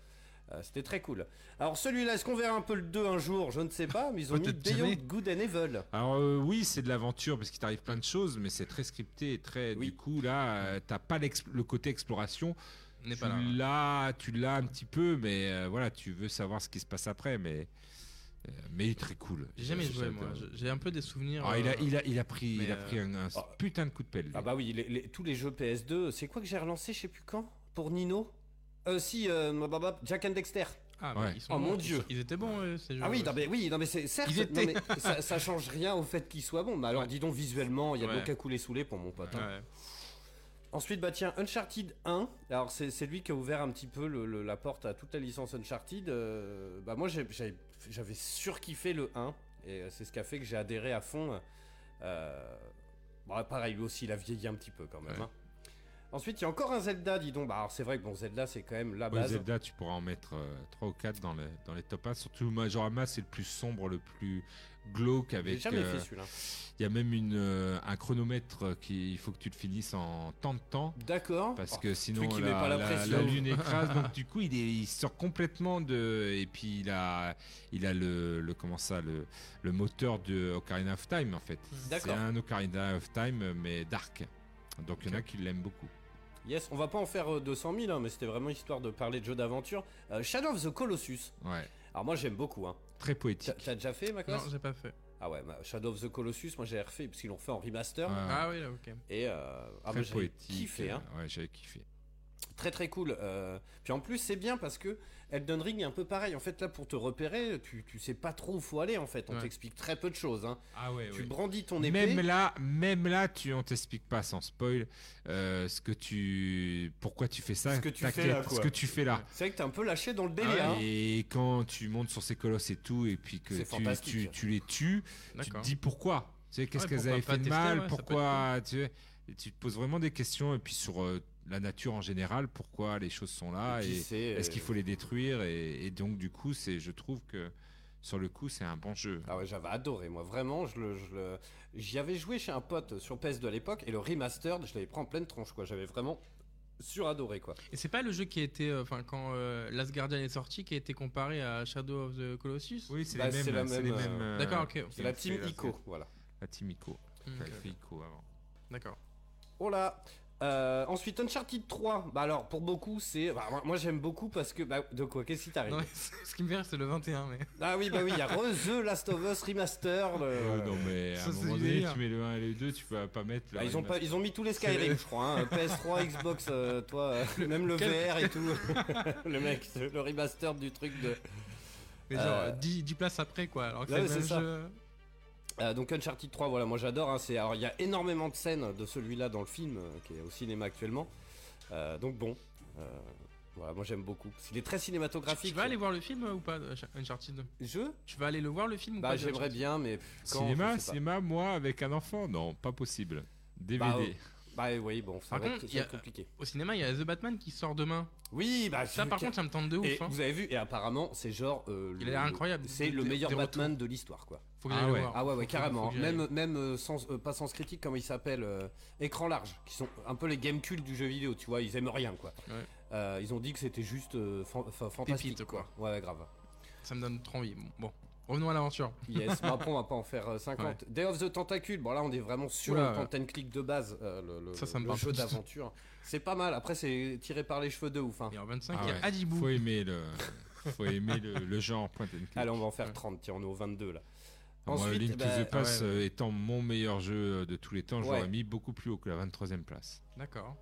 Euh, c'était très cool. Alors celui-là, est-ce qu'on verra un peu le deux un jour? Je ne sais pas, mais ils ont mis Peut-être Beyond jamais. Good and Evil. Alors euh, oui, c'est de l'aventure parce qu'il t'arrive plein de choses, mais c'est très scripté et très. Oui. Du coup, là, euh, t'as pas l'ex- le côté exploration. N'est Tu pas là. l'as, tu l'as un petit peu, mais euh, voilà, tu veux savoir ce qui se passe après, mais euh, mais il est très cool. J'ai jamais Ça, joué ça, moi. ça- J'ai un peu des souvenirs. Ah, il a, euh, il a, il a pris, mais, il a pris un, un oh. putain de coup de pelle. lui. Ah bah oui, les- les- tous les jeux P S deux, c'est quoi que j'ai relancé, je sais plus quand? Pour Nino euh, Si, euh, bah, bah, Jack and Dexter. Ah, mais Ouais. ils sont Oh, bons, mon ils Dieu. sont- Ils étaient bons euh, ces jeux. Ah oui, non mais, oui, non, mais c'est certes, Ils non, étaient. mais ça, ça change rien au fait qu'il soit bon. Mais alors, Ouais. dis donc, visuellement, il y a de l'eau Ouais. qui a coulé sous les ponts, mon pote. hein. Ouais. Ensuite, bah tiens, Uncharted un. Alors, c'est c'est lui qui a ouvert un petit peu le- le- la porte à toute la licence Uncharted. Euh, bah, moi, j'ai- j'avais j'avais surkiffé le un. Et euh, c'est ce qui a fait que j'ai adhéré à fond. Euh, bon, pareil, lui aussi, il a vieilli un petit peu quand même. Ouais. hein. Ensuite, il y a encore un Zelda, dis donc. Bah, alors, c'est vrai que bon, Zelda, c'est quand même la Ouais, base. Zelda, tu pourras en mettre trois ou quatre dans, le, dans les top un. Surtout Majorama, c'est le plus sombre, le plus glauque. J'ai Avec, jamais euh, fait celui-là. il y a même une, euh, un chronomètre qui il faut que tu le finisses en temps de temps. D'accord. Parce Oh, que sinon qui la, met pas la la- pression. la lune écrase, donc du coup il, est, il sort complètement de et puis il a il a le, le comment ça le, le moteur de Ocarina of Time en fait. D'accord. C'est un Ocarina of Time mais dark. Donc il y en a qui l'aiment beaucoup. Yes, on va pas en faire euh, deux cent mille, hein, mais c'était vraiment histoire de parler de jeux d'aventure. Euh, Shadow of the Colossus. Ouais, Alors moi j'aime beaucoup. Hein. très T'as poétique. t'as déjà fait, Macos? Non, j'ai pas fait. Ah ouais, bah, Shadow of the Colossus, moi j'ai refait parce qu'ils l'ont fait en remaster. Ouais, Ah oui, là, ok. Et euh, ah, très bah, j'avais poétique. kiffé. Hein. Ouais, j'avais kiffé. Très très cool. Euh, Puis en plus c'est bien parce que Elden Ring est un peu pareil. En fait là pour te repérer, tu, tu sais pas trop où faut aller en fait. On Ouais. t'explique très peu de choses. Hein. Ah ouais, Tu brandis ton épée. Même là, même là, tu on t'explique pas sans spoil euh, ce que tu, pourquoi tu fais ça, Ce que tu ta fais quête, là, quoi. ce que tu fais là. C'est vrai que t'es un peu lâché dans le Ah délire. ouais, hein. et quand tu montes sur ces colosses et tout, et puis que C'est tu, fantastique. tu, tu les tues, tu te D'accord. dis pourquoi. Tu sais, qu'est-ce Ouais, qu'elles pourquoi avaient pas fait de tester, mal, ouais, ça peut pourquoi. Tu, sais, et tu te poses vraiment des questions, et puis sur euh, la nature en général, pourquoi les choses sont là, Et puis et c'est, est-ce euh, qu'il faut les détruire, et, et donc du coup, c'est, je trouve que sur le coup, c'est un bon jeu. Ah ouais, j'avais adoré, moi, vraiment, je le, je le- j'y avais joué chez un pote sur P S deux à l'époque, et le remastered, je l'avais pris en pleine tronche, quoi, j'avais vraiment suradoré, quoi. Et c'est pas le jeu qui a été, euh, enfin quand euh, Last Guardian est sorti, qui a été comparé à Shadow of the Colossus. Oui, c'est Bah, les mêmes. c'est la c'est même, les euh, mêmes, euh, D'accord, ok. C'est la qui team fait Ico, voilà. La team Ico. Mm, Qui avait ok. fait Ico avant. D'accord. Oh là Euh, ensuite, Uncharted trois, bah alors, pour beaucoup, c'est... Bah, moi, moi, j'aime beaucoup parce que... Bah, de quoi, qu'est-ce qui t'arrive? Non, mais ce qui me fait rire, c'est le vingt et un, mais. Ah oui, bah oui, il y a Re- The Last of Us Remaster, le- Euh, non, mais à ça, un c'est moment du donné, délire. tu mets le un et le deux, tu peux pas mettre. le Bah, ils, ont pas, remaster. ils ont mis tous les Skyrim, je crois, hein. P S trois, Xbox, euh, toi, euh, même le Quel- V R et tout. Le mec, le remaster du truc de... Mais genre Euh, dix, dix places après, quoi. Alors que ouais, c'est le c'est même ça. jeu. Euh, donc Uncharted trois, voilà, moi j'adore. Hein, c'est, alors il y a énormément de scènes de celui-là dans le film euh, qui est au cinéma actuellement. Euh, donc bon, euh, voilà, moi j'aime beaucoup. Il est très cinématographique. Tu vas aller voir le film euh, ou pas, de Uncharted? Je Tu vas aller le voir le film ou Bah pas de j'aimerais Uncharted bien, mais pff, quand, Cinéma, je sais pas. cinéma, moi avec un enfant, non, pas possible. D V D. Bah, euh, Bah oui, bon, ça Par va contre, être, ça il y va a- être compliqué. Au cinéma, il y a The Batman qui sort demain. Oui, bah Ça, je- par contre, ça me tente de ouf. et hein. vous avez vu, et apparemment c'est genre. euh, Il le- a l'air incroyable. C'est le Des- meilleur des Batman de l'histoire, quoi. Faut que Ah j'aille le ouais. voir. Ah ouais, ouais, Faut que- carrément. faut que j'y aille. Même, même euh, sans, euh, pas sans critique, comment il s'appelle euh, Écran large, qui sont un peu les game cultes du jeu vidéo, tu vois, ils aiment rien, quoi. Ouais. Euh, ils ont dit que c'était juste euh, fan- fa- fantastique, Pépite, quoi. Ouais, ouais, grave. Ça me donne trop envie. Bon, revenons à l'aventure. Yes, mais après on va pas en faire euh, cinquante. Day of the Tentacule, bon là on est vraiment sur Oula, le ouais. point and click de base, euh, le, le- Ça, ça me le parle jeu pas du tout. d'aventure. C'est pas mal, après c'est tiré par les cheveux de ouf. Hein. Et en vingt-cinq, Ah il y a ouais. Adibou. Faut aimer le, faut aimer le, le genre point and click. Allez, on va en faire Ouais. trente, tiens, on est au vingt-deux là. Moi, Ensuite, Link to bah, the Past ah ouais, ouais. euh, étant mon meilleur jeu de tous les temps, j'aurais Ouais. mis beaucoup plus haut que la vingt-troisième place. D'accord.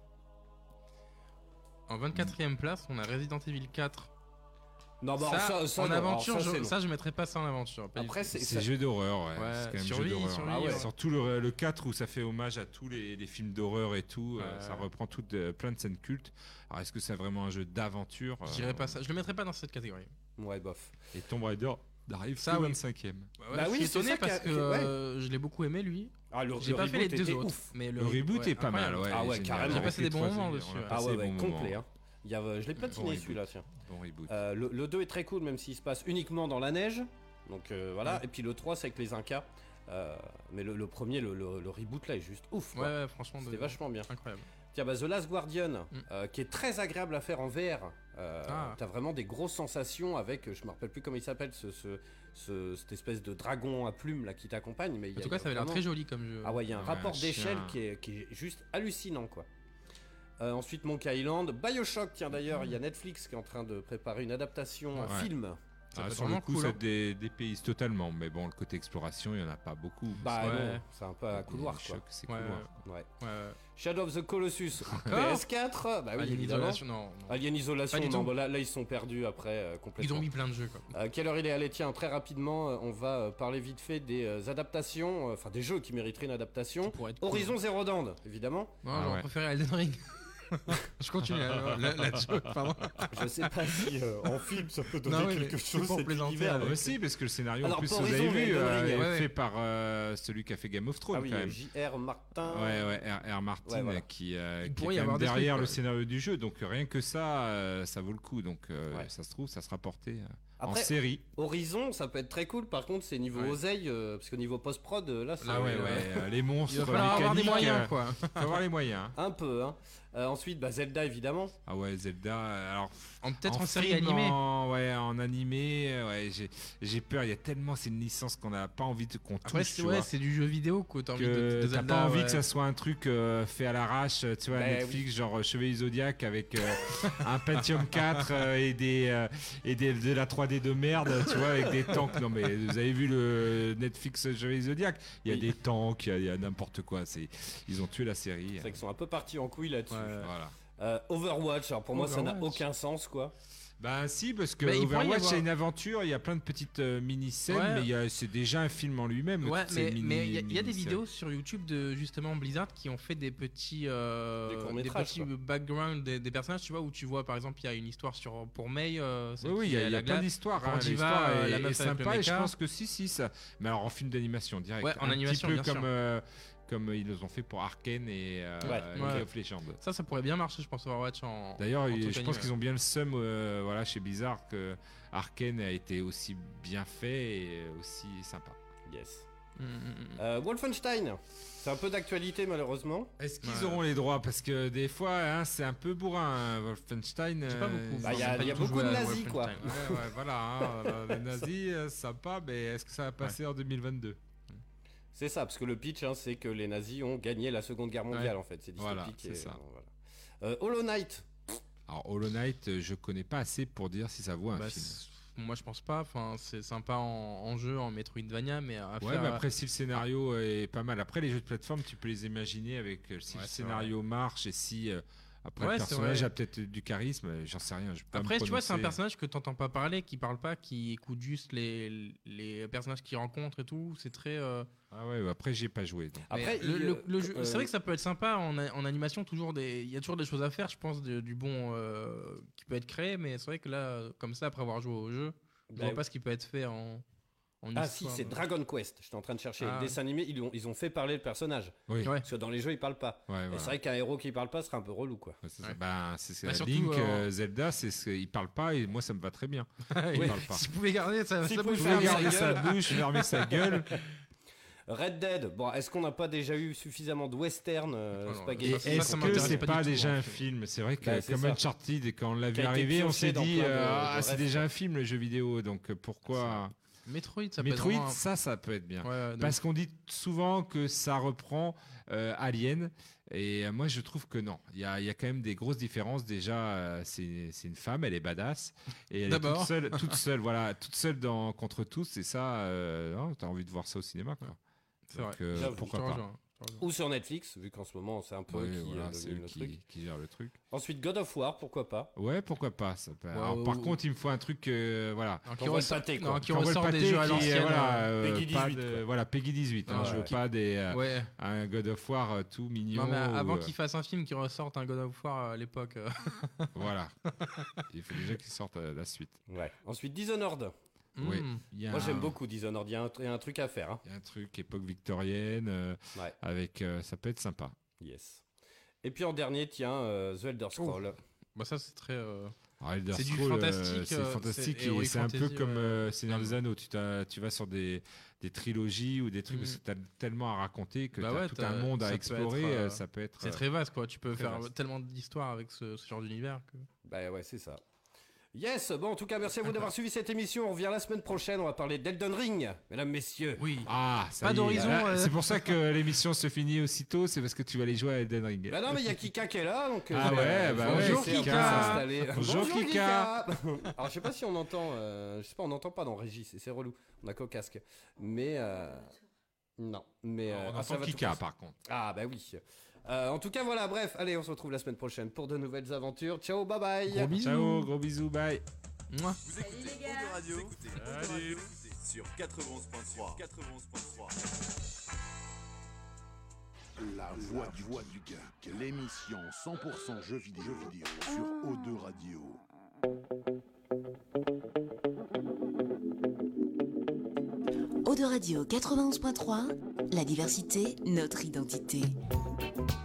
En vingt-quatrième place, on a Resident Evil quatre. Non, bah ça, ça, ça, en non, aventure, alors ça, je, c'est non. ça, je mettrais pas ça en aventure. pas du Après, tout. c'est C'est ça- jeu d'horreur, ouais. Ouais, c'est quand même survie, jeu d'horreur. survie, Ah ouais. ouais. Surtout le, le quatre où ça fait hommage à tous les, les films d'horreur et tout, euh, Ouais. ça reprend toutes, euh, plein de scènes cultes. Alors est-ce que c'est vraiment un jeu d'aventure Je euh, dirais pas ça. Je le mettrais pas dans cette catégorie. Ouais, bof. Et Tomb Raider arrive Ça, ça oui. vingt-cinquième. Ouais, ouais, Bah je oui, suis c'est étonné ça parce qui que a- ouais. euh, je l'ai beaucoup aimé lui. Ah, le, J'ai le pas fait les reboot deux était autres. ouf. Mais Le reboot ouais, est pas mal, incroyable. ouais. Ah ouais, génial. carrément. Avec J'ai passé les des bons trois moments films, dessus, on a ouais. Ah passé ouais, des ouais, bons complet. moments. Hein. Il y a, je l'ai platiné Bon celui-là, tiens. Bon reboot. Euh, le, le deux est très cool, même s'il se passe uniquement dans la neige. Donc euh, voilà. Ouais. Et puis le trois, c'est avec les Incas. Euh, mais le, le premier, le, le- le reboot là, est juste ouf. Ouais, quoi. ouais, franchement. C'était de- vachement bien. Incroyable. Tiens, bah, The Last Guardian, Mm. euh, qui est très agréable à faire en V R. Euh, Ah. T'as vraiment des grosses sensations avec, je me rappelle plus comment il s'appelle, ce, ce, ce- cette espèce de dragon à plumes là qui t'accompagne. Mais il y En a- tout cas, il y a ça avait l'air vraiment- très joli comme jeu. Ah ouais, il y a un Ouais, rapport un d'échelle chien. qui est, qui est juste hallucinant quoi. Euh, ensuite Monkey Island, Bioshock, tiens d'ailleurs, il y a Netflix qui est en train de préparer une adaptation, un Ouais. film. Ça Ah, peut être sur le vraiment coup, cool, ça hein. dé- dépaysé totalement, mais bon, le côté exploration, il y en a pas beaucoup. Bah Ouais. non, c'est un peu un couloir quoi. Choc, c'est Ouais, couloir. Ouais. Ouais, ouais. Shadow of the Colossus, P S quatre, bah oui Alien évidemment. Isolation, non. non. Alien Isolation, Pas du non, tout. bon, là, là ils sont perdus après euh, Ils complètement. ont mis plein de jeux quoi. Euh, quelle heure il est? Allez tiens, très rapidement, euh, on va euh, parler vite fait des euh, adaptations, euh, enfin des jeux qui mériteraient une adaptation. Pour être cool. Horizon Zero Dawn, évidemment. Non, Ah j'aurais ouais. préféré Elden Ring. Je continue là- là- là-dessus, pardon. Je sais pas si euh, en film ça peut donner Non, oui, quelque mais chose c'est pour cet plaisanter univers. Ah, avec- bah si, parce que le scénario, Alors, en plus, pour vous avez Horizon, vu, Elden euh, Ring, est ouais, fait ouais. par euh, celui qui a fait Game of Thrones, Ah oui, quand euh, même. J R. Martin. Ouais, ouais, R. R. Martin Ouais, voilà. qui, euh, Il qui est pourrait y quand avoir même des derrière trucs, le ouais. scénario du jeu, donc rien que ça, euh, ça vaut le coup. Donc euh, Ouais. ça se trouve, ça sera porté euh, en Après, série. Horizon, ça peut être très cool. Par contre, c'est niveau Ouais. oseille, euh, parce qu'au niveau post-prod, euh, là, c'est Là, ouais, ouais, ouais, ouais. euh, les monstres Il va falloir avoir des mécaniques, moyens euh, quoi. faut avoir les moyens. hein. un peu. Hein. Euh, ensuite, bah, Zelda, évidemment. Ah ouais, Zelda, euh, alors En peut-être en, série film, animée. en, ouais, en animé, euh, ouais, j'ai, j'ai peur. Il y a tellement, c'est une licence qu'on n'a pas envie de qu'on Après, touche, c'est tu ouais, vois. c'est du jeu vidéo quoi. T'as envie de, Que de t'as Zelda, pas envie ouais. que ça soit un truc euh, fait à l'arrache, euh, tu vois, Bah, Netflix, genre euh, Chevalier Zodiac avec euh, un Pentium quatre euh, et, des, euh, et des, de la trois D de merde, tu vois, avec des tanks. Non, mais vous avez vu le Netflix Chevalier Zodiac? Il y a Oui. des tanks, il y a, il y a n'importe quoi. C'est, ils ont tué la série. C'est vrai qu'ils sont un peu partis en couille là-dessus. Ouais. Voilà. Euh, Overwatch, alors pour moi, ça n'a Overwatch. aucun sens, quoi. Ben si, parce que Bah, il pourrait y Overwatch avoir- c'est une aventure, il y a plein de petites euh, mini-scènes, Ouais. mais il y a- c'est déjà un film en lui-même. Ouais, toutes ces mais mini- mais il y, a- il y a des mini-séries. vidéos sur YouTube de justement Blizzard qui ont fait des petits euh, Des des courts-métrages, petits quoi. backgrounds des, des personnages, tu vois, où tu vois par exemple il y a une histoire sur pour Mei. Euh, celle Oui, oui, qui il y a, est à il y a la plein glace. d'histoires. Pour Hein, Diva, l'histoire euh, est, la est meuf avec le sympa et je mecha. pense que si, si, ça. Mais alors en film d'animation direct. Ouais, en un animation, petit peu bien comme, sûr. euh, comme ils nous ont fait pour Arkane et euh, Ouais. League Ouais. of Legends. Ça, ça pourrait bien marcher, je pense, Overwatch en. D'ailleurs, en il- truc je animé. pense qu'ils ont bien le seum euh, voilà, chez Blizzard que Arkane a été aussi bien fait et aussi sympa. Yes. Mm, mm, mm. Euh, Wolfenstein, c'est un peu d'actualité, malheureusement. Est-ce qu'ils Ouais. auront les droits? Parce que des fois, hein, c'est un peu bourrin, hein, Wolfenstein. J'ai pas euh, beaucoup. Bah, il y a- j'ai pas il y a du tout beaucoup joué de à nazis, quoi. Wolfenstein. Ouais, ouais, voilà. hein, euh, les nazis, euh, sympa, mais est-ce que ça va passer en deux mille vingt-deux? C'est ça, parce que le pitch, hein, c'est que les nazis ont gagné la Seconde Guerre mondiale, en fait. C'est dystopique. Voilà, c'est et, ça. euh, voilà. Euh, Hollow Knight. Alors, Hollow Knight, euh, je connais pas assez pour dire si ça vaut un Bah, film. c'est- moi, je pense pas. Enfin, c'est sympa en, en jeu, en Metroidvania, mais à Ouais, faire. mais après, si le scénario est pas mal. Après, les jeux de plateforme, tu peux les imaginer avec euh, si Ouais, le c'est scénario marche et si euh, après Ouais, le c'est personnage vrai. a peut-être du charisme, euh, j'en sais rien. Je peux pas me Après, tu vois, c'est un prononcer. personnage que t'entends pas parler, qui parle pas, qui écoute juste les, les personnages qu'il rencontre et tout. C'est très. euh, Ah ouais, bah après, j'y ai pas joué. donc. Après, mais le, il, le- euh, le jeu- euh, c'est vrai que ça peut être sympa en, a- en animation. Toujours des, il y a toujours des choses à faire, je pense, de- du bon euh, qui peut être créé. Mais c'est vrai que là, comme ça, après avoir joué au jeu, je bah, vois pas ce qui peut être fait en. en Ah si, histoire. c'est Dragon Quest. J'étais en train de chercher. Ah. Le dessin animé, ils ont, ils ont fait parler le personnage. Oui, Ouais. Parce que dans les jeux, ils parlent pas. ouais, Et voilà. c'est vrai qu'un héros qui parle pas serait un peu relou, quoi. Ouais, c'est ça. Ouais. Ben, c'est c'est Bah, la surtout, Link, euh, euh, Zelda, c'est ce il parle pas et moi ça me va très bien. Il Oui. parle pas. Si je pouvais garder ça, Si ça vous peut pouvez faire. Vous fermer regardez sa sa gueule. bouche, fermer sa gueule. Red Dead. Bon, est-ce qu'on n'a pas déjà eu suffisamment de western euh, Oh non, spaghetti Et ça, est-ce ça que m'intéresse c'est pas pas du tout, déjà en un fait. film? C'est vrai que Bah, c'est comme ça. Uncharted, et quand on l'a Qui vu a été arriver, on pioché s'est dans dit plein de- euh, ah de c'est refs. déjà un film le jeu vidéo, donc euh, pourquoi Metroid, ça peut être Metroid, vraiment un- ça, ça peut être bien. Ouais, donc- Parce qu'on dit souvent que ça reprend euh, Alien, et euh, moi je trouve que non. Il y a, il y a quand même des grosses différences. Déjà, euh, c'est c'est une femme, elle est badass, et elle est D'abord. toute seule, toute seule, voilà, toute seule dans, contre tous, et ça, euh, non, t'as envie de voir ça au cinéma, quoi. C'est Donc, vrai. euh, J'avoue, Je te pourquoi pas. rejoins, je te rejoins. Ou sur Netflix, vu qu'en ce moment, c'est un peu Ouais, qui voilà, euh, c'est domine eux le truc. qui, qui gèrent le truc. Ensuite, God of War, pourquoi pas. Ouais, pourquoi pas. Ça peut- Ouais, Alors, ou- par contre, il me faut un truc, euh, voilà. Alors, Qu'on qui voit le ressort, pâté, quoi. non, qui Qu'on voit le ressort des pâté jeux à qui- l'ancienne. voilà, euh, euh, Peggy pas dix-huit, de- quoi. voilà, Peggy dix-huit. hein, Ouais, je veux ouais. pas des, euh, Ouais. un God of War euh, tout mignon. Non, mais avant ou, euh, qu'il fasse un film qui ressorte un God of War à l'époque. euh, Voilà. Il faut déjà qu'il sorte euh, la suite. Ouais. Ensuite, Dishonored. Ouais. hmm. Il y a Moi, j'aime un- beaucoup Dishonored. Il y a un, il y a un truc à faire. Hein. Il y a un truc époque victorienne euh, Ouais. avec euh, ça peut être sympa. Yes. Et puis en dernier, tiens, euh, The Elder Scrolls. Bah, ça, c'est très. euh, Alors, Elder C'est du Scrolls, euh, fantastique, c'est euh, fantastique c'est et Heroic c'est un peu Fantasy, comme ouais. euh, Seigneur Mm. des Anneaux. Tu, t'as- tu vas sur des, des trilogies ou des trucs Mm. où tu as tellement à raconter que Bah tu as ouais, tout t'as- un monde ça à peut explorer. être, euh, euh, ça peut être. C'est euh, très vaste, quoi. Tu peux très faire vaste. tellement d'histoires avec ce, ce genre d'univers. Que... Bah ouais, c'est ça. Yes, bon en tout cas merci à vous d'avoir suivi cette émission, on revient la semaine prochaine, on va parler d'Elden Ring, mesdames, messieurs. Oui. Ah, ça Pas y est. d'horizon, Là, euh. C'est pour ça que l'émission se finit aussitôt, c'est parce que tu vas aller jouer à Elden Ring. Bah non mais il y a Kika qui est là, donc... Ah euh, ouais, bah faut ouais, laisser un peu Kika. s'installer. Bonjour, Kika. Alors je sais pas si on entend, euh, je sais pas, on n'entend pas dans Régie, c'est, c'est relou, on a qu'au casque, mais... Euh... Non, mais... Euh... On ah, ça entend va tout Kika passer. par contre. Ah bah oui. Euh, en tout cas voilà, bref, allez on se retrouve la semaine prochaine pour de nouvelles aventures, ciao, bye bye. Gros bisous. Ciao, gros bisous, bye. Mouah. Vous écoutez Eau de Radio, vous écoutez Eau de Radio sur quatre-vingt-onze point trois. quatre-vingt-onze point trois. La voix du, voix du geek, l'émission cent pour cent jeux vidéo, jeux vidéo sur O deux Radio. Eau de Radio quatre-vingt-onze point trois, la diversité, notre identité.